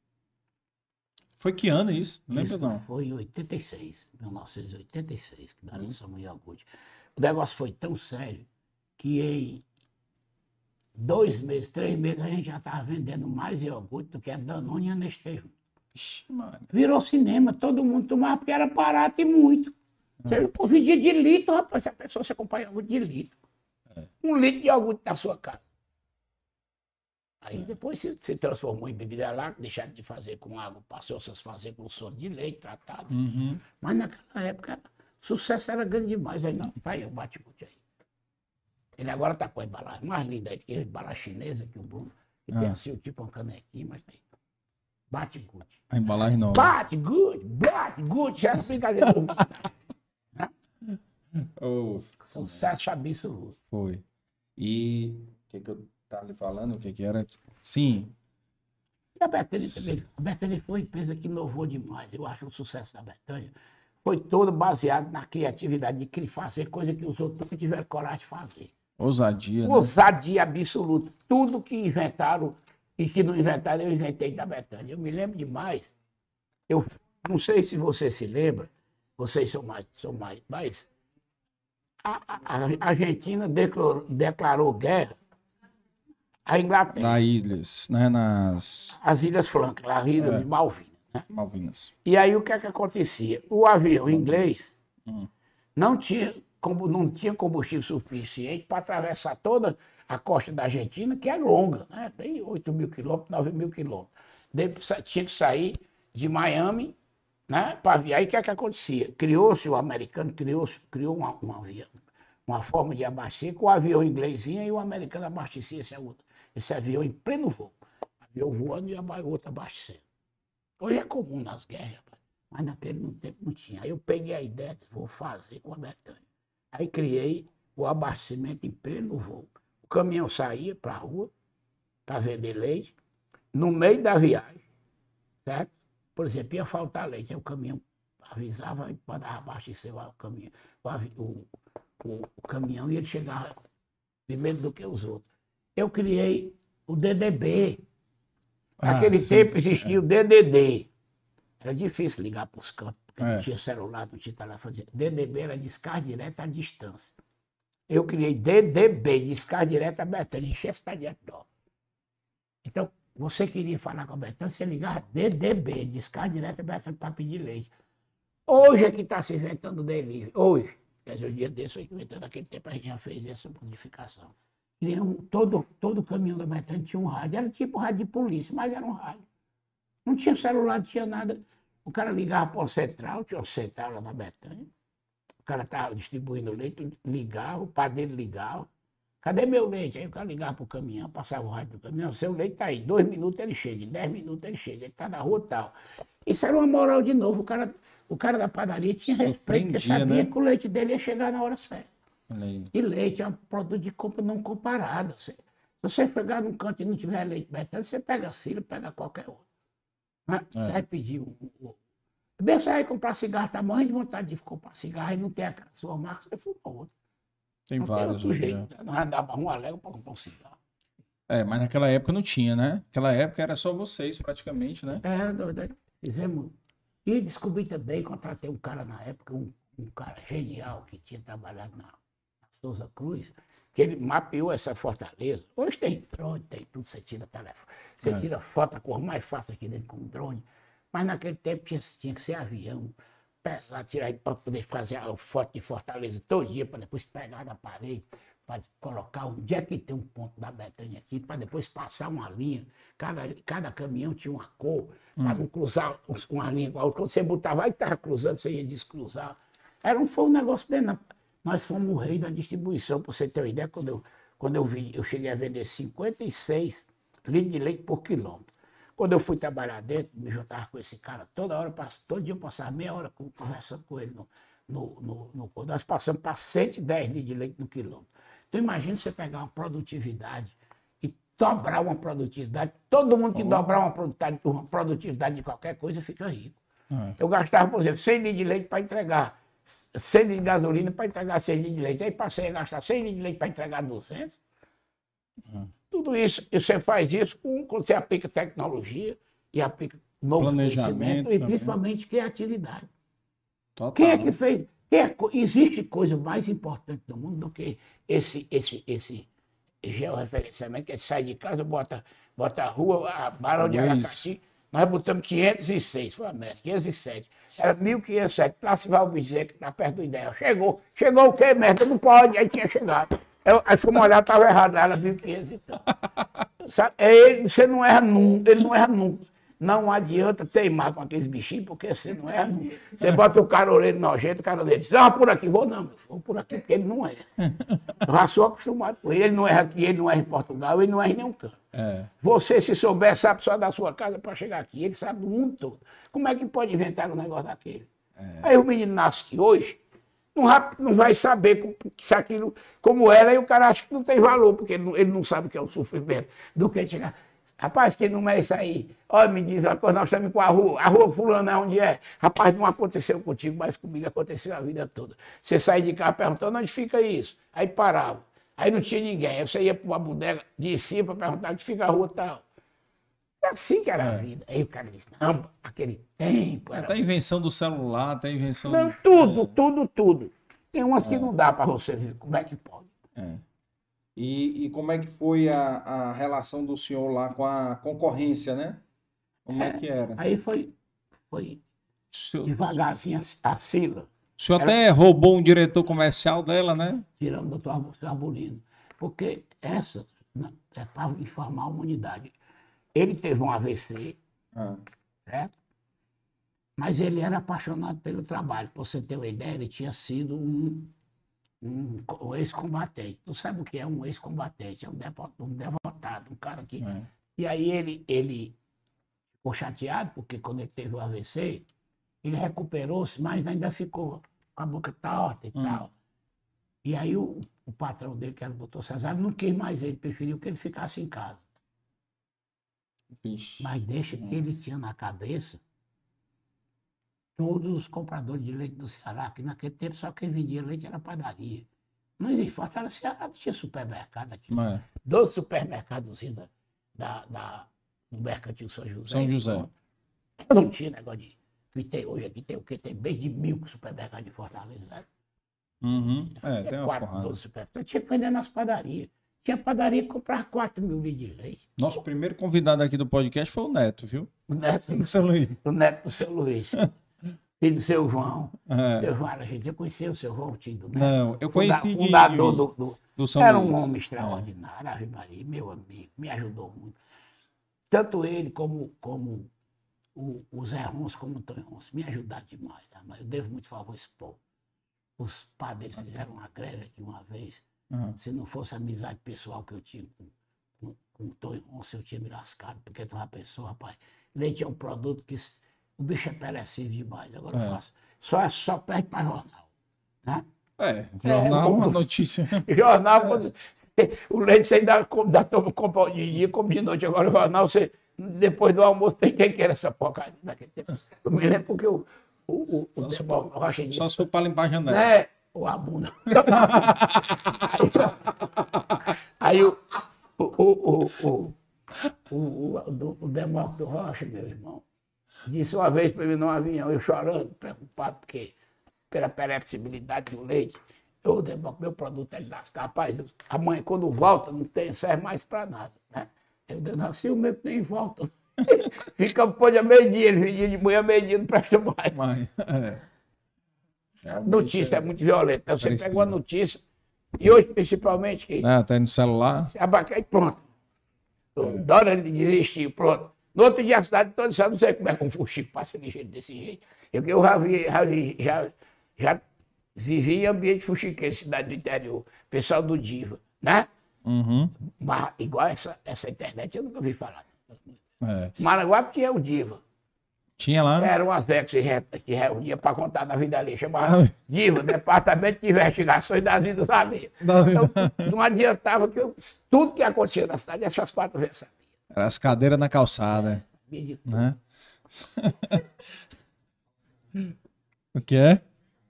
Foi que ano isso? Não lembro Isso não. foi em oitenta e seis, mil novecentos e oitenta e seis, que nós lançamos o iogurte. O negócio foi tão sério que em dois meses, três meses, a gente já estava vendendo mais iogurte do que a Danone e a Nestlé junto. Ixi, mano. Virou cinema, todo mundo tomava porque era barato e muito. Você pô, vendia de litro, rapaz, se a pessoa se acompanha iogurte de litro. Um litro de iogurte na sua casa. Aí depois se, se transformou em bebida láctea, deixaram de fazer com água, passou a se fazer com soro de leite tratado. Uhum. Mas naquela época, o sucesso era grande demais. Aí não, vai, eu bate-bote aí. Ele agora está com a embalagem mais linda aí, que é a embalagem chinesa, que o Bruno, que tem Ah. assim, o tipo uma canequinha, mas tem. Bate-good. A embalagem nova. Bate-good, bate-good, já é brincadeira comigo. Oh, Sucesso absoluto. foi. E o que, que eu tava lhe falando? O que, que era? Sim. E a Betânia também. A Betânia foi uma empresa que inovou demais. Eu acho que o sucesso da Betânia foi todo baseado na criatividade de que- fazer coisa que os outros nunca tiveram coragem de fazer. Ousadia, né? Ousadia absoluta. Tudo que inventaram e que não inventaram, eu inventei da Betânia. Eu me lembro demais. Eu não sei se você se lembra, vocês são mais, são mais, mas a, a- a Argentina declarou, declarou guerra à Inglaterra, Na ilhas, né? Nas às Ilhas Francas, as Ilhas de Malvinas. Né? Malvinas. E aí o que é que acontecia? O avião inglês Hum. não tinha, como não tinha combustível suficiente para atravessar toda a costa da Argentina, que é longa, né? Tem oito mil quilômetros, nove mil quilômetros. Daí sa- tinha que sair de Miami, né? Para aviar. Aí o que é que acontecia? Criou-se, o americano criou, criou uma, uma, via- uma forma de abastecer, com o avião inglês vinha e o americano abastecia esse, esse avião em pleno voo. Avião voando e o outro abastecendo. Hoje é comum nas guerras, rapaz, mas naquele tempo não tinha. Aí eu peguei a ideia, disse, vou fazer com a Betânia. Aí criei o abastecimento em pleno voo. O caminhão saía para a rua para vender leite. No meio da viagem, certo? Por exemplo, ia faltar leite, aí o caminhão avisava e mandava abastecer o caminhão. O, avi- o, o, o caminhão e ele chegava primeiro do que os outros. Eu criei o D D B. Ah, Naquele sim. tempo existia o D D D. Era difícil ligar para os campos, porque É. não tinha celular, não tinha telefone. D D B era descarga direta à distância. Eu criei D D B, descarga direta a Betânia, enchia a cidade de dó. Então, você queria falar com a Betânia, você ligava D D B, descarga direta a Betânia para pedir leite. Hoje é que está se inventando delivery. Hoje. Quer dizer, o dia desse foi inventando, naquele tempo a gente já fez essa modificação. Tinha um- todo, todo caminhão da Betânia tinha um rádio. Era tipo rádio de polícia, mas era um rádio. Não tinha celular, não tinha nada. O cara ligava para uma central, tinha uma central lá na Betânia. o cara estava distribuindo leite, ligava, o padeiro ligava. Cadê meu leite? Aí o cara ligava para o caminhão, passava o rádio do caminhão, seu leite está aí, dois minutos ele chega, em dez minutos ele chega, ele está na rua tal. Isso era uma moral de novo, o cara, o cara da padaria tinha respeito, porque sabia, né, que o leite dele ia chegar na hora certa. E leite é um produto de compra não comparado. Se você pegar num canto e não tiver leite Betânia, você pega a Cílio, pega qualquer outro. Né? É. Você vai pedir um... um bem, você vai comprar cigarro, tá morrendo de vontade de comprar cigarro e não tem a sua marca, você fuma outro. Tem não vários. Tem jeito, né? Não vai dar um alegre para comprar um cigarro. É, mas naquela época não tinha, né? Naquela época era só vocês, praticamente, né? Era doido. Fizemos. E descobri também, contratei um cara na época, um, um cara genial que tinha trabalhado na, na Souza Cruz, que ele mapeou essa fortaleza. Hoje tem drone, tem tudo, você tira telefone. Você é. tira foto, a cor mais fácil aqui dentro com drone. Mas naquele tempo tinha, tinha que ser avião, pesado, tirar para poder fazer a foto de Fortaleza todo dia, para depois pegar na parede, para colocar onde é que tem um ponto da Betânia aqui, para depois passar uma linha. Cada, cada caminhão tinha uma cor, hum. para não cruzar uma linha com a outra. Quando você botava aí, estava cruzando, você ia descruzar. Era um, foi um negócio bem... Na... Nós fomos o rei da distribuição, para você ter uma ideia, quando eu, quando eu, vi, eu cheguei a vender cinquenta e seis litros de leite por quilômetro. Quando eu fui trabalhar dentro, me juntava com esse cara, toda hora, todo dia eu passava meia hora conversando com ele. No, no, no, no, nós passamos para cento e dez litros de leite no quilômetro. Então imagina você pegar uma produtividade e dobrar uma produtividade. Todo mundo que oh. dobrar uma produtividade, uma produtividade de qualquer coisa fica rico. É. Eu gastava, por exemplo, cem litros de leite para entregar, cem litros de gasolina para entregar cem litros de leite. Aí passei a gastar cem litros de leite para entregar duzentos. Uhum. Tudo isso, e você faz isso com, quando você aplica tecnologia e aplica novo planejamento e principalmente criatividade. Total. Quem é que fez? É, existe coisa mais importante no mundo do que esse, esse, esse georreferenciamento, que sai de casa, bota, bota a rua, a Barão de Aracati, nós botamos quinhentos e seis, foi a média, quinhentos e sete. Era mil quinhentos e sete, lá se vai o Bezerra, que está perto do ideal. Chegou, chegou o quê, merda? Não pode, aí tinha chegado. Eu, aí fomos olhar, estava errado, era mil e quinhentos e tal. Sabe? É ele, você não erra nunca, ele não erra nunca. Não adianta teimar com aqueles bichinhos, porque você não erra nunca. Você bota o caroreiro nojento, o caroreiro diz, ah, por aqui, vou não, meu, vou por aqui, porque ele não erra. Eu já sou acostumado com ele, ele não erra aqui, ele não erra em Portugal, ele não erra em nenhum canto. É. Você, se souber, sabe só da sua casa para chegar aqui, ele sabe do mundo todo. Como é que pode inventar um negócio daquele? É. Aí o menino nasce hoje, não, não vai saber se aquilo, como era, e o cara acha que não tem valor, porque ele não, ele não sabe o que é o sofrimento do que chegar. Rapaz, que não é isso aí. Olha, me diz uma coisa, nós estamos com a rua, a rua fulana onde é? Rapaz, não aconteceu contigo, mas comigo aconteceu a vida toda. Você sai de casa perguntando onde fica isso. Aí parava. Aí não tinha ninguém. Aí você ia para uma bodega de cima para perguntar onde fica a rua tal. É assim que era é. a vida. Aí o cara disse, não, aquele tempo... Era... Até a invenção do celular, até a invenção... Não, tudo, é. tudo, tudo. Tem umas que é. não dá para você ver. Como é que pode? É. E, e como é que foi a, a relação do senhor lá com a concorrência, né? Como é, é que era? Aí foi, foi senhor, devagarzinho a, a Sila. O senhor era, até roubou um diretor comercial dela, né? Tiramos o doutor Arbolino. Porque essa é para informar a humanidade. Ele teve um A V C, ah. certo? Mas ele era apaixonado pelo trabalho. Para você ter uma ideia, ele tinha sido um... Um, um ex-combatente. Tu sabe o que é um ex-combatente? É um, um devotado, um cara que... É. E aí ele, ele ficou chateado, porque quando ele teve o A V C, ele recuperou-se, mas ainda ficou com a boca torta e hum. tal. E aí o, o patrão dele, que era o doutor Cesário, não quis mais ele, preferiu que ele ficasse em casa. Ixi. Mas deixa que ele tinha na cabeça todos os compradores de leite do Ceará, que naquele tempo só quem vendia leite era padaria. Não existe. Fortaleza Ceará não tinha supermercado aqui. Mas... doze supermercados da, da, da, do Mercantil São José. São José. Não tinha negócio de... Que tem hoje aqui, tem o quê? Tem bem de mil supermercados de Fortaleza, né? Uhum. É, tem uma quatro, porrada. doze supermercados. Então tinha que vender nas padarias. Tinha padaria que comprava quatro mil litros de leite. Nosso primeiro convidado aqui do podcast foi o Neto, viu? O Neto do seu Luiz. O Neto do seu Luiz. Filho do seu João. É. Seu João, a gente já conheceu o seu João, o tio do Neto. Não, eu conheci Funda, fundador de, do, do, do São Era Luís. um homem extraordinário, é. Ave Maria, meu amigo, me ajudou muito. Tanto ele como, como o, o Zé Ronce, como o Antônio Ronce, me ajudaram demais. Tá? Mas eu devo muito favor a esse povo. os padres fizeram uma greve aqui uma vez. Uhum. Se não fosse a amizade pessoal que eu tinha com, com, com o Tonho Ronça, eu tinha me lascado, porque tu já pensou, rapaz, leite é um produto que o bicho é perecível demais. Agora É. eu faço. Só, só perde para jornal. Né? É, jornal, É, uma o- notícia. Jornal, quando- o leite você ainda, ainda toma, compra de dia, come de noite. Agora o jornal, você, depois do almoço, tem quem queira essa porcaria naquele tempo. Eu me lembro porque o, o, o, o Só se Demócrito Rocha Só disse, se for para limpar a janela. né? O abunda. Aí, aí o, o, o, o, o, o, o, o Demócrito Rocha, meu irmão, disse uma vez para mim num avião, eu chorando, preocupado, porque pela perecibilidade do leite, eu, Demócrito, meu produto é de lascar. Rapaz, eu, amanhã quando volta, não tem, serve mais para nada. Né? Eu disse, assim o meu nem volta. Fica pôr a meio-dia, ele vendia de manhã, meio-dia, não presta mais. Mas, é. A Realmente, notícia é muito violenta. Você agressivo. pega uma notícia, e hoje principalmente, que É, tá aí no celular. abaca e pronto. O Dória ele desistiu, pronto. No outro dia a cidade toda, já não sei como é que um fuxico passa de jeito desse jeito. Eu, eu já, vi, já, vi, já, já vivi em ambiente fuxiqueiro, cidade do interior, pessoal do Diva, né? Uhum. Mas igual essa, essa internet eu nunca ouvi falar. É. Maranguape tinha o Diva. Tinha lá. Eram umas velhas que se que reunia para contar da vida ali, chamava Ah. Diva, Departamento de Investigações das Vidas Alheias. Da vida. Então, não adiantava que eu, tudo que acontecia na cidade, essas quatro vezes sabia. Era as cadeiras na calçada, Sabia de tudo. né? O que é?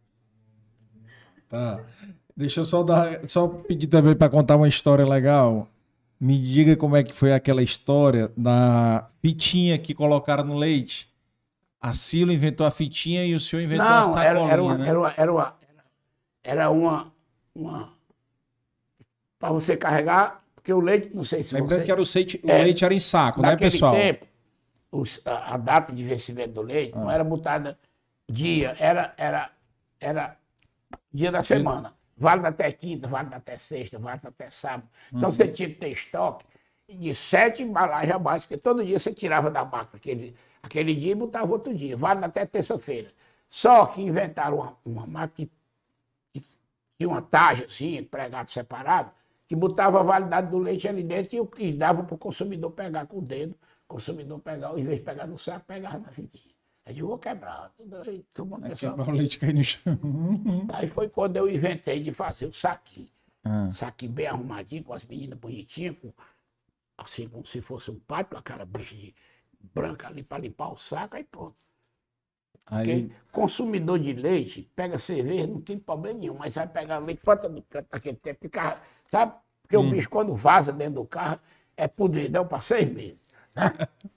Tá. Deixa eu só dar, só pedir também para contar uma história legal. Me diga como é que foi aquela história da fitinha que colocaram no leite. A Silo inventou a fitinha e o senhor inventou Não, as era, sacolinhas, era uma, né? era uma, era uma, era uma, uma para você carregar, porque o leite, não sei se Lembrando você... que era o, seite, o É, leite era em saco, né, naquele pessoal? tempo, os- a, a data de vencimento do leite Ah. não era botada dia, era, era, era dia da semana. Vale até quinta, vale até sexta, vale até sábado. Então Uhum. você tinha que ter estoque de sete embalagens a mais, porque todo dia você tirava da máquina aquele, aquele dia e botava outro dia. Vale até terça-feira. Só que inventaram uma, uma máquina que, que tinha uma taja assim, pregado separado, que botava a validade do leite ali dentro e, o- e dava para o consumidor pegar com o dedo. O consumidor pegar, em vez de pegar no saco, pegava na fitinha. Aí eu vou quebrar. Aí, todo mundo Aí pensava- quebrar o leite cair no chão. Aí foi quando eu inventei de fazer o saquinho. Ah. Saquinho bem arrumadinho, com as meninas bonitinhas, com- assim como se fosse um pátio, com aquela bicha de branca ali para limpar o saco, aí pronto. Porque Aí, consumidor de leite, pega cerveja, não tem problema nenhum, mas vai pegar leite, bota no canto naquele tempo, fica, sabe? Porque Hum. o bicho, quando vaza dentro do carro, é podridão para seis meses. Né?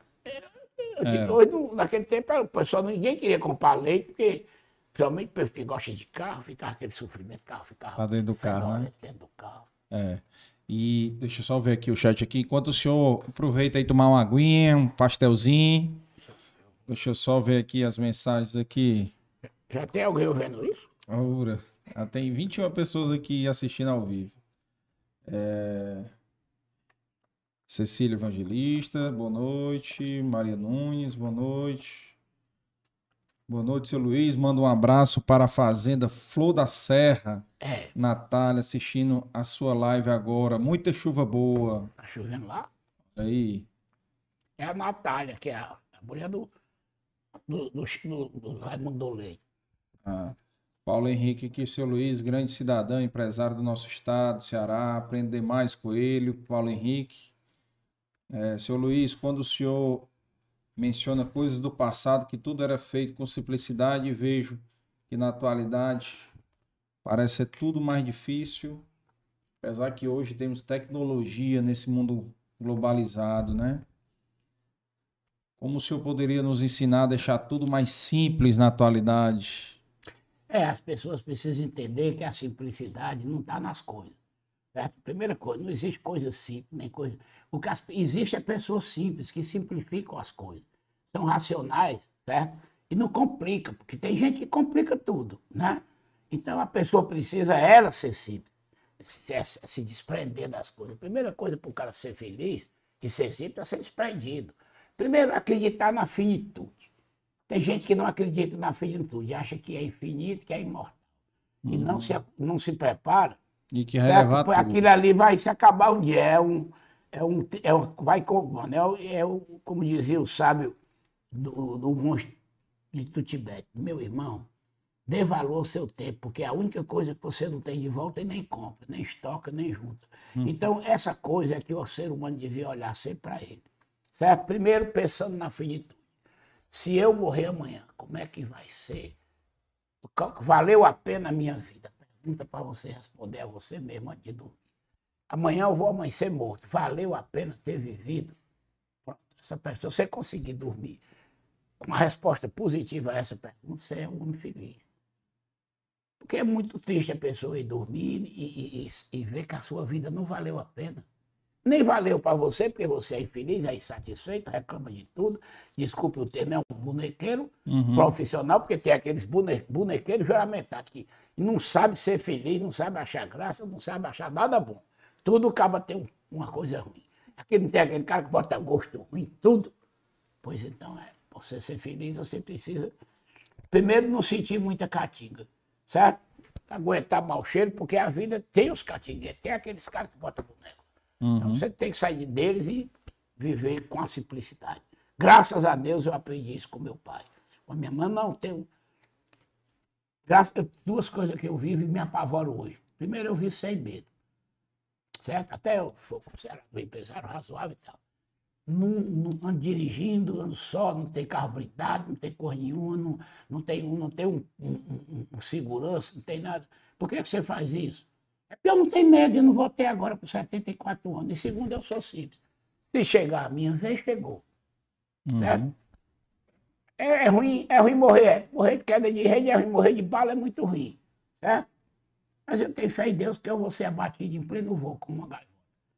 É. Hoje, não- naquele tempo, era- o pessoal, ninguém queria comprar leite, porque, principalmente o povo que gosta de carro, ficava aquele sofrimento, o carro ficava Pra dentro do carro, né? fedorento dentro do carro. é. E deixa eu só ver aqui o chat aqui. Enquanto o senhor aproveita aí tomar uma aguinha, um pastelzinho. Deixa eu só ver aqui as mensagens aqui. Já tem alguém vendo isso? Ora, já tem vinte e uma pessoas aqui assistindo ao vivo. É... Cecília Evangelista, boa noite. Maria Nunes, boa noite. Boa noite, seu Luiz. Manda um abraço para a Fazenda Flor da Serra. É, Natália assistindo a sua live agora. Muita chuva boa. tá chovendo lá. Aí. É a Natália, que é a, a mulher do, do, do, do, do Raimundo Dolei. Ah. Paulo Henrique aqui, seu Luiz, grande cidadão, empresário do nosso estado, Ceará. Aprender mais com ele, Paulo Henrique. É, seu Luiz, quando o senhor menciona coisas do passado, que tudo era feito com simplicidade, e vejo que na atualidade parece ser tudo mais difícil, apesar que hoje temos tecnologia nesse mundo globalizado, né? Como o senhor poderia nos ensinar a deixar tudo mais simples na atualidade? É, as pessoas precisam entender que a simplicidade não está nas coisas. Certo? Primeira coisa, não existe coisa simples, nem coisa. O que as, existe é pessoas simples que simplificam as coisas. São racionais, certo? E não complicam, porque tem gente que complica tudo, né? Então a pessoa precisa ela ser simples, se, se desprender das coisas. A primeira coisa para o cara ser feliz e ser simples é ser desprendido. Primeiro, acreditar na finitude. Tem gente que não acredita na finitude, acha que é infinito, que é imortal. e não se, não se prepara, E que relevar tudo. Aquilo ali vai se acabar um dia. É um, é um, é um, vai, é, o, é o, como dizia o sábio do, do monstro do Tibete. Meu irmão, dê valor ao seu tempo, porque é a única coisa que você não tem de volta e nem compra, nem estoca, nem junta. Hum. Então, essa coisa é que o ser humano devia olhar sempre para ele. Certo? Primeiro, pensando na finitude. Se eu morrer amanhã, como é que vai ser? Valeu a pena a minha vida? Pergunta para você responder a você mesmo antes de dormir. Amanhã eu vou amanhecer morto. Valeu a pena ter vivido? Pronto, essa pessoa, se você conseguir dormir com uma resposta positiva a essa pergunta, você é um homem feliz. Porque é muito triste a pessoa ir dormir e, e, e ver que a sua vida não valeu a pena. Nem valeu para você, porque você é infeliz, é insatisfeito, reclama de tudo. Desculpe o termo, é um bonequeiro uhum. profissional, porque tem aqueles bone, bonequeiros juramentados que não sabe ser feliz, não sabe achar graça, não sabe achar nada bom. Tudo acaba tendo uma coisa ruim. Aqui não tem aquele cara que bota gosto ruim, tudo. Pois então, é, você ser feliz, você precisa, primeiro, não sentir muita catinga, certo? Aguentar mau cheiro, porque a vida tem os catingueiros, tem aqueles caras que botam boneco. Uhum. Então você tem que sair deles e viver com a simplicidade. Graças a Deus eu aprendi isso com meu pai. Com a minha mãe não tenho. Graças, duas coisas que eu vivo e me apavoro hoje. Primeiro, eu vivo sem medo. Certo? Até eu sou considerado um empresário razoável e tal. Não, não ando dirigindo, ando só, não tem carro blindado, não tem cor nenhuma, não, não tem, não tem um, um, um, um segurança, não tem nada. Por que, que você faz isso? É porque eu não tenho medo, eu não vou ter agora com setenta e quatro anos. E segundo, eu sou simples. Se chegar a minha vez, chegou. Uhum. Certo? É, é, ruim, é ruim morrer. Morrer de queda de rede é ruim, morrer de bala é muito ruim. Certo? Mas eu tenho fé em Deus que eu vou ser abatido em pleno voo como uma gaivota.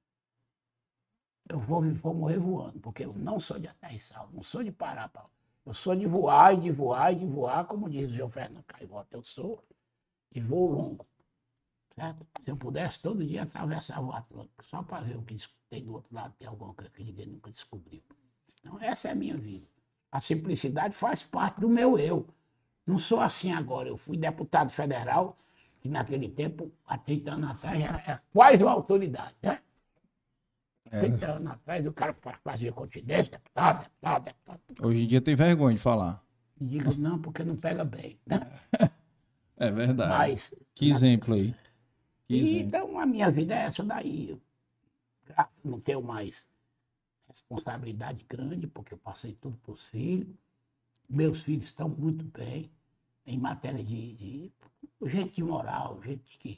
Eu vou, vou morrer voando, porque eu não sou de aterrissar, eu não sou de parar. Eu sou de voar e de voar e de voar, como diz o João Fernando Caivota. Eu sou de voo longo. Certo? Se eu pudesse, todo dia atravessava o Atlântico, só para ver o que tem do outro lado, tem alguma coisa que ninguém nunca descobriu. Então, essa é a minha vida. A simplicidade faz parte do meu eu. Não sou assim agora. Eu fui deputado federal, que naquele tempo, há trinta anos atrás, era, era quase uma autoridade, né? É. trinta anos atrás, o cara fazia continência, deputado, deputado, deputado. Hoje em dia tem vergonha de falar. Digo, não, porque não pega bem. Né? É verdade. Mas, que na... exemplo aí. E, então, a minha vida é essa daí. Eu, graças, não tenho mais responsabilidade grande, porque eu passei tudo para os filhos. Meus filhos estão muito bem em matéria de, de gente de moral, gente que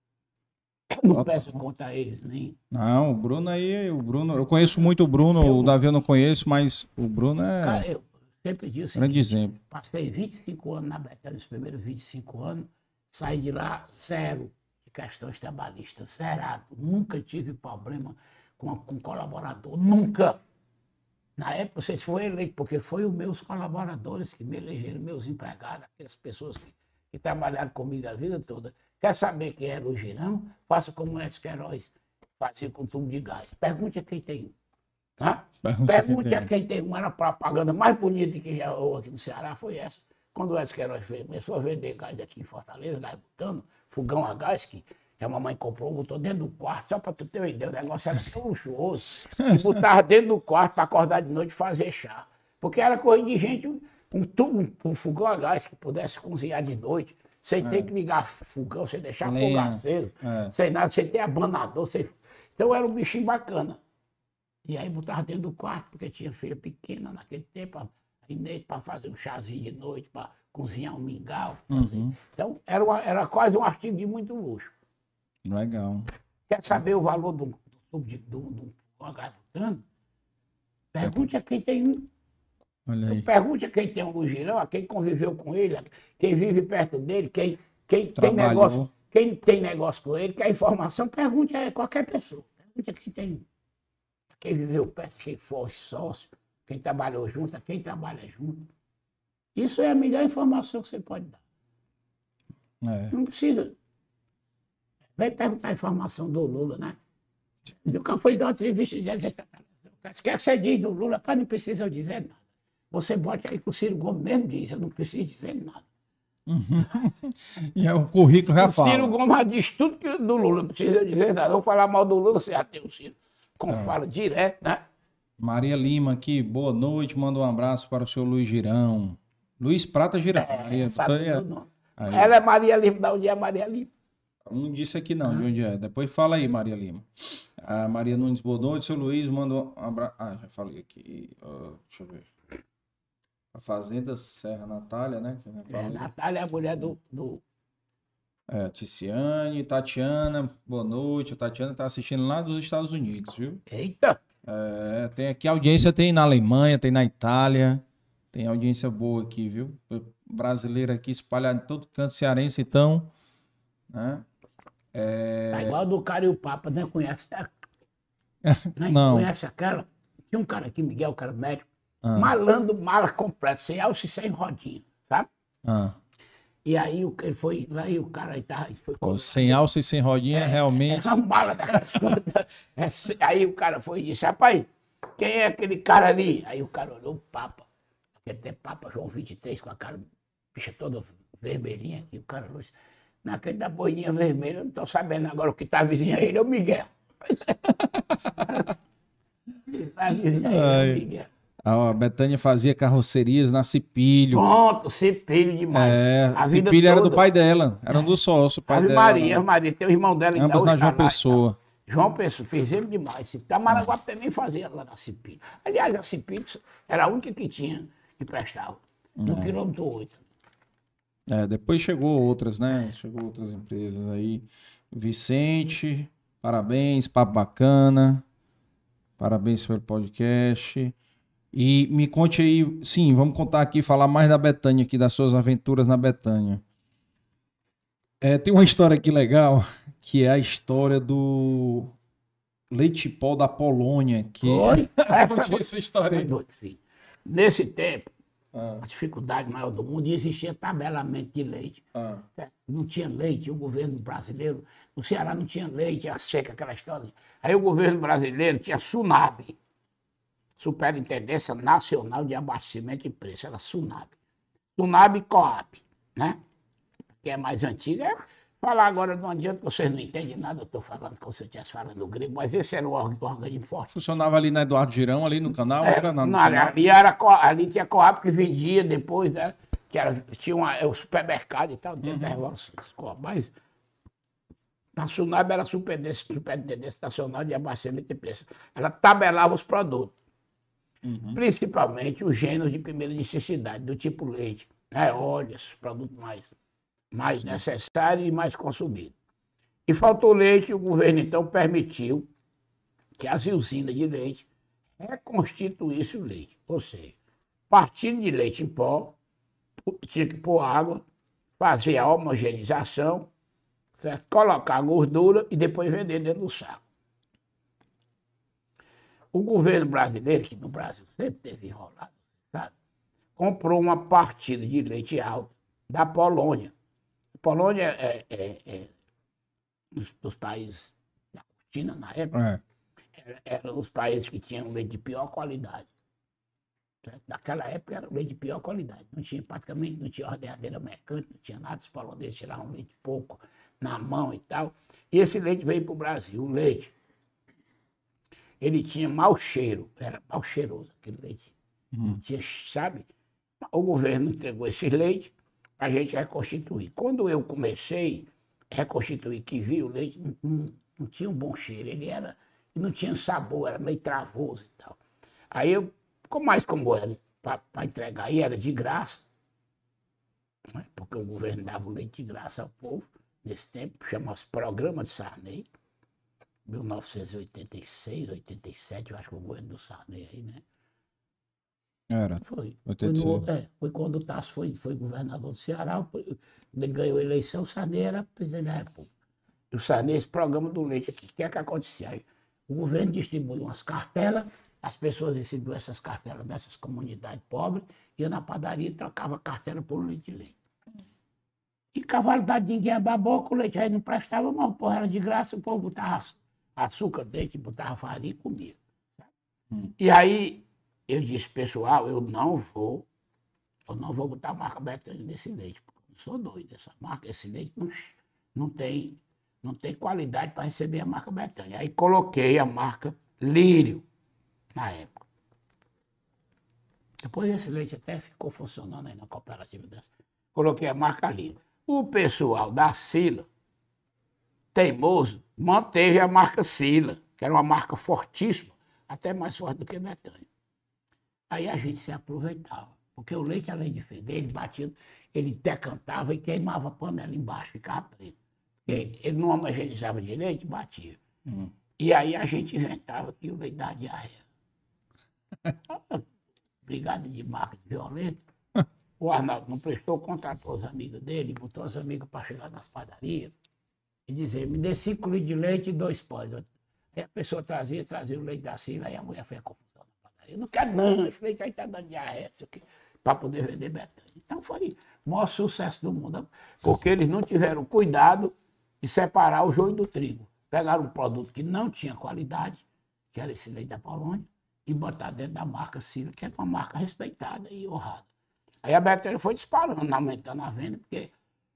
não peço contra eles nem. Não, o Bruno aí, o Bruno, eu conheço muito o Bruno, eu, o Davi eu não conheço, mas o Bruno é. Cara, eu sempre disse. Grande exemplo. Passei vinte e cinco anos na Betânia, os primeiros vinte e cinco anos, saí de lá zero. Questões trabalhistas, zerado. Nunca tive problema com, com colaborador, nunca. Na época, vocês foram eleitos, porque foi os meus colaboradores que me elegeram, meus empregados, aquelas pessoas que, que trabalharam comigo a vida toda. Quer saber quem era o Girão? Faça como o Edson Queiroz fazia com tubo de gás. Pergunte a quem tem um. Tá? Pergunte, Pergunte quem a quem tem um. Era a propaganda mais bonita que já houve aqui no Ceará, foi essa. Quando o Edson Queiroz começou a vender gás aqui em Fortaleza, gás botando, fogão a gás, que a mamãe comprou, botou dentro do quarto, só para tu ter uma ideia, o negócio era tão luxuoso, que botava dentro do quarto para acordar de noite e fazer chá. Porque era coisa de gente, um tubo, um fogão a gás que pudesse cozinhar de noite, sem é. ter que ligar fogão, sem deixar fogo aceso, é. sem nada, sem ter abanador. Sem... Então era um bichinho bacana. E aí botava dentro do quarto, porque tinha filha pequena naquele tempo, para fazer um chazinho de noite, para cozinhar um mingau. Uhum. Então, era, uma, era quase um artigo de muito luxo. Legal. Quer saber o valor do tubo de do gás botando? Pergunte a quem tem um. Olha aí. Pergunte a quem tem um no Girão, a quem conviveu com ele, quem vive perto dele, quem, quem, tem, negócio, quem tem negócio com ele, quer informação, pergunte a qualquer pessoa. Pergunte a quem tem um. A quem viveu perto, quem for sócio, quem trabalhou junto, a quem trabalha junto. Isso é a melhor informação que você pode dar. É. Não precisa. Vai perguntar a informação do Lula, né? Eu nunca fui dar uma entrevista de o que você diz do Lula, mas não precisa eu dizer nada. Você bote aí que o Ciro Gomes mesmo diz, eu não preciso dizer nada. Uhum. E é o currículo já O Ciro fala. Gomes já diz tudo que do Lula, não precisa dizer nada. Eu vou falar mal do Lula, você já tem o Ciro. Como É. fala direto, né? Maria Lima aqui, boa noite, manda um abraço para o seu Luiz Girão. Luiz Prata Girão. Aí, É, sabe doutor, tudo não. aí, Ela é Maria Lima, da onde é Maria Lima? não disse aqui não, de onde é. Depois fala aí, Maria Lima. A Maria Nunes, boa noite, seu Luiz, manda um abraço. Ah, já falei aqui. Uh, deixa eu ver. A Fazenda Serra Natália, né? Que eu já É, falei. Natália é a mulher do, do... É, Ticiane, Tatiana, boa noite. A Tatiana está assistindo lá dos Estados Unidos, viu? Eita! É, tem aqui audiência, tem na Alemanha, tem na Itália, tem audiência boa aqui, viu? Brasileiro aqui espalhado em todo canto cearense, então, né? É... Tá igual do cara e o Papa, né? Conhece? Né? Não. Conhece aquela? Tinha um cara aqui, Miguel, cara médico, Ah. malando mala completa, sem alça e sem rodinha, sabe? Ah. E aí o- ele foi, aí o cara aí tá, foi Pô, sem alça e sem rodinha, realmente. É uma mala daquelas coisas. É, se- aí o cara foi e disse, rapaz, quem é aquele cara ali? Aí o cara olhou o Papa, que até Papa João vinte e três, com a cara, bicha toda vermelhinha aqui, o cara falou assim, naquele da boininha vermelha, eu não tô sabendo agora o que tá vizinho a ele, é o Miguel. O que tá vizinho a ele, é Ai. o Miguel. A Betânia fazia carrocerias na Cipilho. Pronto, Cepilho demais. É, A vida Cipilho era do toda. pai dela, era um dos sócios, pai Ave dela. Maria, Ave Maria, tem o irmão dela ainda Ambos hoje na tá João lá e tal. Pessoa. João Pessoa, fizemos demais. Tamaraguá também fazia lá na Cipilho. Aliás, a Cipilho era a única que tinha, que prestava. No quilômetro oito. É, depois chegou outras, né? Chegou outras empresas aí. Vicente, parabéns, papo bacana. Parabéns pelo podcast. E me conte aí, sim, vamos contar aqui, falar mais da Betânia aqui, das suas aventuras na Betânia. É, tem uma história aqui legal, que é a história do leite pó da Polônia. Que... Foi? Conte essa história aí. Sim. Nesse tempo, Ah, a dificuldade maior do mundo, existia tabelamento de leite. ah, Certo? Não tinha leite, o governo brasileiro, no Ceará não tinha leite, a seca, aquela história. Aí o governo brasileiro tinha SUNAB, Superintendência Nacional de Abastecimento e Preço, era SUNAB. SUNAB e COAB, né? Que é mais antiga. É, falar agora não adianta, vocês não entendem nada, eu estou falando como se eu estivesse falando grego, mas esse era o órgão, o organismo forte. funcionava ali na Eduardo Girão, ali no canal? É, era na, no não, canal? ali, era, co- ali tinha Coab que vendia depois, né? Que era, tinha uma, é, o supermercado e tal, dentro da Revolução. Mas a SUNAB era a Superintendência, Superintendência Nacional de Abastecimento e Preço. Ela tabelava os produtos, principalmente os gêneros de primeira necessidade, do tipo leite, né? Óleo, esses produtos mais, mais necessários e mais consumidos. E faltou leite, o governo então permitiu que as usinas de leite reconstituíssem o leite. Ou seja, partindo de leite em pó, tinha que pôr água, fazer a homogeneização, certo? Colocar a gordura e depois vender dentro do saco. O governo brasileiro, que no Brasil sempre teve enrolado, sabe? Comprou uma partida de leite alto da Polônia. A Polônia é, é, é dos, dos países da cortina, na época, É. eram os países que tinham leite de pior qualidade. Certo? Naquela época era leite de pior qualidade. Não tinha, praticamente não tinha ordenhadeira mecânica, não tinha nada. Os poloneses tiravam leite pouco na mão e tal. E esse leite veio para o Brasil. O leite, ele tinha mau cheiro, era mal cheiroso aquele leite. Não tinha, sabe? O governo entregou esse leite para a gente reconstituir. Quando eu comecei a reconstituir, que vi o leite, não, não, não tinha um bom cheiro. Ele era, não tinha sabor, era meio travoso e tal. Aí eu, como mais como era para entregar, e era de graça, né? Porque o governo dava o leite de graça ao povo, nesse tempo, chama-se Programa de Sarney, mil novecentos e oitenta e seis, oitenta e sete, eu acho que o governo do Sarney aí, né? Era. Foi. Foi, oitenta e seis. no, é, foi quando o Tasso foi, foi governador do Ceará, quando ele ganhou a eleição, o Sarney era presidente da República. E o Sarney, esse programa do leite aqui, o que é que acontecia? Aí, o governo distribuiu umas cartelas, as pessoas recebiam essas cartelas dessas comunidades pobres, iam na padaria e trocavam a cartela por leite de leite. E cavalo ninguém é baboca, o leite aí não prestava, mas o povo era de graça, o povo botava açúcar dentro, botava farinha e comia. Hum. E aí eu disse, pessoal, eu não vou, eu não vou botar marca Betânia nesse leite, porque sou doido. Essa marca, esse leite não, não, tem, não tem qualidade para receber a marca Betânia. Aí coloquei a marca Lírio na época. Depois esse leite até ficou funcionando aí na cooperativa dessa. Coloquei a marca Lírio. O pessoal da Sila, teimoso, manteve a marca Sila, que era uma marca fortíssima, até mais forte do que Betânia. Aí a gente se aproveitava, porque o leite, além de feder, ele batia, ele decantava e queimava a panela embaixo, ficava preto. Ele, ele não homogeneizava direito, batia. Uhum. E aí a gente inventava que o leite dava diarreia. Brigada de marca violenta. O Arnaldo não prestou, contratou os amigos dele, botou os amigos para chegar nas padarias e dizer, me dê cinco litros de leite e dois pães. Aí a pessoa trazia, trazia o leite da Sila, aí a mulher fez a confusão na padaria. Não quero não, esse leite aí está dando diarreia, isso aqui, para poder vender Betânia. Então foi o maior sucesso do mundo, porque eles não tiveram cuidado de separar o joio do trigo. Pegaram um produto que não tinha qualidade, que era esse leite da Polônia, e botaram dentro da marca Sila, que é uma marca respeitada e honrada. Aí a Betânia foi disparando, aumentando a venda, porque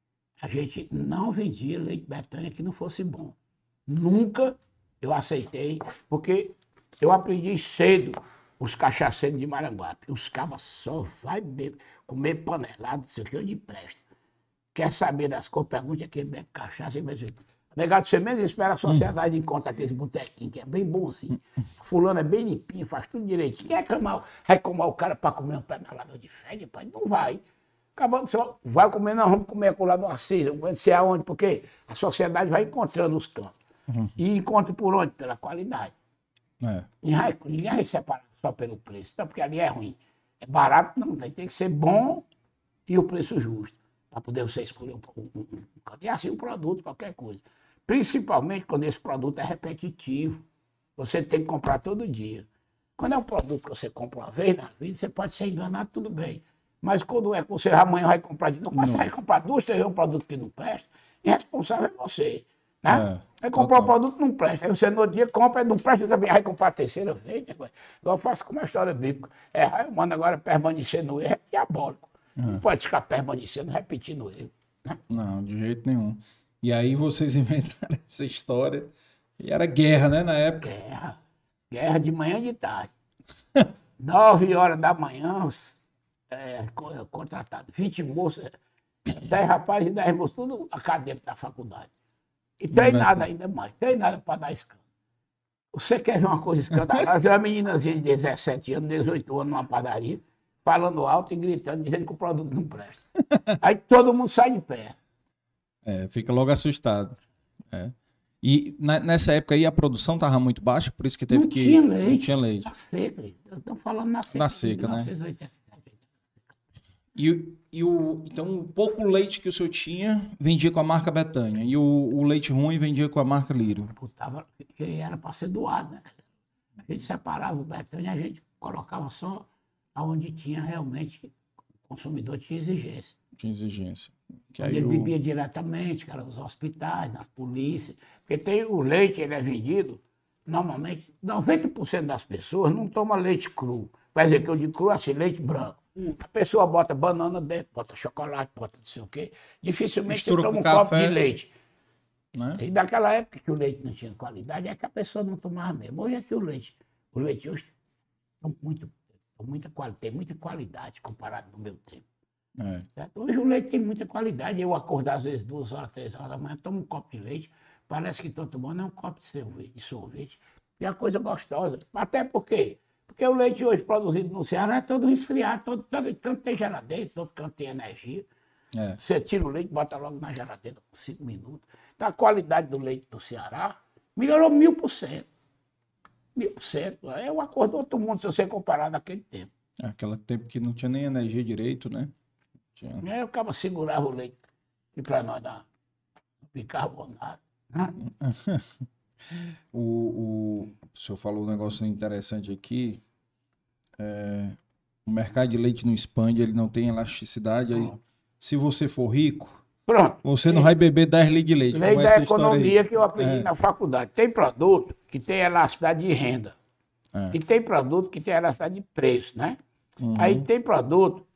a gente não vendia leite Betânia que não fosse bom. Nunca eu aceitei, porque eu aprendi cedo os cachaceiros de Maranguape. Os cabas só vai beber, comer panelado, não sei o que, onde presta. Quer saber das coisas, pergunta quem bebe cachaça e vai dizer. Negado, você mesmo espera a sociedade hum. encontra aqueles botequinhos, que é bem bonzinho. Fulano é bem limpinho, faz tudo direitinho. Quem é que vai comer o cara para comer um panelado de fede, pai? Não vai. Acabando só, vai comer, não, vamos comer com lá no Assis, vamos sei aonde, porque a sociedade vai encontrando os campos. Uhum. E encontra por onde? Pela qualidade. É. Ninguém vai separar só pelo preço, não, porque ali é ruim. É barato, não, tem que ser bom e o preço justo, para poder você escolher um, um, um, um canto. E assim um produto, qualquer coisa. Principalmente quando esse produto é repetitivo. Você tem que comprar todo dia. Quando é um produto que você compra uma vez na vida, você pode ser enganado, tudo bem. Mas quando é que você amanhã vai comprar de novo, mas você vai comprar duas, três vezes um produto que não presta, irresponsável é você. Né? É, vai comprar um produto que não presta. Aí você no outro dia compra, não presta também, vai comprar a terceira vez. Né? Eu faço como a história bíblica. É, eu mando agora permanecer no erro, é diabólico. É. Não pode ficar permanecendo, repetindo erro. Né? Não, de jeito nenhum. E aí vocês inventaram essa história. E era guerra, né, na época? Guerra. Guerra de manhã e de tarde. Nove horas da manhã, é, contratado. Vinte moças, dez rapazes e dez moças, tudo acadêmico da faculdade. E treinado ainda mais. Treinado para dar escândalo. Você quer ver uma coisa escandalosa? Uma meninazinha de dezessete anos, dezoito anos, numa padaria, falando alto e gritando, dizendo que o produto não presta. Aí todo mundo sai de pé. É, fica logo assustado. É. E na, nessa época aí a produção estava muito baixa, por isso que teve não que... Tinha leite, não tinha leite. Na seca. Estou falando na seca. Na seca, né? E, e o, então, o pouco leite que o senhor tinha, vendia com a marca Betânia. E o, o leite ruim vendia com a marca Lírio. Botava, que era para ser doado, né? A gente separava o Betânia, a gente colocava só onde tinha realmente, o consumidor tinha exigência. Tinha exigência. Que aí ele o... bebia diretamente, que era nos hospitais, nas polícias. Porque tem o leite, ele é vendido, normalmente, noventa por cento das pessoas não toma leite cru. Vai dizer que eu digo cru, assim, leite branco. A pessoa bota banana dentro, bota chocolate, bota não sei o quê. Dificilmente Mistura você toma um café, copo de leite. Né? E daquela época que o leite não tinha qualidade, é que a pessoa não tomava mesmo. Hoje é que o leite, o leite hoje tem muito, muita, tem muita qualidade comparado no meu tempo. É. Hoje o leite tem muita qualidade. Eu acordar às vezes duas horas, três horas da manhã, tomo um copo de leite, parece que estou tomando um copo de sorvete, de sorvete. E é uma coisa gostosa. Até porque, porque o leite hoje produzido no Ceará é todo resfriado, todo, todo canto tem geladeira, todo canto tem energia. É. Você tira o leite, bota logo na geladeira com cinco minutos. Então a qualidade do leite do Ceará melhorou mil por cento. Mil por cento. Eu acordo outro mundo se você comparar naquele tempo. Aquele tempo que não tinha nem energia direito, né? Aí eu acaba segurava o leite e para nós dar bicarbonato. Né? o, o, o senhor falou um negócio interessante aqui. É, o mercado de leite não expande, ele não tem elasticidade. Aí, se você for rico, pronto, você não vai beber dez litros de leite. Lei da economia que eu aprendi é. na faculdade. Tem produto que tem elasticidade de renda. É. E tem produto que tem elasticidade de preço, né? Uhum. Aí tem produto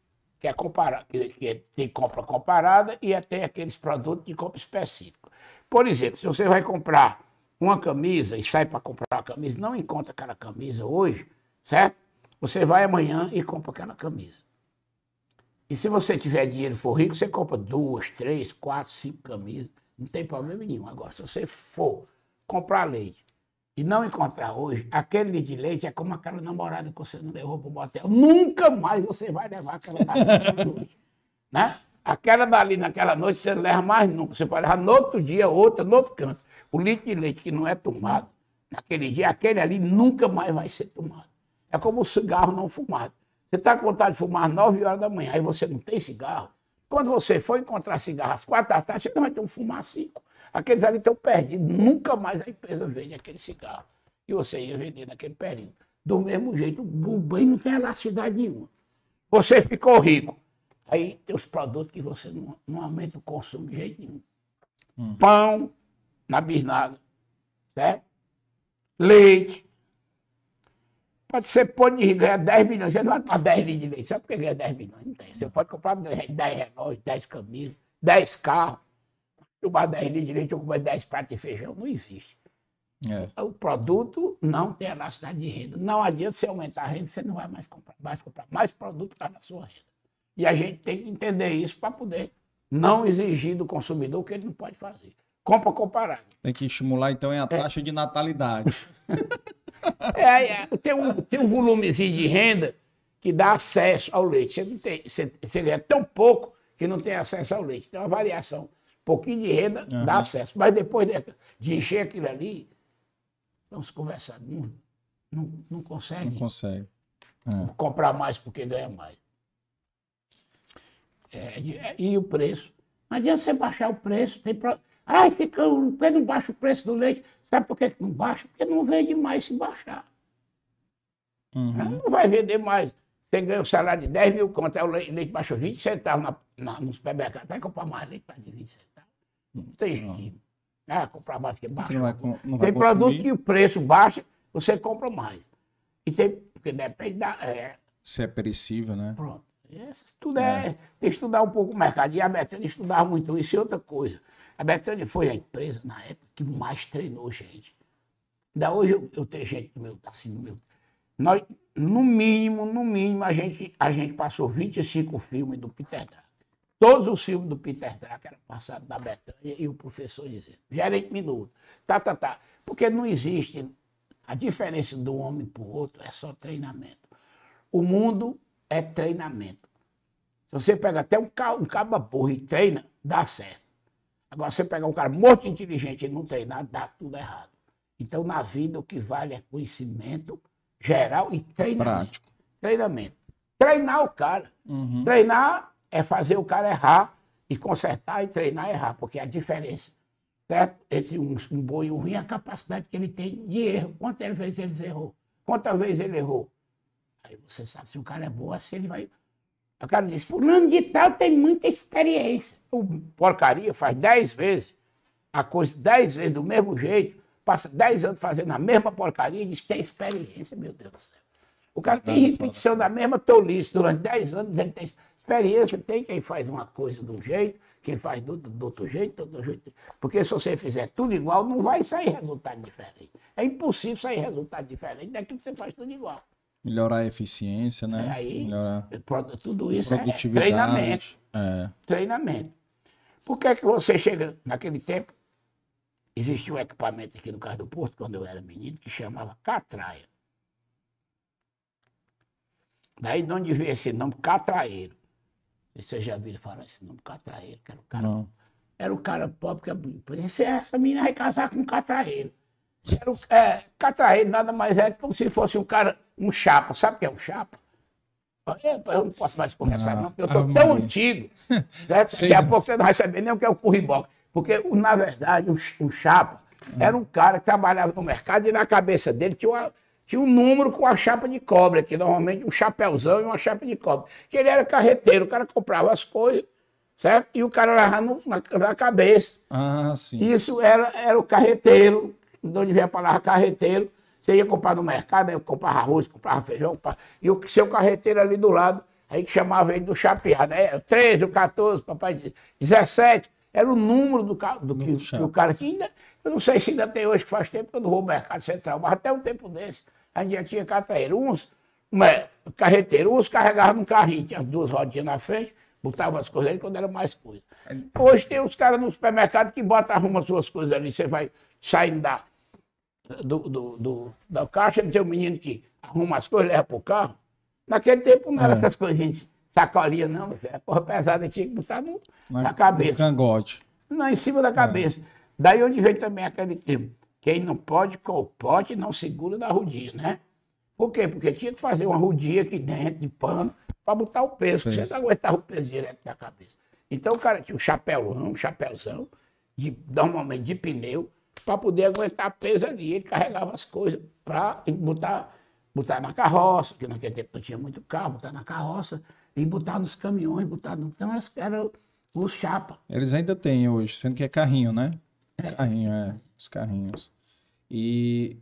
que é comparar, que, que tem compra comparada e tem aqueles produtos de compra específico. Por exemplo, se você vai comprar uma camisa e sai para comprar a camisa, não encontra aquela camisa hoje, certo? Você vai amanhã e compra aquela camisa. E se você tiver dinheiro e for rico, você compra duas, três, quatro, cinco camisas, não tem problema nenhum. Agora, se você for comprar leite e não encontrar hoje, aquele litro de leite é como aquela namorada que você não levou para o motel. Nunca mais você vai levar aquela dali naquela noite. Né? Aquela dali naquela noite você não leva mais nunca. Você pode levar no outro dia, outra, no outro canto. O litro de leite que não é tomado naquele dia, aquele ali nunca mais vai ser tomado. É como o cigarro não fumado. Você está com vontade de fumar às nove horas da manhã, aí você não tem cigarro. Quando você for encontrar cigarro às quatro da tarde, você não vai ter um fumar às cinco. Aqueles ali estão perdidos. Nunca mais a empresa vende aquele cigarro. E você ia vender naquele período. Do mesmo jeito, o bem não tem elasticidade nenhuma. Você ficou rico. Aí tem os produtos que você não, não aumenta o consumo de jeito nenhum. Hum. Pão na bisnaga, certo? Leite. Pode ser pôr de ganhar dez milhões. Você não vai tomar dez litros de leite. Sabe por que ganha dez milhões? Não tem. Você pode comprar dez relógios, dez camisas, dez carros. Tomar dez litros de leite ou comer dez pratos de feijão. Não existe. É. O produto não tem elasticidade de renda. Não adianta você aumentar a renda, você não vai mais comprar. Vai comprar mais produto para na sua renda. E a gente tem que entender isso para poder não exigir do consumidor o que ele não pode fazer. Compra comparada. Tem que estimular, então, é a taxa é. de natalidade. É, é, tem, um, tem um volumezinho de renda que dá acesso ao leite. Você, não tem, você, você ganha tão pouco que não tem acesso ao leite. Tem uma variação. Um pouquinho de renda uhum. dá acesso. Mas depois de, de encher aquilo ali, vamos conversar. Não, não, não consegue. Não consegue. É. Comprar mais porque ganha mais. É, e, e o preço? Não adianta você baixar o preço. Tem pro... Ah, esse cão, por que não baixa o preço do leite? Sabe por que não baixa? Porque não vende mais se baixar. Uhum. Não vai vender mais. Você ganha o salário de dez mil conto, aí o leite, leite baixou vinte centavos na, na, no supermercado, vai comprar mais leite para de vinte centavos. Não tem estímulo. Ah, comprar mais que baixa. Não vai, não vai tem produto consumir. Que o preço baixa, você compra mais. E tem, porque depende da... É, se é perecível, né? Pronto. Isso tudo é, é. Tem que estudar um pouco o mercado. E a Betânia estudava muito isso e outra coisa. A Betânia foi a empresa, na época, que mais treinou gente. Ainda hoje eu, eu tenho gente no meu, assim, no meu. Nós, no mínimo, no mínimo, a gente, a gente passou vinte e cinco filmes do Peter Drucker. Todos os filmes do Peter Drucker eram passados da Betânia e o professor dizendo, gerente minuto, tá, tá, tá. Porque não existe, a diferença de um homem para o outro é só treinamento. O mundo é treinamento. Se você pega até um, um caba burro e treina, dá certo. Agora, você pegar um cara muito inteligente e não treinar, dá tudo errado. Então, na vida, o que vale é conhecimento geral e treinamento. Prático. Treinamento. Treinar o cara. Uhum. Treinar é fazer o cara errar e consertar, e treinar é errar, porque a diferença, certo? Entre um, um bom e um ruim é a capacidade que ele tem de erro. Quantas vezes ele errou? Quantas vezes ele errou? Aí você sabe se o cara é bom, se ele vai... O cara diz, fulano de tal tem muita experiência. O porcaria faz dez vezes a coisa, dez vezes do mesmo jeito, passa dez anos fazendo a mesma porcaria e diz que tem experiência, meu Deus do céu. O cara tem repetição da mesma tolice durante dez anos, dizendo que tem experiência. Tem quem faz uma coisa de um jeito, quem faz do, do outro jeito, do outro jeito. Porque se você fizer tudo igual, não vai sair resultado diferente. É impossível sair resultado diferente daquilo que você faz tudo igual. Melhorar a eficiência, né? É aí, melhorar tudo isso é treinamento. É. Treinamento. Por que que você chega, naquele tempo, existia um equipamento aqui no Cais do Porto, quando eu era menino, que chamava catraia. Daí de onde veio esse nome, catraeiro. Vocês já viram falar esse nome, catraeiro, que era o cara. Não. Era o cara pobre que essa menina vai casar com um catraeiro. Era o, é, catraeiro nada mais é como se fosse um cara, um chapa. Sabe o que é um chapa? Eu não posso mais conversar, não, porque eu estou tão antigo, certo? Daqui a pouco você não vai saber nem o que é o curriboca. Porque, na verdade, o, o chapa hum. era um cara que trabalhava no mercado e na cabeça dele tinha, uma, tinha um número com uma chapa de cobre, que normalmente um chapéuzão e uma chapa de cobre. Que ele era carreteiro, o cara comprava as coisas, certo? E o cara levava na, na cabeça. Ah, sim. Isso era, era o carreteiro, de onde vem a palavra carreteiro. Você ia comprar no mercado, aí comprava arroz, comprava feijão, comprava... e o seu carreteiro ali do lado, Aí que chamava ele do chapeado. Aí, treze, quatorze, papai, dezessete. Era o número do, do que, que o cara tinha. Eu não sei se ainda tem hoje, que faz tempo que eu não vou ao mercado central, mas até um tempo desse, a gente já tinha catraeiro. Uns, é, carreteiro, uns carregavam num carrinho, tinha as duas rodinhas na frente, botavam as coisas ali quando era mais coisa. Hoje tem os caras no supermercado que botam, arrumam as suas coisas ali, você vai saindo da, do, do, do, da caixa, tem um menino que arruma as coisas, leva pro carro. Naquele tempo não era é. essas coisinhas, sacolinha não, era porra pesada, tinha que botar no, na, na cabeça. No cangote. Não, em cima da cabeça. É. Daí onde vem também aquele termo, quem não pode com o pote não segura da rodinha, né? Por quê? Porque tinha que fazer uma rodinha aqui dentro, de pano, para botar o peso, porque você não aguentava o peso direto da cabeça. Então o cara tinha um chapéuzão, um chapéuzão, de, normalmente de pneu, para poder aguentar peso ali. Ele carregava as coisas para botar, botar na carroça, que naquele tempo não tinha muito carro, botar na carroça, e botar nos caminhões, botar no... Então era os chapa. Eles ainda têm hoje, sendo que é carrinho, né? É. Carrinho, é. Os carrinhos. E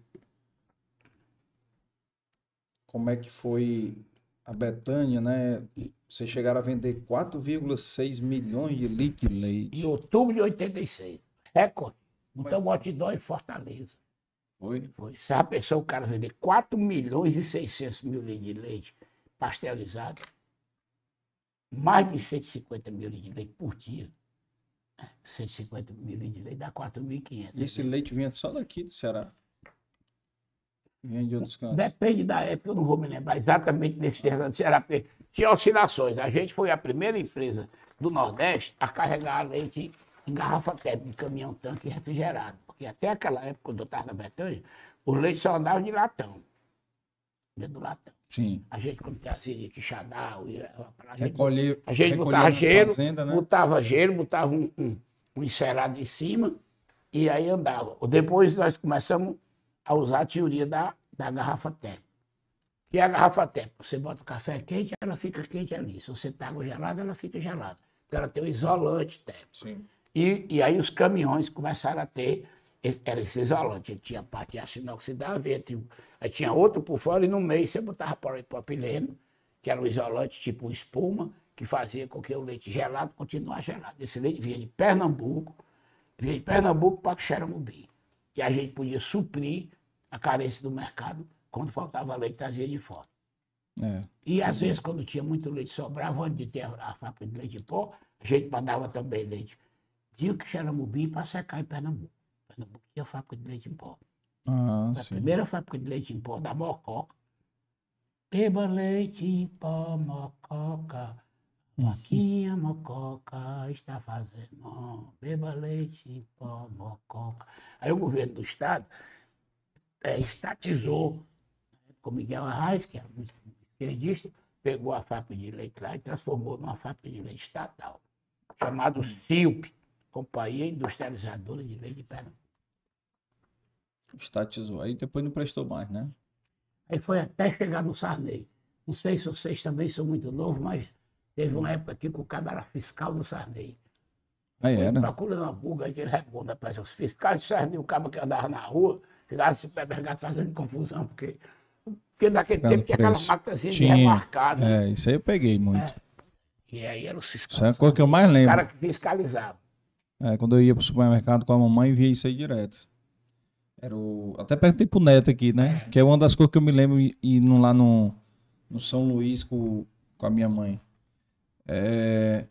como é que foi a Betânia, né? Vocês chegaram a vender quatro vírgula seis milhões de litros de leite. Em outubro de oitenta e seis. Recorde. Então, outdoor em Fortaleza. Foi? Foi. Você já pensou o cara vender quatro milhões e seiscentos mil litros de leite pasteurizado? Mais de cento e cinquenta mil litros de leite por dia. cento e cinquenta mil litros de leite dá quatro mil e quinhentos. E esse leite vinha só daqui do Ceará? Vinha de outros cantos? Depende da época, eu não vou me lembrar exatamente desse terreno do Ceará, porque tinha oscilações. A gente foi a primeira empresa do Nordeste a carregar leite em garrafa térmica, em caminhão-tanque refrigerado. Porque até aquela época, quando eu estava na Betânia, os leites só andavam de latão. Dentro do latão. Sim. A gente, quando trazia de Quixadá, a gente, Recolher, a gente botava gelo, fazenda, né? botava gelo, botava um, um, um encerado em cima e aí andava. Depois nós começamos a usar a teoria da, da garrafa térmica. Que é a garrafa térmica. Você bota o café quente, ela fica quente ali. Se você tá água gelada, ela fica gelada. Porque ela tem um isolante térmico. Sim. E, e aí os caminhões começaram a ter, era esse isolante. Ele tinha parte de aço inoxidável, entre, aí tinha outro por fora e no meio você botava polipropileno, que era um isolante tipo espuma, que fazia com que o leite gelado continuasse gelado. Esse leite vinha de Pernambuco, vinha de Pernambuco para Xeramobim. E a gente podia suprir a carência do mercado quando faltava leite, trazia de fora. É. E às vezes, quando tinha muito leite sobrava, antes de ter a, a fábrica de leite em pó, a gente mandava também leite de Xeramobim para secar em Pernambuco. Pernambuco tinha fábrica de leite em pó. Ah, a sim. primeira fábrica de leite em pó da Mococa. Beba leite em pó, Mococa. Moquinha, Mococa está fazendo. Beba leite em pó, Mococa. Aí o governo do estado é, estatizou com Miguel Arraes, que era muito esquerdista, pegou a fábrica de leite lá e transformou numa fábrica de leite estatal, chamada Silp, Companhia Industrializadora de Leite de Pernambuco. Estatizou. Aí depois não prestou mais, né? Aí foi até chegar no Sarney. Não sei se vocês também são muito novos, mas teve uma época aqui que o cara era fiscal do Sarney. Aí era. Procura na Google aí que ele responde, rapaz. Os fiscais do Sarney, o cara que andava na rua, chegava no supermercado fazendo confusão, porque, porque naquele Pelo tempo tinha aquela preço. máquinazinha Tinha. remarcada. É, isso aí eu peguei muito. É. E aí eram os fiscais. Isso é a coisa que eu mais lembro. O cara que fiscalizava. É, quando eu ia pro supermercado com a mamãe, via isso aí direto. Era o... Até perguntei pro Neto aqui, né? Que é uma das coisas que eu me lembro indo lá no, no São Luís com, com a minha mãe. É...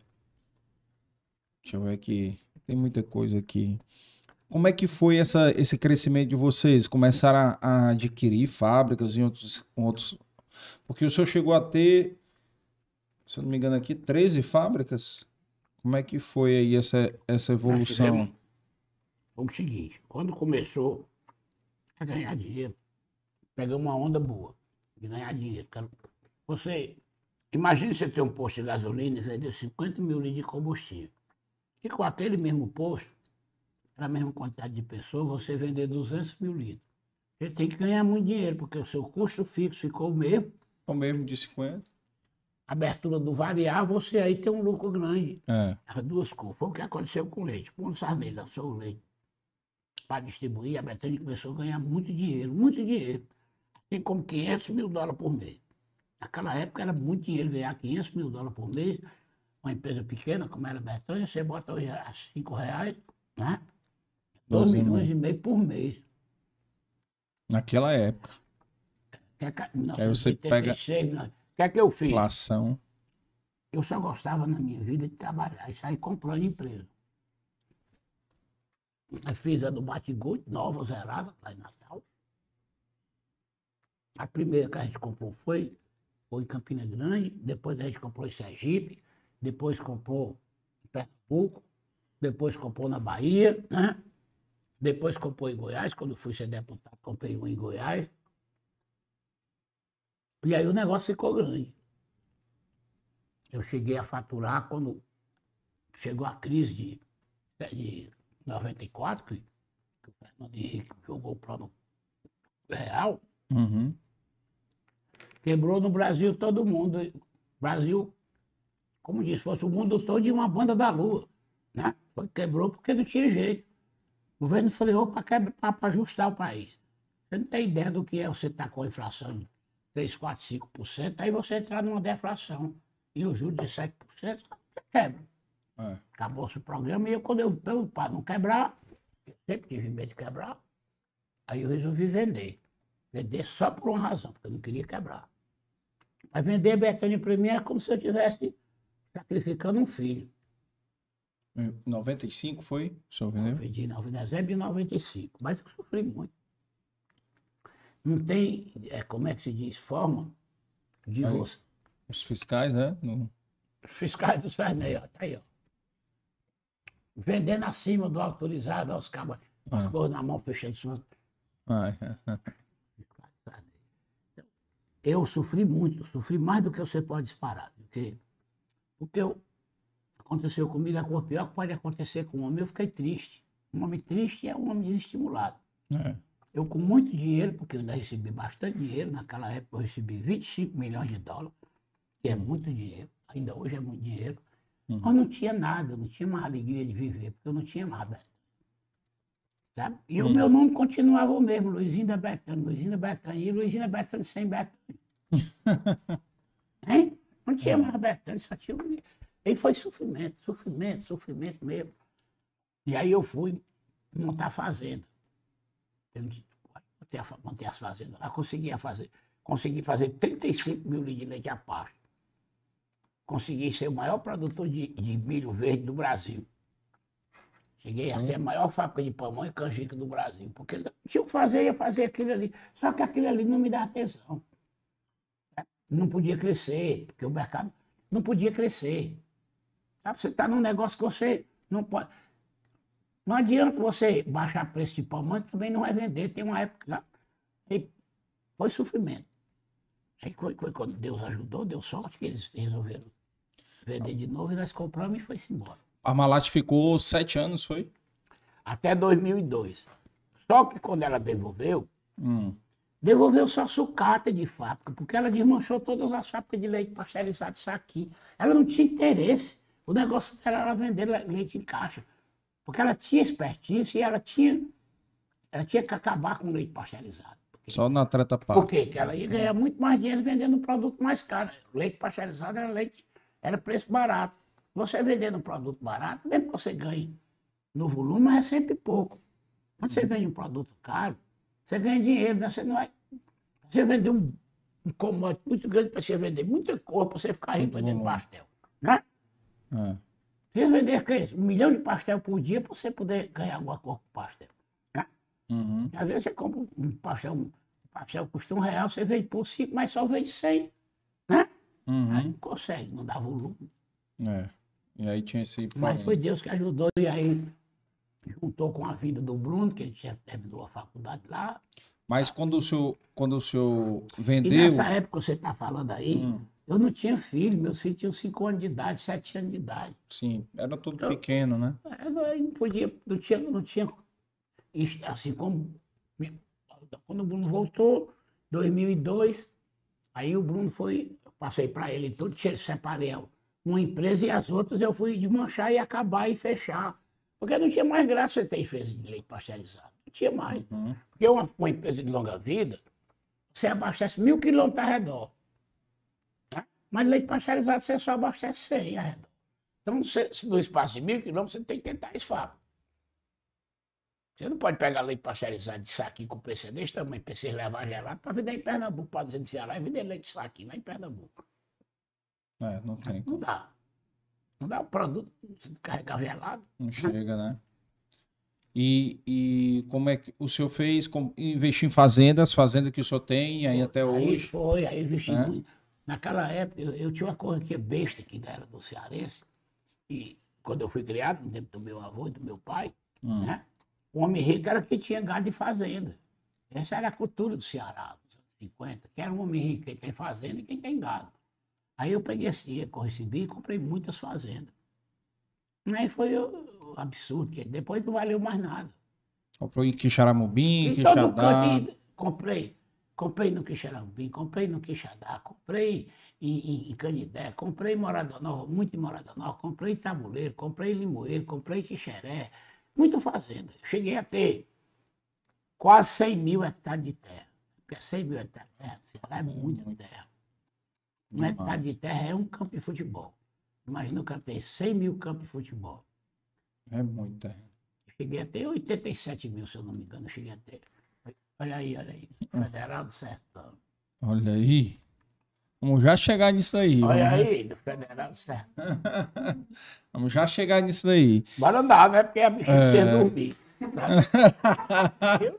Deixa eu ver aqui. Tem muita coisa aqui. Como é que foi essa, esse crescimento de vocês? Começaram a, a adquirir fábricas em outros, outros... Porque o senhor chegou a ter, se eu não me engano aqui, treze fábricas? Como é que foi aí essa, essa evolução? Foi o seguinte, quando começou a ganhar dinheiro, pegamos uma onda boa de ganhar dinheiro. Você, imagine você ter um posto de gasolina e vender cinquenta mil litros de combustível. E com aquele mesmo posto, para a mesma quantidade de pessoas, você vender duzentos mil litros. Você tem que ganhar muito dinheiro, porque o seu custo fixo ficou o mesmo. O mesmo de cinquenta? Abertura do variável, você aí tem um lucro grande. É. As duas cores. Foi o que aconteceu com o leite. Quando o Sarney lançou o leite para distribuir, a Betânia começou a ganhar muito dinheiro, muito dinheiro. Assim como quinhentos mil dólares por mês. Naquela época era muito dinheiro ganhar quinhentos mil dólares por mês. Uma empresa pequena, como era a Betânia, você bota hoje a cinco reais, né? dois milhões e meio por mês. Naquela época. Quer que, Aí você pega né? Que é que eu fiz? inflação. Eu só gostava na minha vida de trabalhar e sair comprando empresa. Aí fiz a do Bate-Gol, nova, zerada, lá em Natal. A primeira que a gente comprou foi, foi em Campina Grande, depois a gente comprou em Sergipe, depois comprou em Pernambuco, depois comprou na Bahia, né? Depois comprou em Goiás, quando fui ser deputado, comprei um em Goiás. E aí o negócio ficou grande. Eu cheguei a faturar quando chegou a crise de, de noventa e quatro, que, que o Fernando Henrique jogou o plano real, Uhum. quebrou no Brasil todo mundo. Brasil, como disse, fosse o mundo todo de uma banda da lua, né? Foi, quebrou porque não tinha jeito. O governo freou para ajustar o país. Você não tem ideia do que é você estar com a inflação de três, quatro, cinco por cento, aí você entrar numa deflação. E o juros de sete por cento, você quebra. É. Acabou-se o programa e eu, quando eu, eu para não quebrar, eu sempre tive medo de quebrar, aí eu resolvi vender. Vender só por uma razão, porque eu não queria quebrar. Mas vender Betânia para mim era como se eu estivesse sacrificando um filho. Em noventa e cinco foi? O senhor Eu vendeu? vendi em dezembro de noventa e cinco, mas eu sofri muito. Não tem, é, como é que se diz, forma de Aí, você. os fiscais, né? No... Os fiscais dos Fernei, ó, tá aí, ó. Vendendo acima do autorizado, ó, os cabos, as Ah. coisas na mão, fechando cima. Ah, é. Eu sofri muito, sofri mais do que você pode disparar. Porque, porque eu, aconteceu comigo, é o pior que pode acontecer com um homem, eu fiquei triste. Um homem triste é um homem desestimulado. É. Eu com muito dinheiro, porque eu ainda recebi bastante dinheiro, naquela época eu recebi vinte e cinco milhões de dólares, que é muito dinheiro, ainda hoje é muito dinheiro, Uhum. mas não tinha nada, eu não tinha mais alegria de viver, porque eu não tinha mais Betânia. Sabe? E Uhum. o meu nome continuava o mesmo, Luizinho da Betânia, Luizinho da Betânia, e Luizinho da Betânia sem Betânia. Hein? Não tinha mais Betânia, só tinha um. E foi sofrimento, sofrimento, sofrimento mesmo. E aí eu fui montar fazenda. Eu montei, montei as fazendas lá, consegui fazer, consegui fazer trinta e cinco mil litros de leite a pasto. Consegui ser o maior produtor de, de milho verde do Brasil. Cheguei a ser a maior fábrica de pamonha e canjica do Brasil. Porque tinha o que fazer, ia fazer aquilo ali. Só que aquilo ali não me dá atenção. Não podia crescer, porque o mercado não podia crescer. Sabe? Você está num negócio que você não pode. Não adianta você baixar o preço de pamonha, também não vai vender. Tem uma época. Sabe? E foi sofrimento. Aí foi, foi quando Deus ajudou, deu sorte que eles resolveram vender de novo e nós compramos e foi-se embora. A Malate ficou sete anos, foi? Até dois mil e dois. Só que quando ela devolveu, Hum. devolveu só sucata de fábrica, porque ela desmanchou todas as fábricas de leite pasteurizado saquinho. Ela não tinha interesse. O negócio dela era vender leite em caixa. Porque ela tinha expertise e ela tinha, ela tinha que acabar com o leite pasteurizado. Porque, Só na treta pá. por quê? Porque ela ia ganhar muito mais dinheiro vendendo um produto mais caro. O leite pasteurizado era leite, era preço barato. Você vendendo um produto barato, mesmo que você ganhe no volume, mas é sempre pouco. Quando você vende um produto caro, você ganha dinheiro, né? Você não vai. Você vender um, um commodity muito grande para você vender muita coisa, para você ficar rico Muito vendendo volume. pastel. Né? É. Você vender que é isso? Um milhão de pastel por dia para você poder ganhar alguma coisa com pastel. Né? Uhum. Às vezes você compra um pastel, um pastel custa um real, você vende por cinco, mas só vende cem. Né? Uhum. Aí não consegue, não dá volume. É. E aí tinha esse. Mas foi Deus que ajudou, e aí juntou com a vida do Bruno, que ele já terminou a faculdade lá. Mas quando o senhor, quando o senhor E vendeu. nessa época que você está falando aí, Hum. eu não tinha filho, meus filhos tinham cinco anos de idade, sete anos de idade. Sim, era tudo Eu- pequeno, né? Eu não, não podia, não tinha, não tinha, isso, assim como, quando o Bruno voltou, dois mil e dois, aí o Bruno foi, eu passei para ele tudo, tinha- separei uma empresa e as outras eu fui desmanchar e acabar e fechar. Porque não tinha mais graça você ter empresa de leite pasteurizado, não tinha mais. Uhum. Porque uma, uma empresa de longa vida, você abastece mil quilômetros ao redor. Mas leite pasteurizado você só abastece cem arredor. Então, você, se no espaço de mil quilômetros, você tem que tentar dez fábricas. Você não pode pegar leite pasteurizado de saquinho com preço desse tamanho, para vocês levar gelado, para vender em Pernambuco, para dizer de Ceará, e vender leite de saquinho lá em Pernambuco. É, não tem. Não dá. Não dá o produto, você carregar gelado. Não chega, né? E, e como é que o senhor fez? Com, investir em fazendas, fazendas que o senhor tem aí Foi, até aí hoje? Foi, aí investi É? muito. Naquela época, eu, eu tinha uma coisa que é besta que era do cearense, e quando eu fui criado, no tempo do meu avô e do meu pai, Hum. né? O homem rico era quem tinha gado de fazenda. Essa era a cultura do Ceará, dos anos cinquenta, que era um homem rico, quem tem fazenda e quem tem gado. Aí eu peguei esse dinheiro que eu recebi e comprei muitas fazendas. Aí foi o absurdo, que depois não valeu mais nada. Comprou em Quixaramubim, Em todo Quixadá. canto, comprei. Comprei no Quixaramubim, comprei no Quixadá, comprei em, em, em Canidé, comprei em Morada Nova, muito em Morada Nova, comprei em Tabuleiro, comprei em Limoeiro, comprei em Quixeré, muita fazenda. Cheguei a ter quase cem mil hectares de terra. Porque cem mil hectares de terra, Ceará é muita terra. Um Demais. hectare de terra é um campo de futebol. Imagina que eu tenho cem mil campos de futebol. É muita. Cheguei a ter oitenta e sete mil, se eu não me engano, eu cheguei a ter. Olha aí, olha aí. Federal do Sertão. Olha aí. Vamos já chegar nisso aí. Olha vamos, aí, do Federal do Sertão. vamos já chegar nisso aí. Bora andar, né? Porque a bichinha É. precisa dormir. Tá? Eu-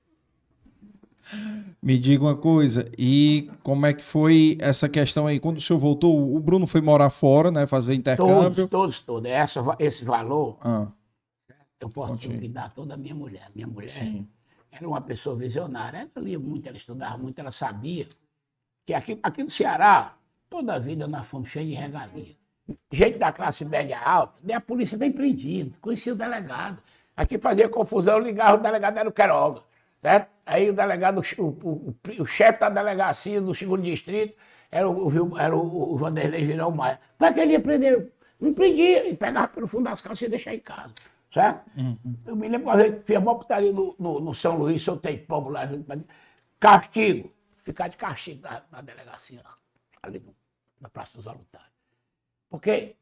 Me diga uma coisa, e como é que foi essa questão aí? Quando o senhor voltou, o Bruno foi morar fora, né? Fazer Todos, intercâmbio. todos, todos. Essa, esse valor, Ah, eu posso Continue. ter que dar toda a minha mulher. Minha mulher sim. era uma pessoa visionária. Ela lia muito, ela estudava muito, ela sabia que aqui, aqui no Ceará, toda a vida nós fomos cheios de regalia. Gente da classe média alta, nem a polícia nem prendido, conhecia o delegado. Aqui fazia confusão, ligava, o delegado era o Queiroga, certo? Aí o delegado, o, o, o, o chefe da delegacia do segundo distrito era o, o, era o, o Vanderlei Girão Maia. Para que ele ia prender? Não prendia, e pegava pelo fundo das calças e ia deixar em casa, certo? Uhum. Eu me lembro uma vez que fiz uma putaria no, no, no São Luís, soltei pombo lá, castigo, ficar de castigo na, na delegacia lá, ali no, na Praça dos Voluntários. Porque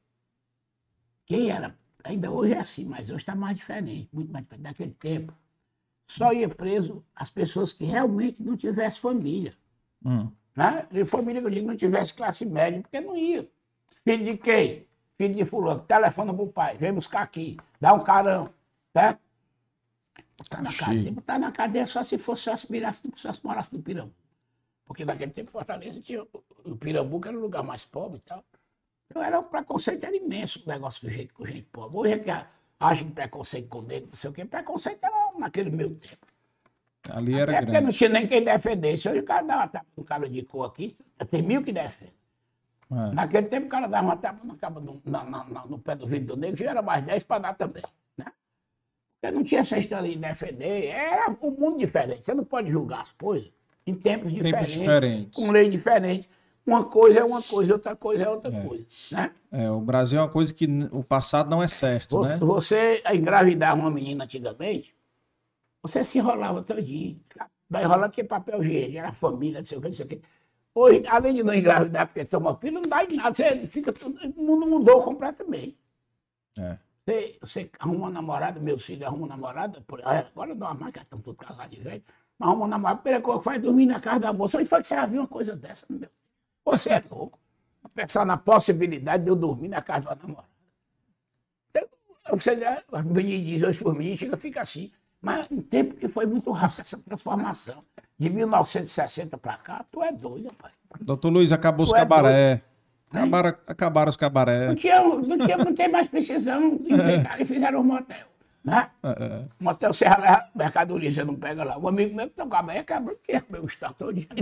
quem era, ainda hoje é assim, mas hoje está mais diferente, muito mais diferente. Naquele tempo, só ia preso as pessoas que realmente não tivessem família. Hum. Né? E família que eu digo não tivesse classe média, porque não ia. Filho de quem? Filho de fulano, telefona pro pai, vem buscar aqui, dá um carão, certo? Tá na Achei. cadeia, tá na cadeia só se fosse só se, mirasse, só se morasse no Pirambu. Porque naquele tempo Fortaleza tinha, o Pirambu que era o lugar mais pobre e tal. Então era o preconceito era imenso, o negócio com gente, com gente pobre. Hoje é que acha que preconceito com negro, não sei o quê, preconceito era naquele meu tempo. Ali era É porque grande. não tinha nem quem defendesse. Hoje o cara dá uma tapa no cara de cor aqui, tem mil que defendem. É. Naquele tempo o cara dava uma tapa no, cabo do- na- na- na- no pé do vidro do negro, já era mais dez para dar também. Né? Porque não tinha essa história de defender, era um mundo diferente. Você não pode julgar as coisas em tempos diferentes, diferentes. com lei diferente. Uma coisa é uma coisa, outra coisa é outra coisa. Né? É, o Brasil é uma coisa que n- o passado não é certo, Você, né? você engravidar uma menina antigamente, você se enrolava todinho. Vai enrolar porque papel higiênico, era família, não sei o que, não sei o que. Hoje, além de não engravidar porque toma pílula, não dá em nada. Você fica tudo, o mundo mudou completamente. É. Você, você arruma uma namorada, meus filhos arrumam uma namorada, por- agora não, mais que estão todos casados de velho, mas arruma uma namorada, a primeira coisa que faz é dormir na casa da moça. Onde foi que você já viu uma coisa dessa, meu? Você é louco. Pensar na possibilidade de eu dormir na casa da namorada. Então, você, as meninas dizem hoje por mim, chega, fica assim. Mas um tempo que foi muito rápido essa transformação. De mil novecentos e sessenta para cá, tu é doido, pai. Doutor Luiz, acabou os Tu é cabaré. doido. Acabaram, acabaram os cabaré. Não tinha, não tinha, não tem mais precisão, inventaram e fizeram um motel. Né? É, é. Motel Serra leva mercadoria, você não pega lá. O amigo meu que tem um cabaré quebrou, quebrou o estoque todo dia.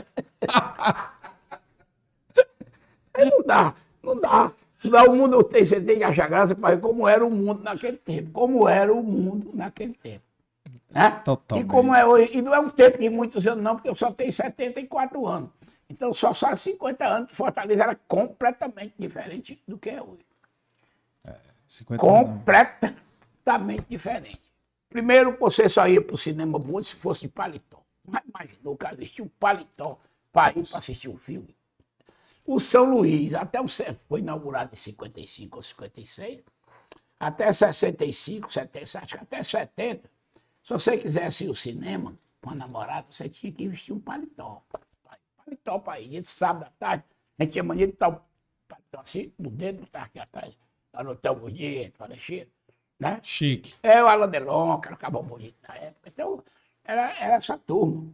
Aí não dá, não dá. Não dá, o mundo tem, você tem que achar graça para ver como era o mundo naquele tempo. Como era o mundo naquele tempo. Né? Totalmente. E como é hoje, e não é um tempo de muitos anos, não, porque eu só tenho setenta e quatro anos. Então, só só cinquenta anos, Fortaleza era completamente diferente do que é hoje. cinquenta anos. Completamente diferente. Primeiro, você só ia para o cinema bom se fosse de paletó. Mas imaginou o cara vestir um paletó para ir para assistir um filme. O São Luís, até o foi inaugurado em cinquenta e cinco ou cinquenta e seis, até sessenta e cinco, setenta, acho que até setenta, se você quisesse ir ao cinema com a namorada, você tinha que vestir um paletó. Paletó para ir. De sábado à tarde, a gente tinha mania de estar um paletó assim, no dedo, tá aqui atrás, lá no Hotel Gurdier, Paleixeira, né? Chique. É o Alain Delon, que era um cabão bonito na época. Então, era, era essa turma.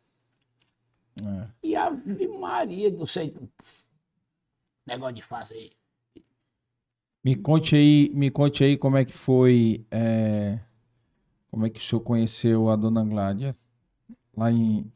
É. E a Maria, não sei, negócio de fazer. Me conte aí, me conte aí como é que foi, é, como é que o senhor conheceu a dona Gládia lá em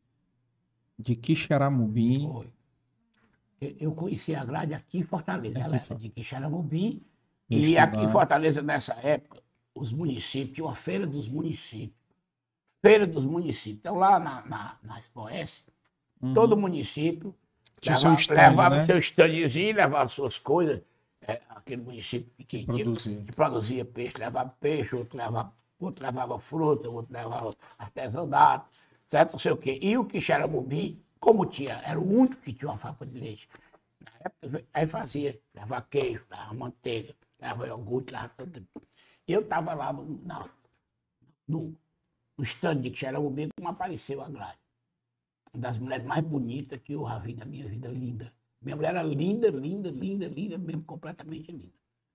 de Quixeramobim. Foi. Eu, eu conheci a Gládia aqui em Fortaleza. Aqui Ela em era de Quixeramobim. Vou E estudar. aqui em Fortaleza, nessa época, os municípios, tinha uma feira dos municípios. Feira dos municípios. Então, lá na, na, na Expoes, Uhum. todo município Tinha levava, seu stand, levava né? seu standzinho, levava suas coisas. É, aquele município que, que, Produzia. que produzia peixe, levava peixe, outro levava, outro levava fruta, outro levava artesanato, certo? Não sei o quê. E o Quixeramobim, como tinha, era o único que tinha uma fábrica de leite. Na época, aí fazia, levava queijo, levava manteiga, levava iogurte, levava tudo. E eu estava lá no, na, no, no stand de Quixeramobim, como apareceu a Gládia. Uma das mulheres mais bonitas que eu já vi na minha vida, linda. Minha mulher era linda, linda, linda, linda, mesmo completamente linda.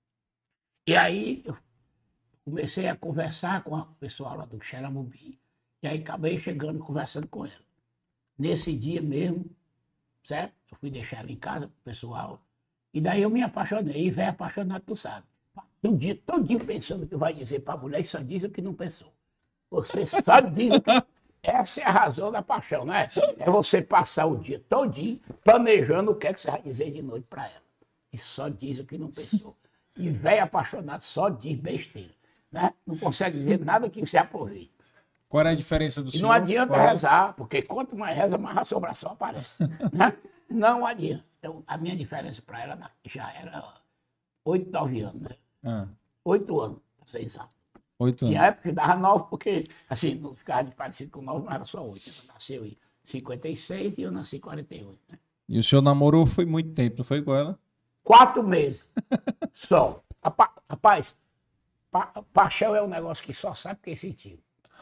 E aí eu comecei a conversar com o pessoal lá do Quixeramobim, e aí acabei chegando, conversando com ela. Nesse dia mesmo, certo? Eu fui deixar ela em casa, pro pessoal, e daí eu me apaixonei, e velho apaixonado, tu sabe. Um dia todinho pensando que vai dizer para a mulher e só diz o que não pensou. Você só diz o que... Essa é a razão da paixão, não é? É você passar o dia todinho planejando o que é que você vai dizer de noite para ela. E só diz o que não pensou. E velho apaixonado só diz besteira, né? Não consegue dizer nada que você aproveite. Qual era a diferença do E senhor? não adianta Qual era? rezar, porque quanto mais reza, mais assombração aparece. Né? Não adianta. Então, a minha diferença para ela já era oito, nove anos, né? Ah, Oito anos, para ser exato. oito Tinha anos. época que dava nove, porque, assim, não ficava de parecido com nove, mas era só oito. Ela nasceu em cinquenta e seis e eu nasci em quarenta e oito. Né? E o senhor namorou foi muito tempo, não foi com ela? Quatro meses só. Apa- Rapaz, pa- paixão é um negócio que só sabe quem sentiu.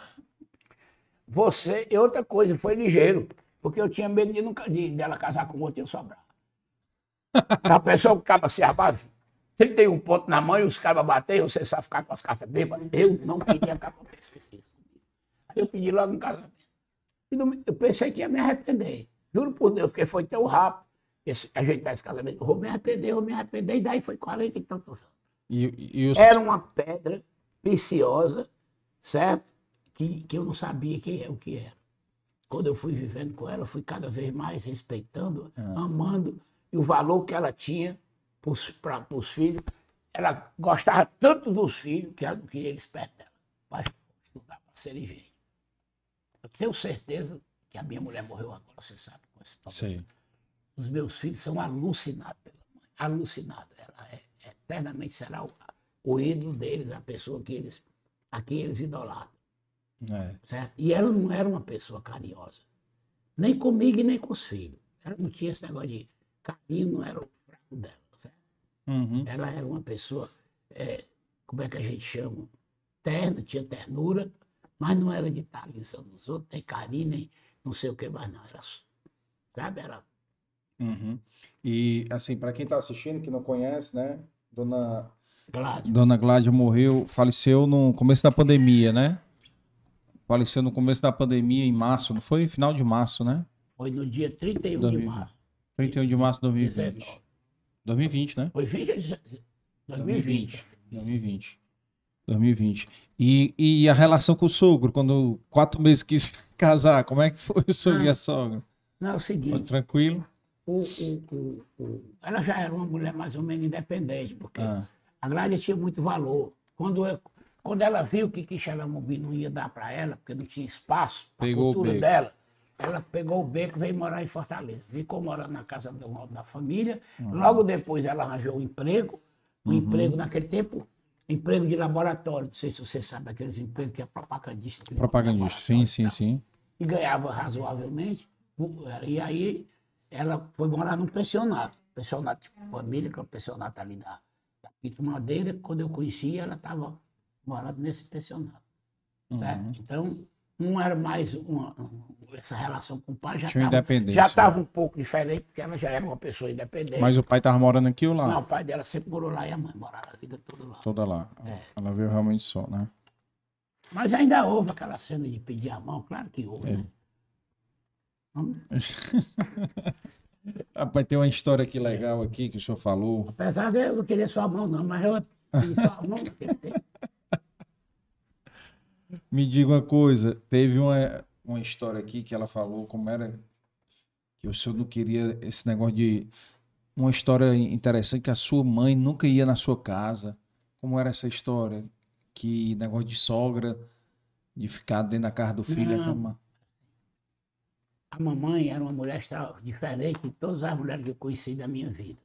Você, e outra coisa, foi ligeiro, porque eu tinha medo de, nunca, de dela casar com outro e eu sobrar. A pessoa ficava assim, rapaz, trinta e um pontos na mão e os caras baterem, você sabe ficar com as cartas bêbadas. Eu não queria que acontecesse isso. Aí eu pedi logo um casamento. E não- eu pensei que ia me arrepender. Juro por Deus, porque foi tão rápido esse, ajeitar esse casamento. Eu vou me arrepender, eu vou me arrepender. E daí foi quarenta e tantos anos. E, e o Era uma pedra preciosa, certo? Que, que eu não sabia que, o que era. Quando eu fui vivendo com ela, eu fui cada vez mais respeitando, amando. E o valor que ela tinha para os filhos. Ela gostava tanto dos filhos que ela não queria eles perto dela. Vai estudar para ser ligeiro. Eu tenho certeza que a minha mulher morreu agora, você sabe com esse problema. Sei. Os meus filhos são alucinados pela mãe. Alucinados. Ela é, eternamente será o, o ídolo deles, a pessoa que eles, a quem eles idolatram. É. Certo? E ela não era uma pessoa carinhosa. Nem comigo e nem com os filhos. Ela não tinha esse negócio de carinho, não era o fraco dela. Certo? Uhum. Ela era uma pessoa, é, como é que a gente chama? Terna, tinha ternura, mas não era de estar alisando os outros, nem carinho, nem não sei o que mais, não. Era, sabe? Era. Uhum. E assim, para quem tá assistindo, que não conhece, né? Dona, Claro. Dona Gládia morreu, faleceu no começo da pandemia, né? Faleceu no começo da pandemia, em março, não foi? Final de março, né? Foi no dia trinta e um dois de mil e vinte. março. trinta e um de março de dois mil e vinte. dezenove. dois mil e vinte, né? Foi vinte ou dezesseis? dois mil e vinte. dois mil e vinte. dois mil e vinte. E, e a relação com o sogro, quando quatro meses quis casar, como é que foi o sogro e a sogra? Não, é o Foi seguinte, tranquilo? o, o, o, o- ela já era uma mulher mais ou menos independente, porque Ah. a Gládia tinha muito valor. Quando, eu- quando ela viu que Quixeramobim não ia dar para ela, porque não tinha espaço para a Pegou o cultura beco. dela, ela pegou o beco e veio morar em Fortaleza. Ficou morando na casa do, da família. Uhum. Logo depois ela arranjou um emprego, um emprego naquele tempo, emprego de laboratório. Não sei se você sabe, aqueles empregos que é propagandista. que Propagandista, sim, sim, sim. E ganhava razoavelmente. E aí ela foi morar num pensionato, pensionato de família, que é um pensionato ali da, da Pito Madeira. Quando eu conheci, ela estava morando nesse pensionato, certo? Uhum. Então, não era mais uma, essa relação com o pai, já estava um pouco diferente, porque ela já era uma pessoa independente. Mas o pai estava morando aqui ou lá? Não, o pai dela sempre morou lá e a mãe morava a vida toda lá. Toda lá. É. Ela veio realmente só, né? Mas ainda houve aquela cena de pedir a mão, claro que houve, é. né? Hum? Rapaz, tem uma história aqui legal aqui que o senhor falou. Apesar de eu não querer sua mão, não, mas eu queria sua mão naquele tempo. Me diga uma coisa, teve uma, uma história aqui que ela falou como era que o senhor não queria esse negócio de... Uma história interessante que a sua mãe nunca ia na sua casa. Como era essa história? Que negócio de sogra, de ficar dentro da casa do filho. Não. A, cama... a mamãe era uma mulher diferente de todas as mulheres que eu conheci da minha vida.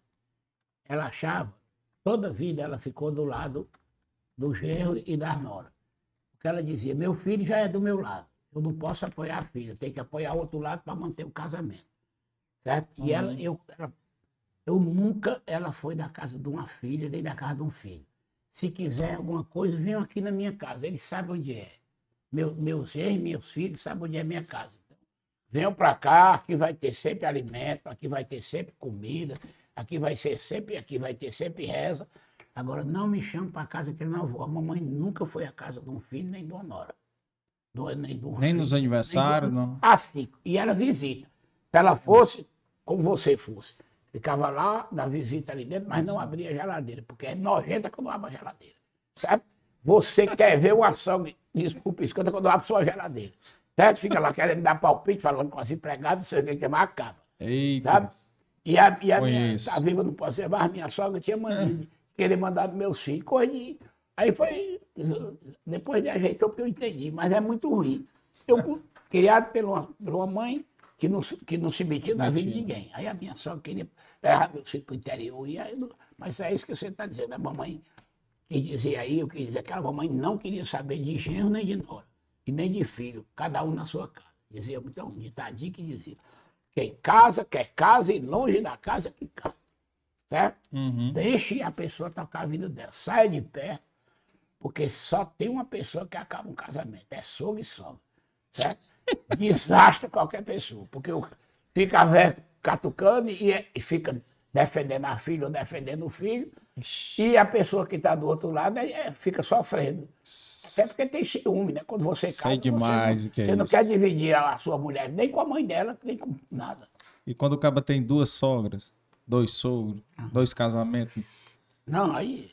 Ela achava, toda a vida ela ficou do lado do genro e da nora. Porque ela dizia, meu filho já é do meu lado, eu não posso apoiar a filha, eu tenho que apoiar o outro lado para manter o casamento. Certo? E ela, eu, ela, eu nunca, ela foi da casa de uma filha, nem da casa de um filho. Se quiser alguma coisa, venham aqui na minha casa, eles sabem onde é. Meu, meus genros, meus filhos sabem onde é a minha casa. Então, venham para cá, aqui vai ter sempre alimento, aqui vai ter sempre comida, aqui vai ser sempre, aqui vai ter sempre reza. Agora, não me chame para casa que eu não vou. A mamãe nunca foi à casa de um filho, nem de uma nora. Do, nem de um nem filho, nos aniversários, nem do... não? Assim, e era visita. Se ela fosse, como você fosse, ficava lá, na visita ali dentro, mas não abria a geladeira, porque é nojenta quando abre a geladeira. Sabe? Você quer ver uma sogra, desculpa, escuta quando abre sua geladeira. Certo? Fica lá querendo dar palpite, falando com as empregadas, não sei o que, que mais acaba. Eita. Sabe? E a, e a minha, tá viva, não posso ser, mas minha sogra tinha mania de querer mandar dos meus filhos, coisa de... Aí foi, depois de ajeitou, porque eu entendi, mas é muito ruim. Eu, criado por uma, por uma mãe que não, que não se metia na vida de ninguém. Aí a minha sogra queria levar meus filhos para o interior, e aí, mas é isso que você está dizendo, a mamãe que dizia aí, eu queria dizer que a mamãe não queria saber de genro nem de nora, e nem de filho, cada um na sua casa. Dizia, então, um ditadinho que dizia, quem casa, quer casa, e longe da casa que casa. Certo? Uhum. Deixe a pessoa tocar a vida dela. Saia de perto, porque só tem uma pessoa que acaba um casamento. É sogra e sogra. Certo? Desastra qualquer pessoa. Porque fica velho catucando e, e fica defendendo a filha ou defendendo o filho. E a pessoa que está do outro lado é, fica sofrendo. Até porque tem ciúme, né? Quando você casa, Sei demais você, o que é você não isso. quer dividir a sua mulher nem com a mãe dela, nem com nada. E quando o cara tem duas sogras, dois sogros, ah. dois casamentos. Não, aí.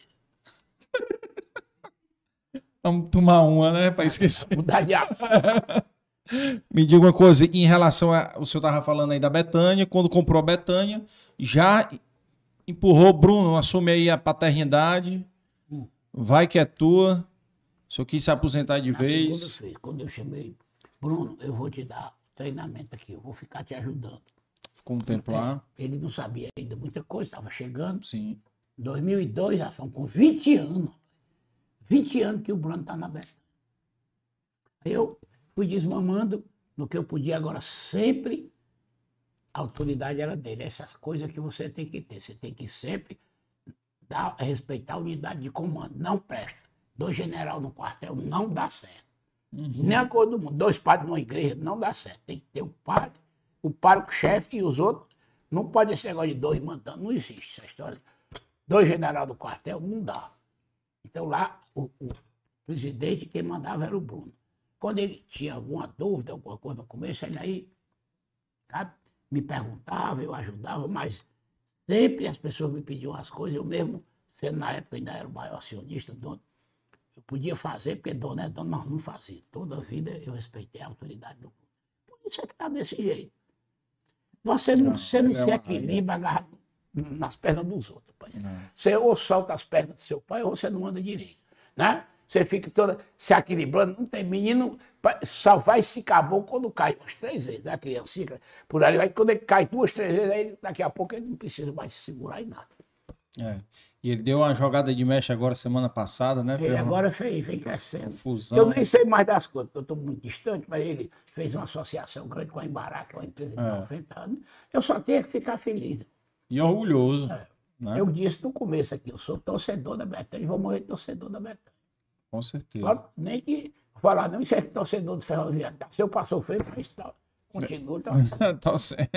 Vamos tomar uma, né? Para esquecer. Mudar de assunto. Me diga uma coisa, em relação a. O senhor estava falando aí da Betânia, quando comprou a Betânia, já empurrou, Bruno, assume aí a paternidade, hum. vai que é tua. O senhor quis se aposentar de Na vez. Segunda-feira, quando eu chamei, Bruno, eu vou te dar treinamento aqui, eu vou ficar te ajudando. Ficou um tempo lá. Ele não sabia ainda muita coisa, estava chegando. Sim. Em dois mil e dois, já são com vinte anos. vinte anos que o Bruno está na Betânia. Eu fui desmamando no que eu podia, agora sempre a autoridade era dele. Essas coisas que você tem que ter. Você tem que sempre dar, respeitar a unidade de comando. Não presta. Dois generais no quartel não dá certo. Uhum. Nem a cor do mundo. Dois padres numa igreja não dá certo. Tem que ter o padre, o pároco-chefe e os outros. Não pode esse negócio de dois mandando. Não existe essa história. Dois generais do quartel não dá. Então lá o, o presidente, quem mandava era o Bruno. Quando ele tinha alguma dúvida, alguma coisa no começo, ele aí, sabe, me perguntava, eu ajudava, mas sempre as pessoas me pediam as coisas, eu mesmo, sendo na época ainda era o maior acionista, dono, eu podia fazer, porque dono é dono, mas não fazia. Toda a vida eu respeitei a autoridade do Bruno. Por isso é que está desse jeito. Você não, não, você não se equilibra agarrado nas pernas dos outros, pai. Você ou solta as pernas do seu pai, ou você não anda direito, né? Você fica toda se equilibrando, não tem menino, só vai se acabou quando cai umas três vezes, né? A criancinha, por ali, vai, quando ele cai duas, três vezes, aí daqui a pouco ele não precisa mais se segurar em nada. É. E ele deu uma jogada de mecha agora semana passada, né? Ele Fez uma agora fez, vem crescendo. fusão. Eu nem sei mais das coisas, porque eu estou muito distante, mas ele fez uma associação grande com a Embará, que é uma empresa de É. noventa anos. Eu só tenho que ficar feliz. E orgulhoso. É. Né? Eu disse no começo aqui, eu sou torcedor da Betânia e vou morrer torcedor da Betânia. Com certeza. Só nem que falar, não, isso é torcedor do Ferroviário. Tá? Se eu passou feio, mas tá, continua. Tá, Tá certo.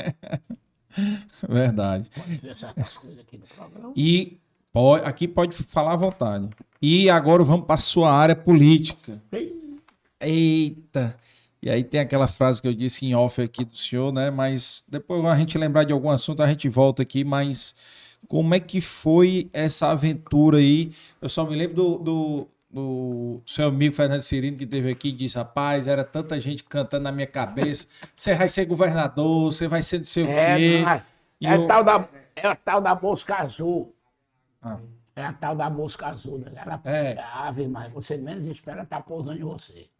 Verdade. pode ver certas coisas aqui no programa. E pode, aqui pode falar à vontade. E agora vamos para a sua área política. Sim. Eita! E aí tem aquela frase que eu disse em off aqui do senhor, né? Mas depois a gente lembrar de algum assunto, a gente volta aqui, mas como é que foi essa aventura aí? Eu só me lembro do, do, do seu amigo Fernando Cirino, que esteve aqui e disse, rapaz, era tanta gente cantando na minha cabeça, você vai ser governador, você vai ser não sei o É, quê. não, é, E é, eu- tal da, é a tal da mosca azul. Ah, É a tal da mosca azul. Né? Ela É. é ave, mas você menos espera estar pousando em você.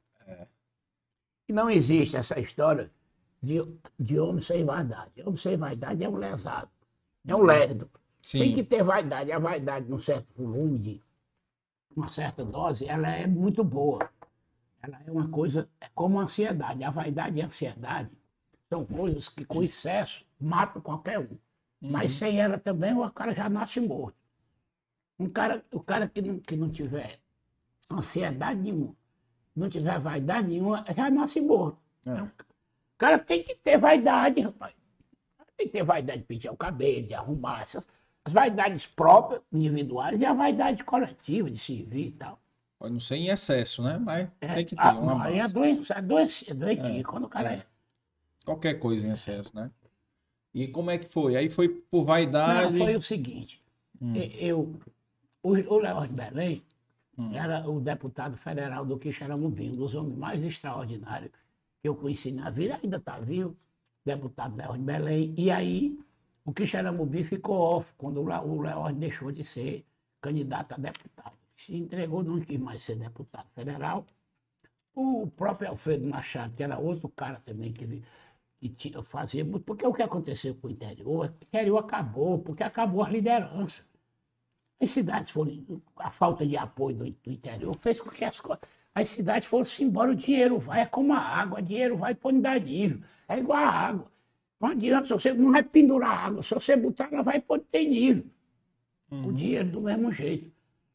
E não existe essa história de, de homem sem vaidade. Homem sem vaidade é um lesado. É um lerdo. sim. Tem que ter vaidade. A vaidade, num certo volume, de uma certa dose, ela é muito boa. Ela é uma coisa, é como a ansiedade. A vaidade e a ansiedade são coisas que, com excesso, matam qualquer um. Mas sem ela também, o cara já nasce morto. Um cara, o cara que não, que não tiver ansiedade nenhuma, não tiver vaidade nenhuma, já nasce morto. É. O cara tem que ter vaidade, rapaz. Tem que ter vaidade de pentear o cabelo, de arrumar essas, as vaidades próprias, individuais, e a vaidade coletiva, de servir e tal. Pode não ser em excesso, né? Mas É, tem que ter ah, uma não, aí é base. doença, é doença, é doentia, É, quando o cara é. é. Qualquer coisa em excesso, né? E como é que foi? Aí foi por Não, vaidade. foi o seguinte, e- eu, o, o Leôncio Belém era o deputado federal do Quixeramobim, um dos homens mais extraordinários que eu conheci na vida, ainda está vivo, deputado Leôncio Belém, e aí o Quixeramobim ficou off quando o Le- o Leôncio deixou de ser candidato a deputado. Se entregou, não quis mais ser deputado federal. O próprio Alfredo Machado, que era outro cara também que, ele- que tinha, fazia muito. Porque o que aconteceu com o interior? O interior acabou, porque acabou a liderança. As cidades foram. A falta de apoio do, do interior fez com que as, co- as cidades fossem embora, o dinheiro vai, é como a água, o dinheiro vai para onde dá nível. É igual a água. Não adianta, se você não vai pendurar a água, se você botar, ela vai para onde tem nível. O dinheiro do mesmo jeito.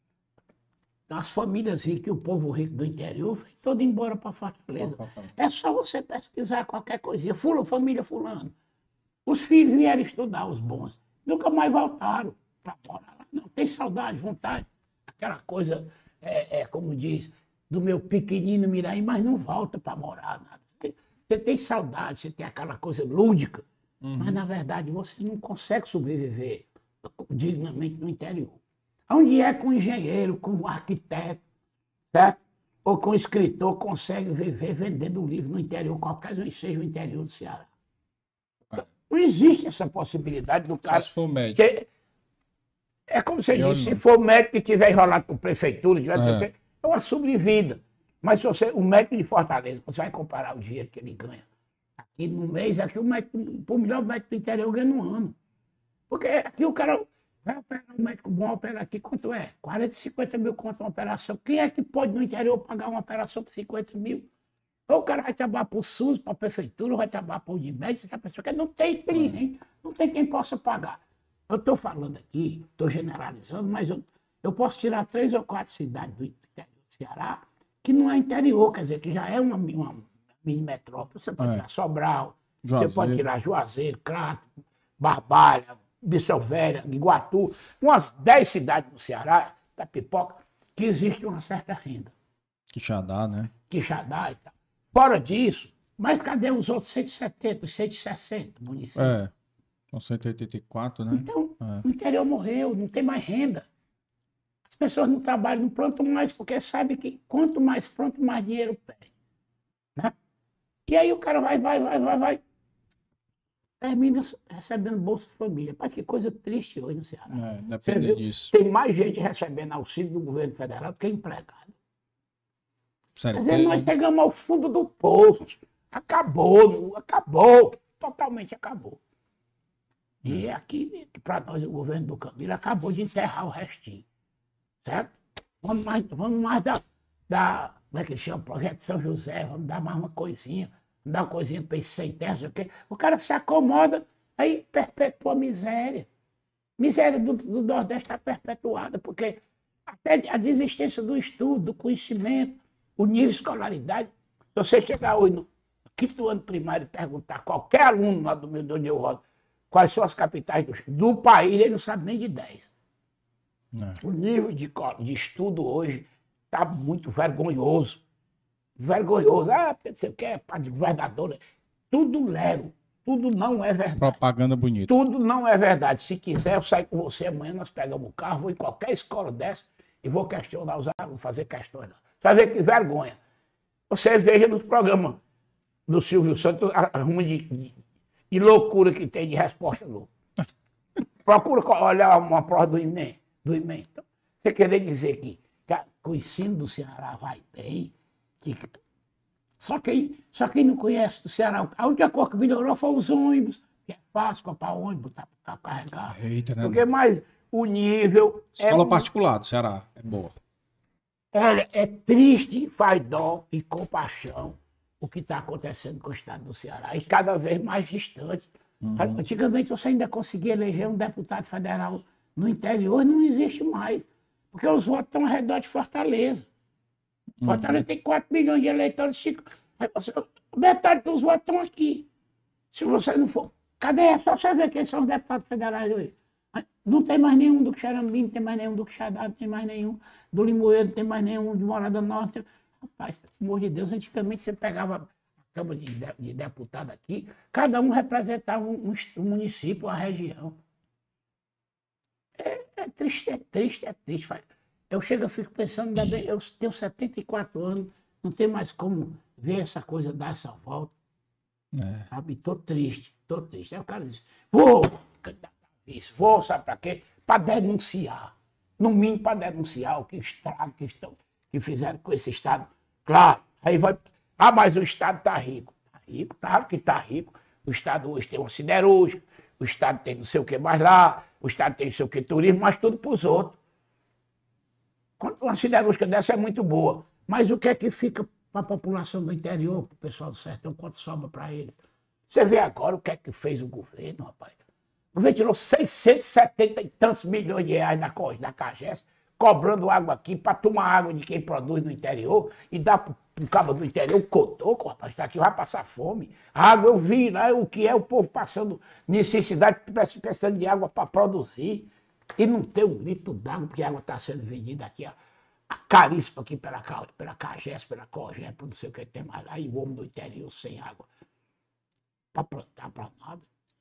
As famílias ricas e o povo rico do interior foi todo embora para Fortaleza. É só você pesquisar qualquer coisinha. Fula, família fulano. Os filhos vieram estudar, os bons. Nunca mais voltaram para morar lá. Não, tem saudade, vontade. Aquela coisa, é, é, como diz, do meu pequenino Miraí, mas não volta para morar. Nada. Você, você tem saudade, você tem aquela coisa lúdica, mas na verdade você não consegue sobreviver dignamente no interior. Onde é que um engenheiro, com um arquiteto, certo? Ou com um escritor consegue viver vendendo livro no interior, qualquer um seja o interior do Ceará. Não existe essa possibilidade do Só cara. se for médico. que- É como você Eu disse, não. se for médico que tiver enrolado com prefeitura, tiver, não sei o É. quê, é uma sobrevida. Mas se você, o médico de Fortaleza, você vai comparar o dinheiro que ele ganha aqui no mês, aqui o médico, o melhor médico do interior ganha no ano. Porque aqui o cara vai operar, um médico bom opera aqui, quanto é? quarenta, cinquenta mil conto uma operação. Quem é que pode no interior pagar uma operação por cinquenta mil? Ou o cara vai trabalhar para o SUS, para a prefeitura, ou vai trabalhar para o Unimed, essa pessoa que não tem cliente, não tem quem possa pagar. Eu estou falando aqui, estou generalizando, mas eu, eu posso tirar três ou quatro cidades do interior do Ceará que não é interior, quer dizer, que já é uma, uma mini metrópole. Você pode É. tirar Sobral, você Juazeiro. pode tirar Juazeiro, Crato, Barbalha, Bissau Velha, Iguatu, umas dez cidades no Ceará, da Pipoca, que existe uma certa renda. Quixadá, né? Quixadá e tal. Fora disso, mas cadê os outros cento e setenta, os cento e sessenta municípios? É. Com cento e oitenta e quatro, né? Então, É. o interior morreu, não tem mais renda. As pessoas não trabalham, não plantam mais, porque sabem que quanto mais planta, mais dinheiro perde. Né? E aí o cara vai, vai, vai, vai, vai. Termina recebendo Bolsa Família. Parece que coisa triste hoje no Ceará. É, Você depende viu? disso. Tem mais gente recebendo auxílio do governo federal do que empregado. Sério, Quer dizer, nós tem- chegamos ao fundo do poço. Acabou, acabou. Totalmente acabou. E aqui, para nós, o governo do Camilo acabou de enterrar o restinho. Certo? Vamos mais, vamos mais dar, dar, como é que chama? Projeto São José, vamos dar mais uma coisinha, vamos dar uma coisinha para esse sem terra, sei o quê. O cara se acomoda, aí perpetua a miséria. Miséria do, do Nordeste está perpetuada, porque até a desistência do estudo, do conhecimento, o nível de escolaridade. Se você chegar hoje no quinto ano primário e perguntar a qualquer aluno lá do meu de onde eu rodo, quais são as capitais do, do país, ele não sabe nem de dez. Não. O nível de, de estudo hoje está muito vergonhoso. Vergonhoso. Ah, porque você quer de governadora. Tudo lero. Tudo não é verdade. Propaganda bonita. Tudo não é verdade. Se quiser, eu saio com você amanhã, nós pegamos o carro, vou em qualquer escola dessa e vou questionar os alunos, fazer questões. Você vai ver que vergonha. Você veja nos programas do Silvio Santos a rumo de, de, de loucura que tem de resposta louca. Procura olhar uma prova do Enem. Do Enem. Então, você querer dizer que, que o ensino do Ceará vai bem, que Só quem, só quem não conhece do Ceará, a única coisa que melhorou foi os ônibus, que é fácil comprar ônibus, botar para carregar. Eita, né? Porque mais o nível... Escola é, particular do Ceará é boa. Olha, é triste, faz dó e compaixão o que está acontecendo com o estado do Ceará. E cada vez mais distante. Uhum. Antigamente você ainda conseguia eleger um deputado federal no interior, não existe mais. Porque os votos estão ao redor de Fortaleza. Fortaleza uhum. tem quatro milhões de eleitores, cinco... metade dos votos estão aqui. Se você não for... Cadê? É só você ver quem são os deputados federais hoje. Não tem mais nenhum do Xarambi, não tem mais nenhum do Quixadá, não tem mais nenhum do Limoeiro, não tem mais nenhum de Morada Norte. Tem... Rapaz, pelo amor de Deus, antigamente você pegava a Câmara de, de, de Deputado aqui, cada um representava um, um município, uma região. É, é triste, é triste, é triste. Eu chego, eu fico pensando, eu tenho setenta e quatro anos, não tem mais como ver essa coisa dar essa volta. É. Sabe? Tô triste, tô triste. Aí o cara diz, vou, isso, vou, sabe para quê? Para denunciar. No mínimo para denunciar o que estrago que, estão, que fizeram com esse Estado. Claro, aí vai. Ah, mas o Estado está rico. Está rico, claro que está rico. O Estado hoje tem uma siderúrgica, o Estado tem não sei o que mais lá, o Estado tem não sei o que turismo, mas tudo para os outros. Uma siderúrgica dessa é muito boa, mas o que é que fica para a população do interior, para o pessoal do sertão, quanto sobra para eles? Você vê agora o que é que fez o governo, rapaz. O governo tirou seiscentos e setenta e tantos milhões de reais da, da CAGES, cobrando água aqui para tomar água de quem produz no interior e dá para o cabo do interior, o cotoco, rapaz, está aqui, vai passar fome. A água eu vi, né, o que é o povo passando necessidade, precisando de água para produzir. E não tem um litro d'água, porque a água está sendo vendida aqui, a, a caríssima aqui pela, pela CAGES, pela COGES, não sei o que tem mais lá, e o homem do interior sem água. Para plantar, para nada.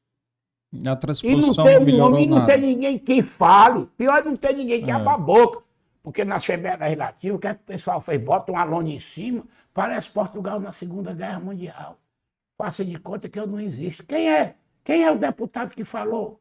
A transposição e não tem melhorou um homem, nada. Não tem ninguém que fale. Pior, não tem ninguém que é. abra a boca. Porque na Assembleia Legislativa, o que, é que o pessoal fez? Bota um aluno em cima, parece Portugal na Segunda Guerra Mundial. Faça de conta que eu não existo. Quem é? Quem é o deputado que falou?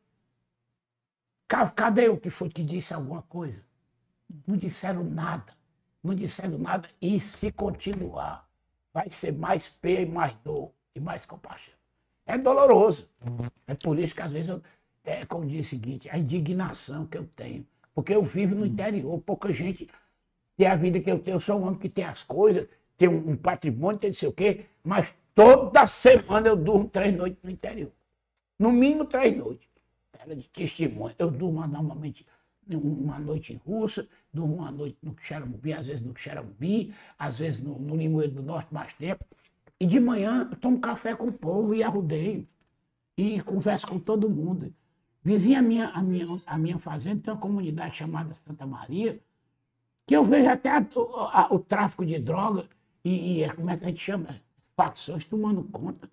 Cadê o que foi que disse alguma coisa? Não disseram nada. Não disseram nada. E se continuar, vai ser mais peia e mais dor e mais compaixão. É doloroso. É por isso que às vezes eu, é como diz o seguinte, a indignação que eu tenho. Porque eu vivo no interior, pouca gente tem a vida que eu tenho. Eu sou um homem que tem as coisas, tem um, um patrimônio, tem não sei o quê, mas toda semana eu durmo três noites no interior. No mínimo três noites. Era de testemunho. Eu durmo normalmente uma noite em Russa, durmo uma noite no Xarambi, às vezes no Xarambi, às vezes no, no Limoeiro do Norte mais tempo. E de manhã eu tomo café com o povo e arrudeio. E converso com todo mundo. Vizinha a minha, a minha, a minha fazenda tem uma comunidade chamada Santa Maria, que eu vejo até a, a, o tráfico de droga e, e, como é que a gente chama? Facções tomando conta.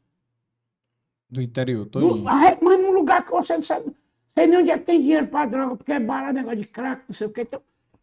Do interior, tô no, Mas num lugar que você não sabe, não sei nem onde é que tem dinheiro para droga, porque é barato, negócio de crack, não sei o quê. Então,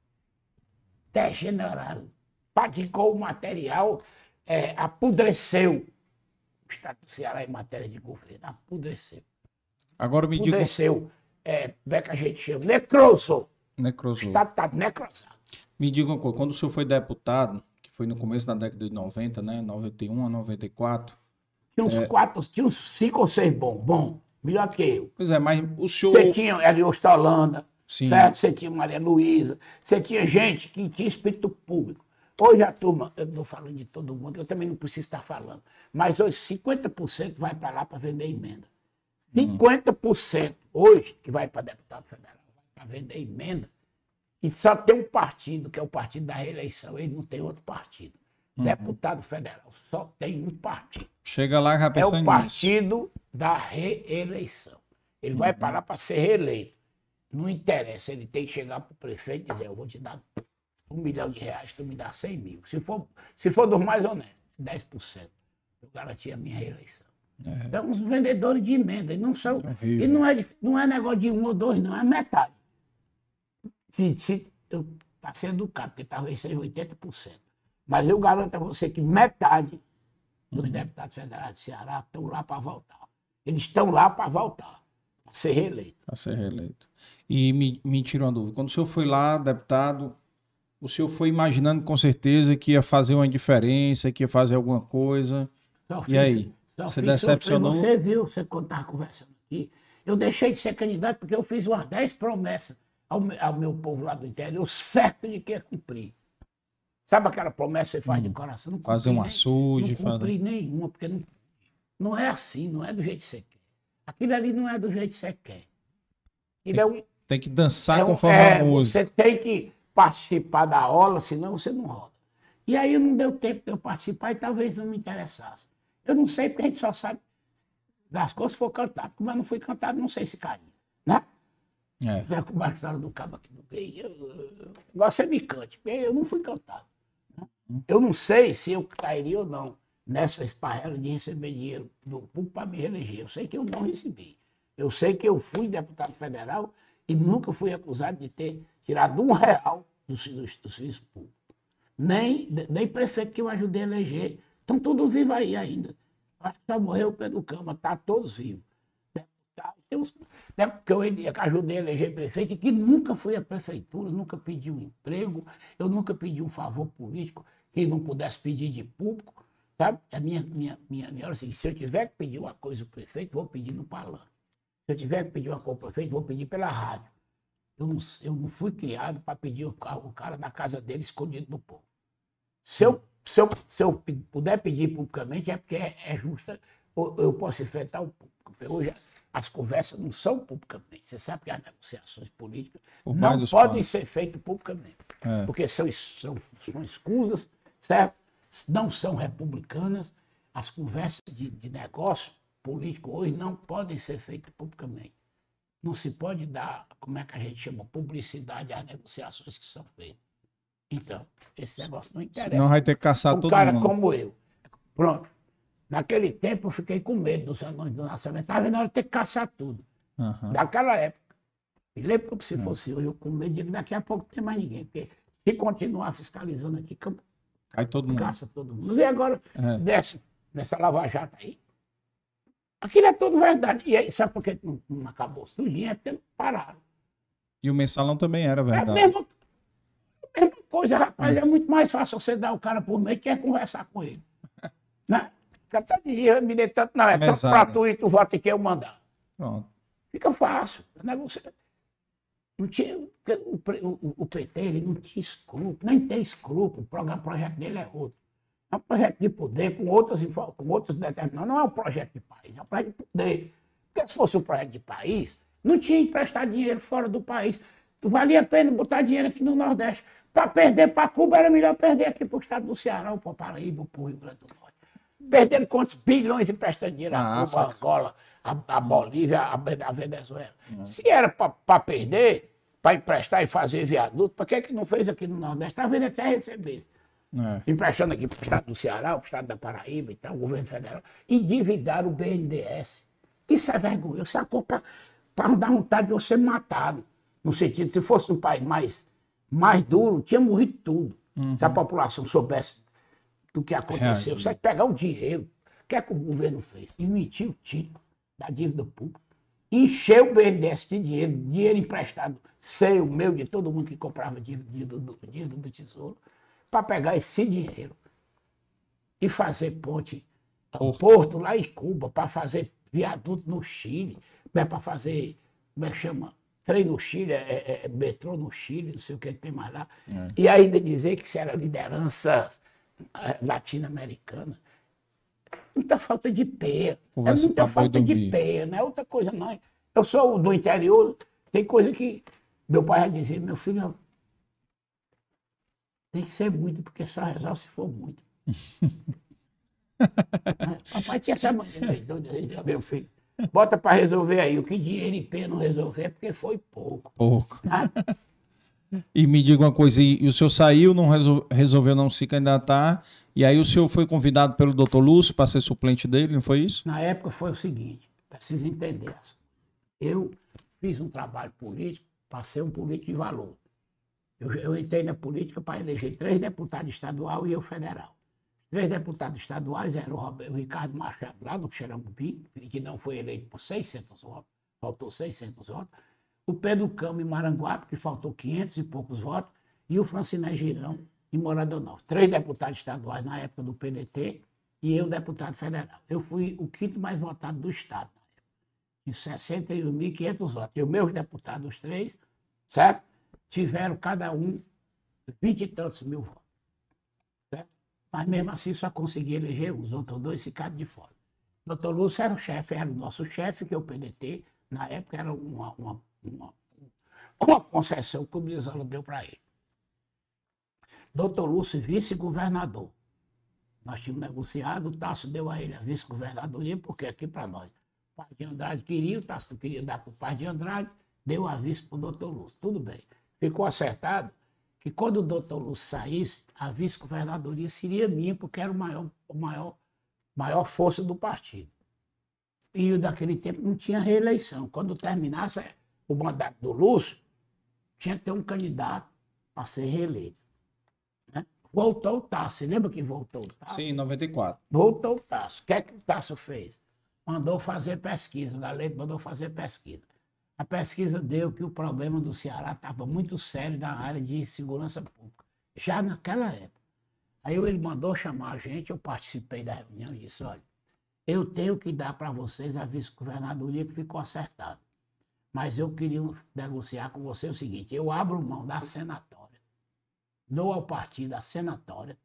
degeneraram. Fatigou o material, é, apodreceu. O Estado do Ceará em matéria de governo, apodreceu. Agora me diga... Apodreceu, é, como é que a gente chama? Necrosou. Necrosou. O Estado está necrosado. Me diga uma coisa, quando o senhor foi deputado, que foi no começo da década de noventa, né, noventa e um a noventa e quatro... Tinha uns, é... quatro, tinha uns cinco ou seis bons, bom. melhor que eu. Pois é, mas o senhor... Você tinha Ariosto Holanda, Sim. certo? Você tinha Maria Luísa, você tinha gente que tinha espírito público. Hoje a turma, eu não estou falando de todo mundo, eu também não preciso estar falando, mas hoje cinquenta por cento vai para lá para vender emenda. cinquenta por cento hoje que vai para deputado federal, vai para vender emenda, e só tem um partido, que é o partido da reeleição, ele não tem outro partido. Uhum. Deputado federal, só tem um partido. Chega lá já pensando nisso. É o partido nisso. Da reeleição. Ele uhum. vai para lá para ser reeleito. Não interessa, ele tem que chegar para o prefeito e dizer, eu vou te dar um milhão de reais, tu me dá cem mil. Se for, se for dos mais honestos, dez por cento. Eu garanti a minha reeleição. É. Então, os vendedores de emenda, e não são. É e não é, não é negócio de um ou dois, não, é metade. Se, se, eu passei educado, porque talvez seja oitenta por cento. Mas eu garanto a você que metade dos uhum. deputados federais de Ceará estão lá para voltar. Eles estão lá para voltar, para ser reeleito. Para ser reeleito. E me, me tira uma dúvida. Quando o senhor foi lá, deputado, o senhor foi imaginando com certeza que ia fazer uma diferença, que ia fazer alguma coisa. Só e fiz, aí? Você decepcionou? Você viu, você quando estava conversando aqui, eu deixei de ser candidato porque eu fiz umas dez promessas ao, ao meu povo lá do interior, certo de que ia cumprir. Sabe aquela promessa que você faz hum, de coração? Não fazer um açude. Não cumpri fazer... nenhuma, porque não, não é assim, não é do jeito que você quer. Aquilo ali não é do jeito que você quer. Tem, é um, tem que dançar é um, conforme é, a música. Você tem que participar da aula, senão você não roda. E aí não deu tempo de eu participar e talvez não me interessasse. Eu não sei, porque a gente só sabe das coisas se for cantado. Como eu não fui cantado, não sei se caía. Né? É. Com a história do cabo aqui no meio. Agora você me cante, porque eu não fui cantado. Né? Hum. Eu não sei se eu cairia ou não nessa esparrela de receber dinheiro do público para me reeleger. Eu sei que eu não recebi. Eu sei que eu fui deputado federal e nunca fui acusado de ter tirado um real do, do, do serviço público. Nem, nem prefeito que eu ajudei a eleger. Estão todos vivos aí ainda. Acho que já morreu o Pedro Câmara, está todos vivos. Tem uns, né, porque eu ajudei a eleger prefeito e que nunca fui à prefeitura, nunca pedi um emprego, eu nunca pedi um favor político que não pudesse pedir de público, sabe? A minha, minha, minha, minha hora é assim, se eu tiver que pedir uma coisa ao prefeito, vou pedir no palanque. Se eu tiver que pedir uma coisa ao prefeito, vou pedir pela rádio. Eu não, eu não fui criado para pedir o, o cara da casa dele escondido do povo. Se eu, se, eu, se eu puder pedir publicamente, é porque é, é justa, eu, eu posso enfrentar o público. Hoje, as conversas não são publicamente. Você sabe que as negociações políticas o não podem pais. ser feitas publicamente. É. Porque são, são, são escusas, certo? Não são republicanas. As conversas de, de negócio político hoje não podem ser feitas publicamente. Não se pode dar, como é que a gente chama, publicidade às negociações que são feitas. Então, esse negócio não interessa. Não vai ter que caçar um todo cara mundo. como eu. Pronto. Naquele tempo eu fiquei com medo dos anões do nascimento. Estava vendo a hora de ter que caçar tudo. Uhum. Naquela época. Me lembro que se fosse uhum. eu, eu com medo de que daqui a pouco não tem mais ninguém. Porque se continuar fiscalizando aqui, cai todo mundo. Caça todo mundo. E agora, é. nessa, nessa lava-jato aí, aquilo é tudo verdade. E aí, sabe por que não, não acabou tudo? É porque não pararam. E o mensalão também era verdade. É a mesma, a mesma coisa, rapaz. É. é muito mais fácil você dar o cara por meio que é conversar com ele. Né? O cara tá dizendo, me dê tanto, não, é tanto pra tu e tu vota que eu mandar. Pronto. Fica fácil. Não tinha, o, o, o P T ele não tinha escrúpulo, nem tem escrúpulo. O programa, o projeto dele é outro. É um projeto de poder com outras, com outros determinados. Não é um projeto de país, é um projeto de poder. Porque se fosse um projeto de país, não tinha emprestar dinheiro fora do país. Tu valia a pena botar dinheiro aqui no Nordeste. Para perder para Cuba, era melhor perder aqui para o estado do Ceará, ou para Paraíba, ou para o Rio Grande do Norte. Perderam quantos bilhões emprestando dinheiro a Cuba, a Angola, a, a Bolívia, a, a Venezuela. Hum. Se era para perder, para emprestar e fazer viaduto, para que, que não fez aqui no Nordeste? Está vendo até receber. É. Emprestando aqui para o estado do Ceará, para o estado da Paraíba e tal, o governo federal. Endividaram o B N D E S. Isso é vergonha. Isso é para dar vontade de você matado. No sentido, se fosse um país mais, mais duro, tinha morrido tudo. Uhum. Se a população soubesse do que aconteceu, é, você pegar o dinheiro. O que é que o governo fez? Emitiu o título da dívida pública. Encheu o B N D E S de dinheiro, dinheiro emprestado, seu, meu, de todo mundo que comprava dívida do, dívida do Tesouro, para pegar esse dinheiro e fazer ponte ao oh. porto lá em Cuba, para fazer viaduto no Chile, é para fazer, como é que chama? Trem no Chile, é, é, é metrô no Chile, não sei o que tem mais lá. É. E ainda dizer que isso era liderança latino-americana. Muita falta de peia. É muita falta de peia, não é outra coisa, não. Eu sou do interior, tem coisa que meu pai já dizia, meu filho, tem que ser muito, porque só resolve se for muito. Papai tinha essa maneira, meu filho. Bota para resolver aí. O que dinheiro e pena não resolver é porque foi pouco. Pouco. Ah. E me diga uma coisa, e o senhor saiu, não resol... resolveu não se candidatar, e aí o senhor foi convidado pelo doutor Lúcio para ser suplente dele, não foi isso? Na época foi o seguinte, precisa entender. Eu fiz um trabalho político para ser um político de valor. Eu, eu entrei na política para eleger três deputados estaduais e eu federal. Três deputados estaduais eram o Ricardo Machado, lá do Xerambi, que não foi eleito por seiscentos votos, faltou seiscentos votos. O Pedro Camo em Maranguape, que faltou quinhentos e poucos votos. E o Francinés Girão em Morador Novo. Três deputados estaduais na época do P D T e eu deputado federal. Eu fui o quinto mais votado do estado, de sessenta e um mil e quinhentos votos. E os meus deputados, os três, certo? Tiveram cada um vinte e tantos mil votos. Mas mesmo assim só consegui eleger os outros dois ficaram de fora. O doutor Lúcio era o chefe, era o nosso chefe, que é o P D T, na época era uma, uma, uma, uma concessão que o Brizola deu para ele. doutor Lúcio, vice-governador. Nós tínhamos negociado, o Tasso deu a ele a vice-governadoria, porque aqui para nós, o Paz de Andrade queria, o Tasso queria dar para o Paz de Andrade, deu a vice para o doutor Lúcio. Tudo bem. Ficou acertado que quando o doutor Lúcio saísse, a vice-governadoria seria minha, porque era o maior, o maior, maior força do partido. E daquele tempo não tinha reeleição. Quando terminasse o mandato do Lúcio, tinha que ter um candidato para ser reeleito. Né? Voltou o Tasso. Você lembra que voltou o Tasso? Sim, em noventa e quatro. Voltou o Tasso. O que é que o Tasso fez? Mandou fazer pesquisa. O Galego mandou fazer pesquisa. A pesquisa deu que o problema do Ceará estava muito sério na área de segurança pública, já naquela época. Aí ele mandou chamar a gente, eu participei da reunião e disse, olha, eu tenho que dar para vocês a vice-governadoria que ficou acertado. Mas eu queria negociar com você o seguinte, eu abro mão da senatória, dou ao partido a senatória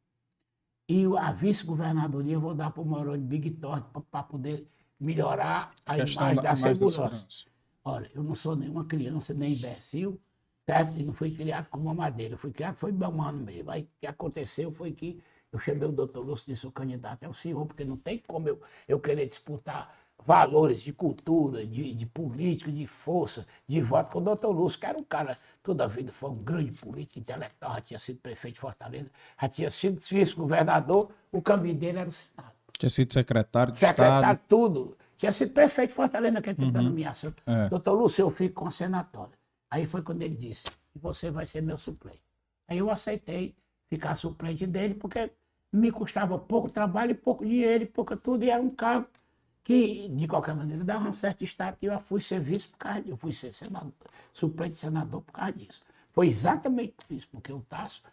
e a vice-governadoria eu vou dar para o Moroni Big Torre para poder melhorar a imagem da, da segurança. segurança. Olha, eu não sou nenhuma criança, nem imbecil, certo? E não fui criado com uma madeira. Eu fui criado, foi meu mano mesmo. Aí o que aconteceu foi que eu chamei o doutor Lúcio e disse, o candidato é o senhor, porque não tem como eu, eu querer disputar valores de cultura, de, de política, de força, de voto com o doutor Lúcio, que era um cara, toda a vida foi um grande político, intelectual, já tinha sido prefeito de Fortaleza, já tinha sido vice-governador, o caminho dele era o Senado. Tinha sido secretário de secretário, Estado. Tudo. Tinha sido prefeito de Fortaleza naquele tempo da Uhum. nomeação. É. Doutor Lúcio, eu fico com a senatória. Aí foi quando ele disse, você vai ser meu suplente. Aí eu aceitei ficar suplente dele, porque me custava pouco trabalho, pouco dinheiro, pouco tudo, e era um cargo que, de qualquer maneira, dava um certo status, e eu fui ser vice por causa disso, eu fui ser senador, suplente senador por causa disso. Foi exatamente isso, porque o Tasso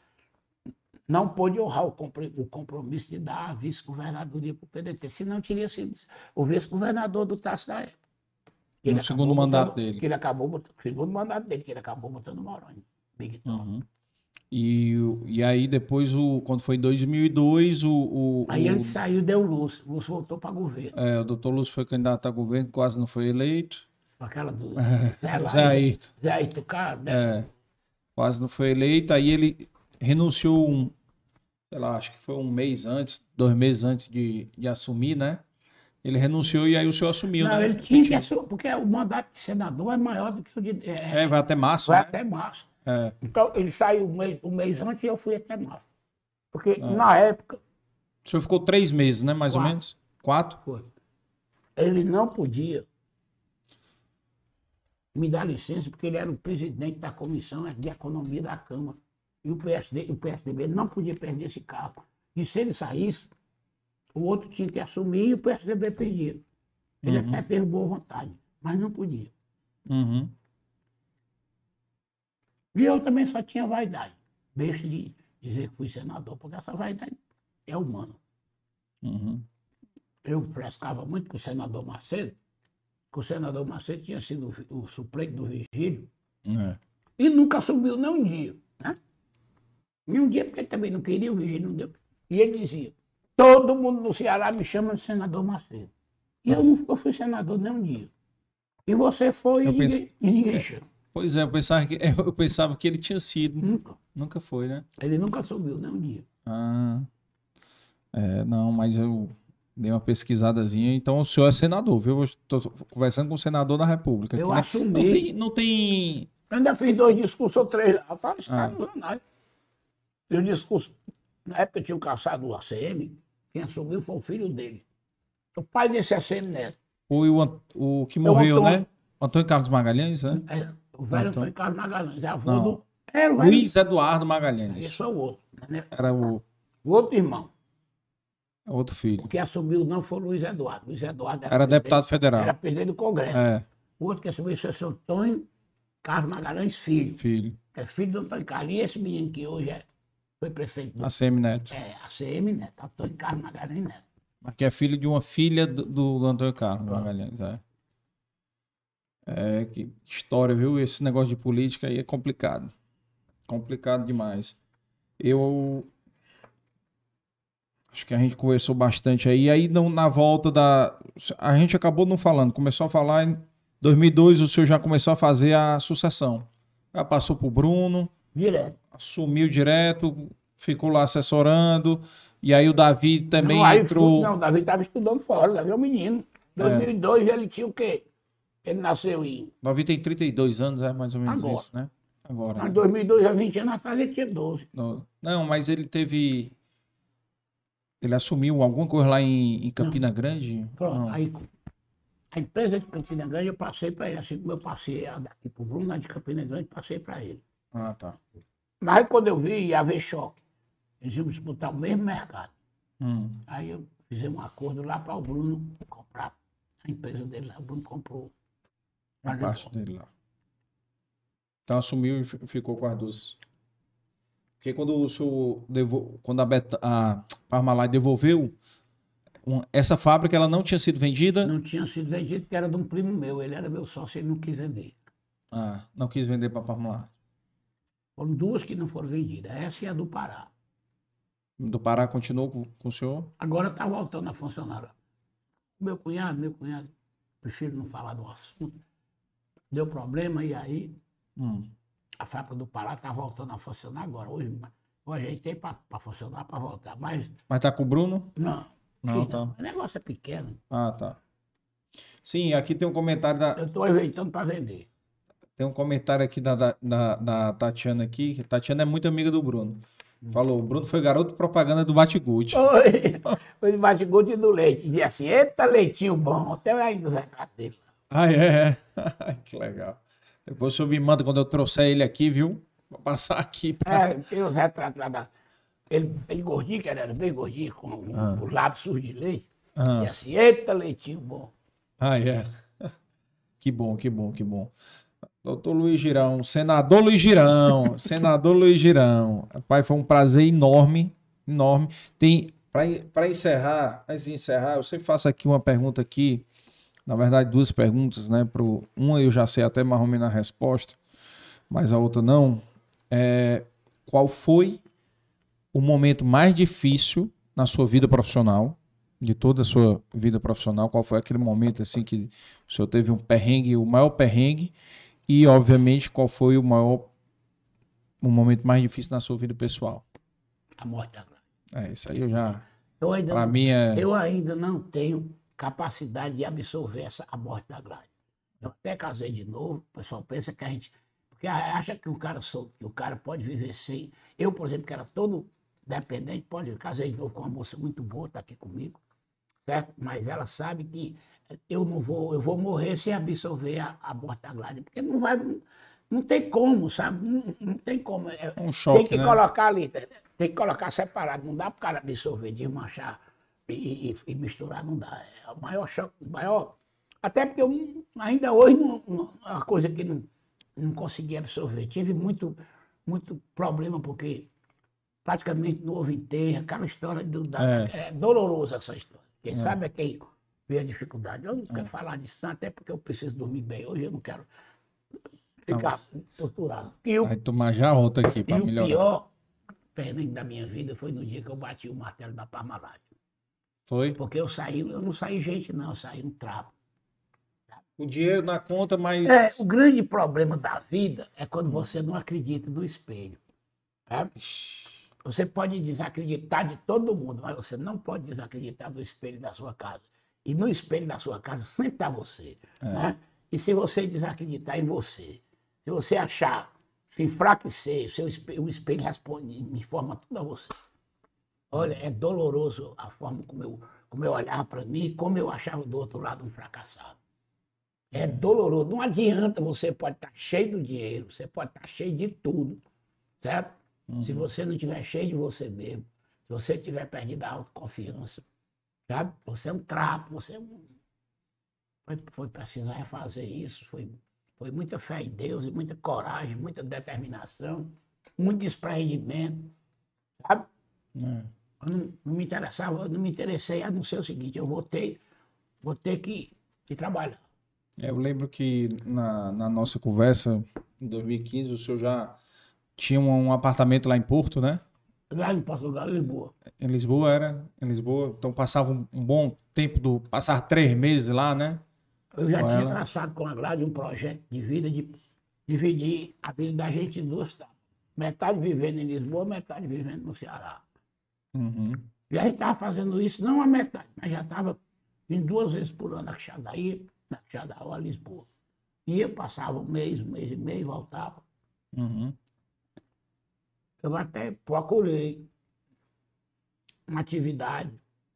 não pôde honrar o compromisso de dar a vice-governadoria para o P D T, senão teria sido o vice-governador do Tasso da época. No segundo mandato botando, dele. Que ele acabou botando, segundo mandato dele, que ele acabou botando o Moroni. Big uhum. E, e aí depois, o, quando foi em dois mil e dois, o... o aí ele o, saiu e deu o Lúcio. O Lúcio voltou para governo. É, o doutor Lúcio foi candidato a governo, quase não foi eleito. Aquela do é, Zé Ayrton. Zé Ayrton, cara, né? É, quase não foi eleito. Aí ele renunciou um, sei lá, acho que foi um mês antes, dois meses antes de, de assumir, né? Ele renunciou e aí o senhor assumiu, não, né? Ele tinha que assumir, porque o mandato de senador é maior do que o de... É, é vai até março, Vai né? até março. É. Então, ele saiu um mês, um mês antes e eu fui até março. Porque, é. na época... O senhor ficou três meses, né? Mais quatro. ou menos? Quatro? Foi. Ele não podia me dar licença, porque ele era o presidente da Comissão de Economia da Câmara. E o P S D, o P S D B não podia perder esse cargo. E se ele saísse, o outro tinha que assumir e o P S D B perdia. Ele uhum. até teve boa vontade, mas não podia. Uhum. E eu também só tinha vaidade. Deixa de dizer que fui senador, porque essa vaidade é humana. Uhum. Eu frescava muito com o senador Macedo, que o senador Macedo tinha sido o, o suplente do Virgílio É. e nunca subiu nem um dia, né? Nem um dia, porque ele também não queria, o Virgílio não deu. E ele dizia, todo mundo no Ceará me chama de senador Macedo. E eu não eu fui senador nem um dia. E você foi Eu e, pense- ninguém, e ninguém chama. Pois é, eu pensava que, eu pensava que ele tinha sido. Nunca. Nunca foi, né? Ele nunca subiu nem um dia. Ah, é, não, mas eu dei uma pesquisadazinha. Então o senhor é senador, viu? Estou conversando com o senador da República. Eu aqui, né? assumi. Não tem, não tem. Eu ainda fiz dois discursos ou três lá. Eu falo, está Ah. nos jornais. E o discurso, na época tinha o caçado do A C M, quem assumiu foi o filho dele. O pai desse A C M Neto. Foi o, Ant- o que É o morreu, Antônio. né? Antônio Carlos Magalhães, né? É, o velho Antônio. Antônio Carlos Magalhães, é avô Não. do. Era o velho. Luiz Eduardo Esse Magalhães. é o outro. Né? Era o O outro irmão. outro filho. O que assumiu não foi o Luiz Eduardo. Luiz Eduardo Era presidente- deputado federal. Era presidente do Congresso. É, O outro que assumiu foi o seu Antônio Carlos Magalhães Filho. filho. É filho do Antônio Carlos. E esse menino que hoje é, foi prefeito do A C M Neto. é, A C M Neto, Antônio Carlos Magalhães Neto. Mas que é filho de uma filha do, do Antônio Carlos Magalhães. É. É, que história, viu? Esse negócio de política aí é complicado. Complicado demais. Eu acho que a gente conversou bastante aí. Aí não- na volta da. A gente acabou não falando, começou a falar em dois mil e dois, o senhor já começou a fazer a sucessão. Já passou pro Bruno, Direto. assumiu direto, ficou lá assessorando. E aí o Davi também não, aí entrou. fu- não, o Davi estava estudando fora, o Davi é um menino. Em dois mil e dois ele tinha o quê? Ele nasceu em. Davi tem trinta e dois anos, é mais ou menos Agora. isso, né? Agora. Mas em né? dois mil e dois, há vinte anos atrás, ele tinha doze. Não, não, mas ele teve. Ele assumiu alguma coisa lá em, em Campina Grande? Pronto, Não. aí a empresa de Campina Grande eu passei para ele, assim como eu passei a daqui para o Bruno, lá de Campina Grande, passei para ele. Ah, tá. Mas aí quando eu vi, ia haver choque. Eles iam disputar o mesmo mercado. Hum. Aí eu fizemos um acordo lá para o Bruno comprar a empresa dele lá. O Bruno comprou. A parte dele lá. Então assumiu e fi- ficou com as duas. Porque quando o senhor devo... quando a, Beta... a Parmalat devolveu, um- essa fábrica ela não tinha sido vendida? Não tinha sido vendido porque era de um primo meu. Ele era meu sócio, ele não quis vender. Ah, não quis vender para a Parmalat. Foram duas que não foram vendidas. Essa e a do Pará. Do Pará continuou com, com o senhor? Agora está voltando a funcionar. Meu cunhado, meu cunhado, prefiro não falar do assunto. Deu problema e aí Hum. a fábrica do Pará está voltando a funcionar agora. Hoje eu ajeitei para funcionar, para voltar. Mas Mas tá com o Bruno? não. Não, que tá. O negócio é pequeno. Ah, tá. Sim, aqui tem um comentário da, Eu estou ajeitando para vender. Tem um comentário aqui da, da, da, da Tatiana aqui. que Tatiana é muito amiga do Bruno. Falou, o Bruno foi garoto propaganda do Batigute. Oi, foi de bate-gude do leite. Dizia assim, eita leitinho bom. Até ainda o retrato dele. Ah, é? Que legal. Depois o senhor me manda quando eu trouxer ele aqui, viu? Vou passar aqui. Pra... É, tem os retratos lá da... Ele, ele gordinho, que ele era bem gordinho, com os lábios sujos de leite. Ah. Dizia assim, eita leitinho bom. Ah, é. Que bom, que bom, que bom. Doutor Luiz Girão, senador Luiz Girão, senador Luiz Girão. Rapaz, foi um prazer enorme, enorme. Tem, para encerrar, antes de encerrar, eu sempre faço aqui uma pergunta aqui, na verdade duas perguntas, né? Pro, uma eu já sei até mais ou menos a resposta, mas a outra não. É, qual foi o momento mais difícil na sua vida profissional, de toda a sua vida profissional? Qual foi aquele momento assim que o senhor teve um perrengue, o maior perrengue? E, obviamente, qual foi o maior, o momento mais difícil na sua vida pessoal? A morte da Glória. É, isso aí eu já, Eu ainda, pra não, mim é... eu ainda não tenho capacidade de absorver essa, a morte da Glória. Eu até casei de novo, o pessoal pensa que a gente... Porque acha que o cara, solto, que o cara pode viver sem... Eu, por exemplo, que era todo dependente, pode... Casei de novo com uma moça muito boa, está aqui comigo, certo? Mas ela sabe que eu não vou, eu vou morrer sem absorver a, a morte da Gládia, porque não vai, não, não tem como, sabe? Não, não tem como. É um choque, tem que né? colocar ali, tem que colocar separado, não dá para o cara absorver, desmanchar e, e, e misturar, não dá. É o maior choque, o maior. Até porque eu não, ainda hoje não, não, é uma coisa que não, não consegui absorver. Tive muito, muito problema, porque praticamente não houve enterro, aquela história do, da, É. é dolorosa essa história. Quem sabe é quem ver a dificuldade. Eu não quero É. falar disso, não, até porque eu preciso dormir bem hoje, eu não quero ficar torturado. E o, Vai tomar já outra aqui e para o melhorar. pior, Fernando, da minha vida foi no dia que eu bati o martelo da Parmalat. Foi? Porque eu saí, eu não saí gente, não, eu saí um trapo. O dinheiro na conta, mas. É, o grande problema da vida é quando você não acredita no espelho. Né? Você pode desacreditar de todo mundo, mas você não pode desacreditar do espelho da sua casa. E no espelho da sua casa sempre está você. É. Né? E se você desacreditar em você, se você achar, se enfraquecer, o, seu espelho, o espelho responde, informa tudo a você. Olha, é doloroso a forma como eu, como eu olhava para mim e como eu achava do outro lado um fracassado. É doloroso. Não adianta, você pode estar cheio do dinheiro, você pode estar cheio de tudo, certo? Uhum. Se você não estiver cheio de você mesmo, se você tiver perdido a autoconfiança, sabe? Você é um trapo, você é um... Foi, foi preciso refazer isso, foi, foi muita fé em Deus e muita coragem, muita determinação, muito despreendimento, sabe? É. Eu não, não me interessava, eu não me interessei a não ser o seguinte, eu vou ter, vou ter que, que trabalhar. Eu lembro que na, na nossa conversa, em dois mil e quinze, o senhor já tinha um, um apartamento lá em Porto, né? Lá em Portugal, em Lisboa. Em Lisboa, era? Em Lisboa. Então passava um, um bom tempo, do passar três meses lá, né? Eu já Com tinha ela. traçado com a Gládia um projeto de vida, de dividir a vida da gente em duas etapas. Metade vivendo em Lisboa, metade vivendo no Ceará. Uhum. E a gente estava fazendo isso, não a metade, mas já estava indo duas vezes por ano a Quixadaí, na Quixadaí a Lisboa. Ia, passava um mês, um mês e meio, voltava. Uhum. Eu até procurei uma atividade,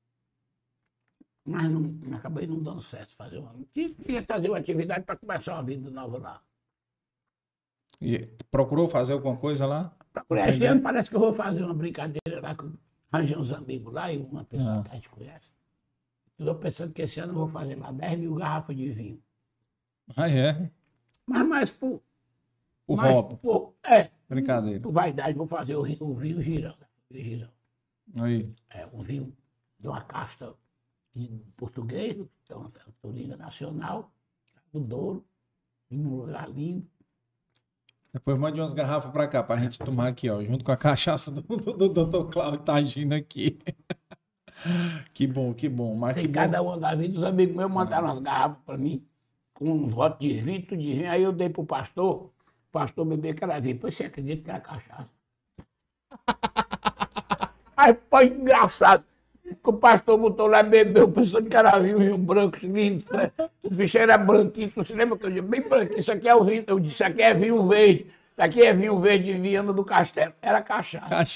mas não, não acabei não dando certo. Fazer uma, queria fazer uma atividade para começar uma vida nova lá. E procurou fazer alguma coisa lá? Procurei. Esse ano parece que eu vou fazer uma brincadeira lá, com arranjei uns amigos lá e uma pessoa Ah. que a gente conhece. Estou pensando que esse ano eu vou fazer lá dez mil garrafas de vinho. Ah, é? Mas mais por... O mais Rob. por- é, Brincadeira. por vaidade, vou fazer o, ri- o vinho girão. girão. Aí. É um vinho de uma casta de português, então, Touriga Nacional, do Douro, em um lugar lindo. Depois mande umas garrafas pra cá, pra gente tomar aqui, ó, junto com a cachaça do, do, do doutor Cláudio tá agindo aqui. Que bom, que bom. Mas que Tem bom. cada uma da vida, os amigos meus mandaram umas garrafas para mim, com um voto de vinho, tudo de vinho. Aí eu dei pro pastor, o pastor bebeu aquela vinho. Pois você acredita que era cachaça? Aí foi engraçado. Que o pastor botou lá e bebeu, pensando que era vinho, vinho branco, lindo. Né? O bicho era branquinho, tu se lembra que eu disse, bem branquinho, isso aqui é o vinho, eu disse, isso aqui é vinho verde, isso aqui é vinho verde de Viana do Castelo. Era cachaça. Cachaça.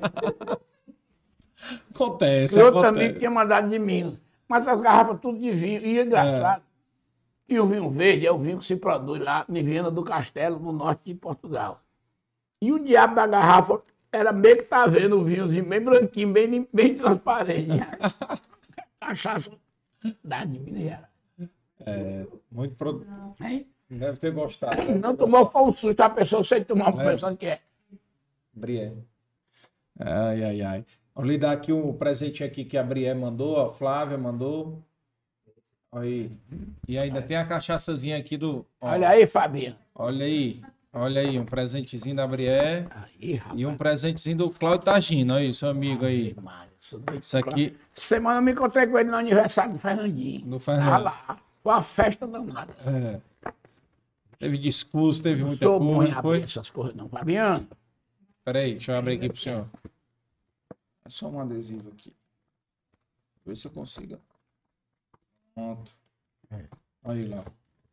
Acontece, E outro acontece. amigo tinha mandado de Minas. Mas as garrafas tudo de vinho. E é engraçado que o vinho verde é o vinho que se produz lá em Viana do Castelo, no norte de Portugal. E o diabo da garrafa era meio que tá vendo o vinhozinho bem branquinho, bem, lim- bem transparente. Cachaça da de Minas Gerais. É, muito produto. Hein? Deve ter gostado. Deve Não ter tomou foi um susto, a pessoa sem tomar uma É. pensando que é. Brié. Ai, ai, ai. Vou lhe dar aqui o presente aqui que a Brié mandou, a Flávia mandou. Aí. E ainda tem a cachaçazinha aqui do. ó, Olha aí, Fabiano. Olha aí. Olha aí, um presentezinho da Brié Aí, rapaz. e um presentezinho do Cláudio Tagino. Aí, seu amigo aí. Ave Maria, sou doido Isso aqui Semana eu me encontrei com ele no aniversário do Fernandinho. do Tava Fernando. lá. Foi uma festa danada. É. Teve discurso, teve muita Sou bom coisa, em não abrir foi? essas coisas, não. Fabiano, Peraí, deixa eu abrir aqui pro senhor. É só um adesivo aqui. Vê se eu consigo. Pronto. Aí lá.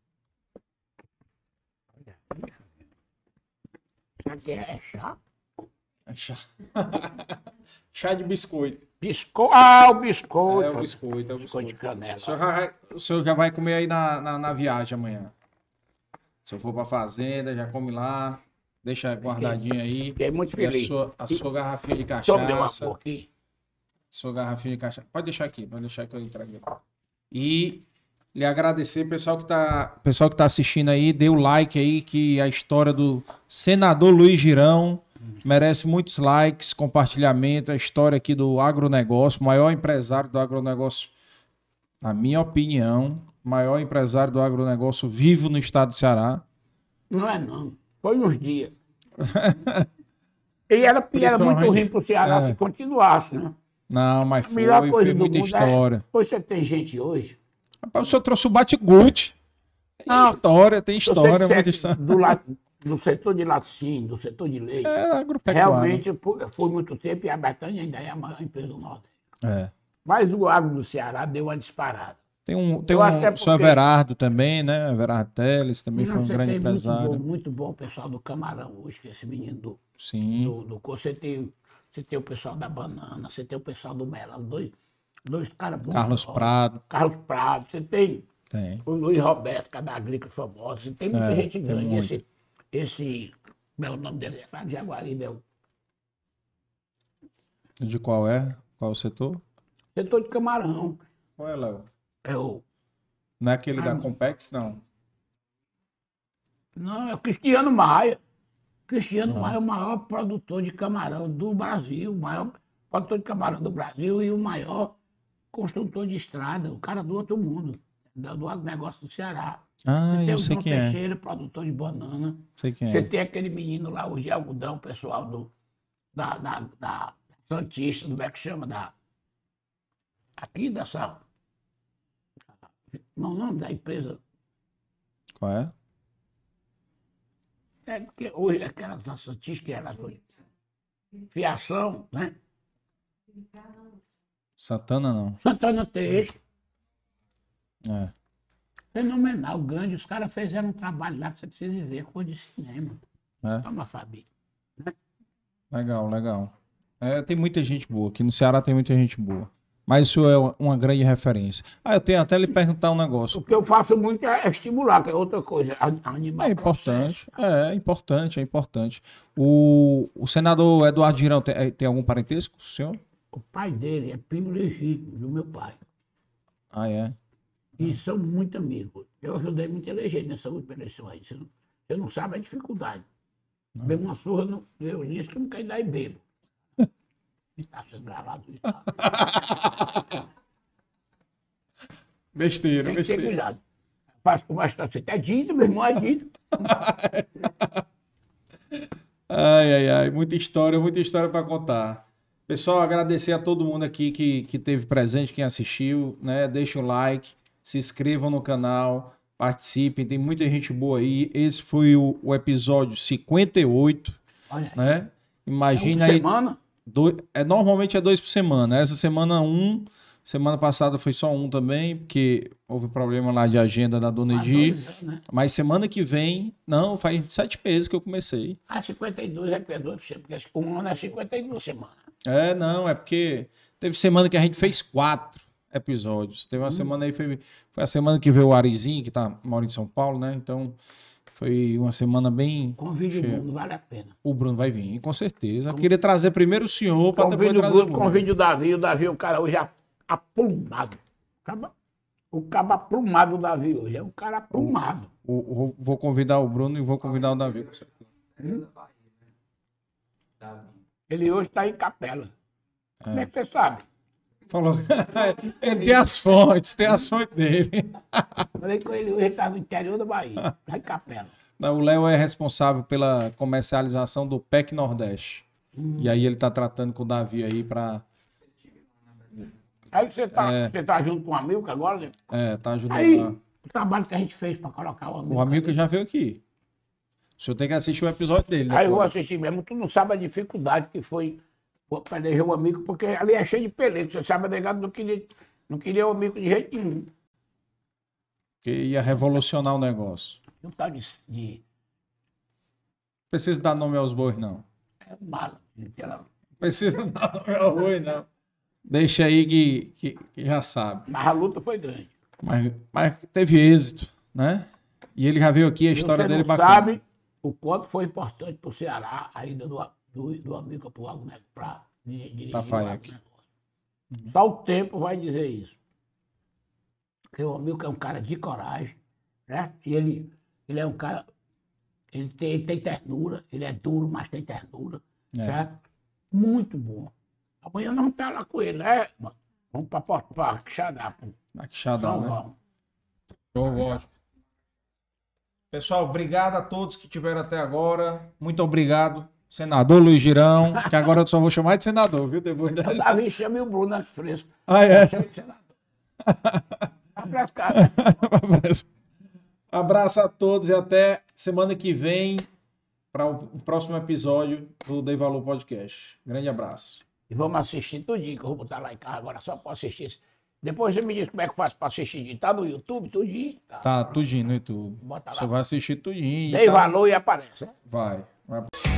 isso aqui é chá? É chá. Chá de biscoito. Biscoito. Ah, o biscoito. É o biscoito, é o Biscoito de biscoito. canela. O senhor, já vai, o senhor já vai comer aí na, na, na viagem amanhã. Se eu for pra fazenda, já come lá. Deixa guardadinho aí. Fiquei muito E a feliz. sua, a sua garrafinha de Só me deu uma cachaça. cor aqui. Sua garrafinha de cachaça. Pode deixar aqui, pode deixar que eu entregue. E lhe agradecer, pessoal que tá, pessoal que tá assistindo aí, dê o like aí, que a história do senador Luiz Girão merece muitos likes, compartilhamento, a história aqui do agronegócio, o maior empresário do agronegócio na minha opinião, maior empresário do agronegócio vivo no estado do Ceará. Não é não. Foi uns dias. E era, e era muito ruim pro Ceará É. que continuasse, né? Não, mas A foi, melhor coisa foi do muita mundo história. é... Hoje você tem gente hoje... Rapaz, o senhor trouxe o Bate-Gude. Tem Não, história, tem se você história, disser muita que história. do, la- do setor de laticínio, do setor de leite, É agropecuária. realmente foi, foi muito tempo e a Betânia ainda é a maior empresa do Nordeste. É. Mas o agro do Ceará deu uma disparada. Tem um, tem Eu acho que é um o senhor porque- Everardo também, né? Everardo Teles também Não, foi um você grande tem muito empresário. bom, muito bom o pessoal do Camarão hoje, que é esse menino do, Sim. do, do co- você tem, você tem o pessoal da banana, você tem o pessoal do melão, dois, dois caras bons. Carlos ó, Prado. Carlos Prado, você tem Tem. o Luiz Roberto, que é da Agrícola famosa, você tem muita É, gente tem grande. muito. Esse, esse, como é o nome dele? É lá de Jaguari, meu. De qual é? Qual o setor? Setor de Camarão. Qual é, Léo? É o, Não é aquele da Ah, Compex, não. não, é o Cristiano Maia. Cristiano Ah. Maia é o maior produtor de camarão do Brasil, o maior produtor de camarão do Brasil e o maior construtor de estrada, o cara do outro mundo, do, do agronegócio do Ceará. Ah, Você tem eu o sei João quem é. Teixeira, produtor de banana. Sei quem Você é. tem aquele menino lá, o de algodão, pessoal do, da, da, da Santista, como é que chama? Da, aqui dessa. Não, o nome da empresa. Qual é? É que hoje aquela da Santista, que era fiação, né? Santana, não. Santana Teixeira. É. Fenomenal, grande. Os caras fizeram um trabalho lá que você precisa ver, coisa de cinema. É. Toma, Fabi. Legal, legal. É, tem muita gente boa. Aqui no Ceará tem muita gente boa. Mas isso é uma grande referência. Ah, eu tenho até lhe perguntar um negócio. O que eu faço muito é estimular, que é outra coisa. a- Animar É o processo. importante, é, é importante, é importante. O, o senador Eduardo Girão tem, é, tem algum parentesco com o senhor? O pai dele é primo legítimo do meu pai. Ah, é? E são muito amigos. Eu ajudei muito a eleger nessa última eleição aí. Você não, você não sabe a dificuldade. Dei uma surra no Leonias que não quer dar e bebo. Está sendo gravado isso. Tá? Besteira, Tem que ter cuidado. Faço com mais você é dito, meu irmão, é dito. Ai, ai, ai, muita história, muita história para contar. Pessoal, agradecer a todo mundo aqui que, que teve presente, quem assistiu, né? Deixa o like, se inscrevam no canal, participem, tem muita gente boa aí. Esse foi o, o episódio cinquenta e oito, Olha aí. né? Imagina É uma aí. semana. Dois, é, normalmente é dois por semana. Essa semana um, semana passada foi só um também, porque houve problema lá de agenda da Dona Mas Edi. dois anos, né? Mas semana que vem, não, faz sete meses que eu comecei. Ah, cinquenta e dois é perdoa pra você, porque um ano é cinquenta e duas semanas. É, não, é porque teve semana que a gente fez quatro episódios. Teve uma semana aí, foi, foi a semana que veio o Arizinho, que tá, mora em São Paulo, né? Então, foi uma semana bem Convide o cheia. mundo, vale a pena. O Bruno vai vir, com certeza. Eu queria trazer primeiro o senhor, para depois Convide o trazer o Bruno, Bruno. convide o Davi. O Davi é um cara hoje a- aprumado. Acaba- O cabo aprumado, o Davi, hoje. É um cara aprumado. O- o- vou convidar o Bruno e vou convidar o Davi. com certeza. Ele hoje está em Capela. Como é que você sabe? Falou. Ele tem as fontes, tem as fontes dele. Falei com ele hoje, ele está no interior da Bahia. Está em Capela. Não, o Léo é responsável pela comercialização do P E C Nordeste. E aí ele tá tratando com o Davi aí para Aí você está você tá junto com o Amilcar agora, né? é, tá ajudando Aí, lá. o trabalho que a gente fez para colocar o Amilcar. O amigo que já veio aqui. O senhor tem que assistir o episódio dele. Aí eu vou depois. assistir mesmo. Tu não sabe a dificuldade que foi para eleger o amigo, porque ali é cheio de pelego. Você sabe, a negada não queria, não queria o amigo de jeito nenhum. Porque ia revolucionar o negócio. Não tá de, de Não precisa dar nome aos bois, não. é mala. Aquela, Não precisa dar nome aos bois, não. Deixa aí que, que, que já sabe. mas a luta foi grande. Mas, mas teve êxito, né? E ele já veio aqui, a história Você dele é não bacana. sabe o quanto foi importante para o Ceará a ida do, do, do amigo para o agronegócio, para dirigir Pra o F A E C. agronegócio. Só o tempo vai dizer isso. Porque o amigo é um cara de coragem, né? E ele, ele é um cara, ele tem, ele tem ternura, ele é duro, mas tem ternura, É. certo? Muito bom. Amanhã nós vamos estar lá com ele, né? mano? Vamos para Quixadá, Na Quixadá, São né? João. Show, ótimo. Pessoal, obrigado a todos que tiveram até agora. Muito obrigado, senador Luiz Girão, que agora eu só vou chamar de senador, viu? Depois O dessa. Davi chama e o Bruno aqui fresco. Ah, é? Chama de senador. Abraço, cara. Abraço. Abraço a todos e até semana que vem para o próximo episódio do Dei Valor Podcast. Grande abraço. E vamos assistir tudinho, que eu vou botar lá em casa agora só para assistir. Depois você me diz como é que faz para assistir. Tá no YouTube, tudinho. Tá, Tá tudinho no YouTube. Bota lá. Você vai assistir tudinho. Dei tá? valor e aparece. Né? Vai. vai.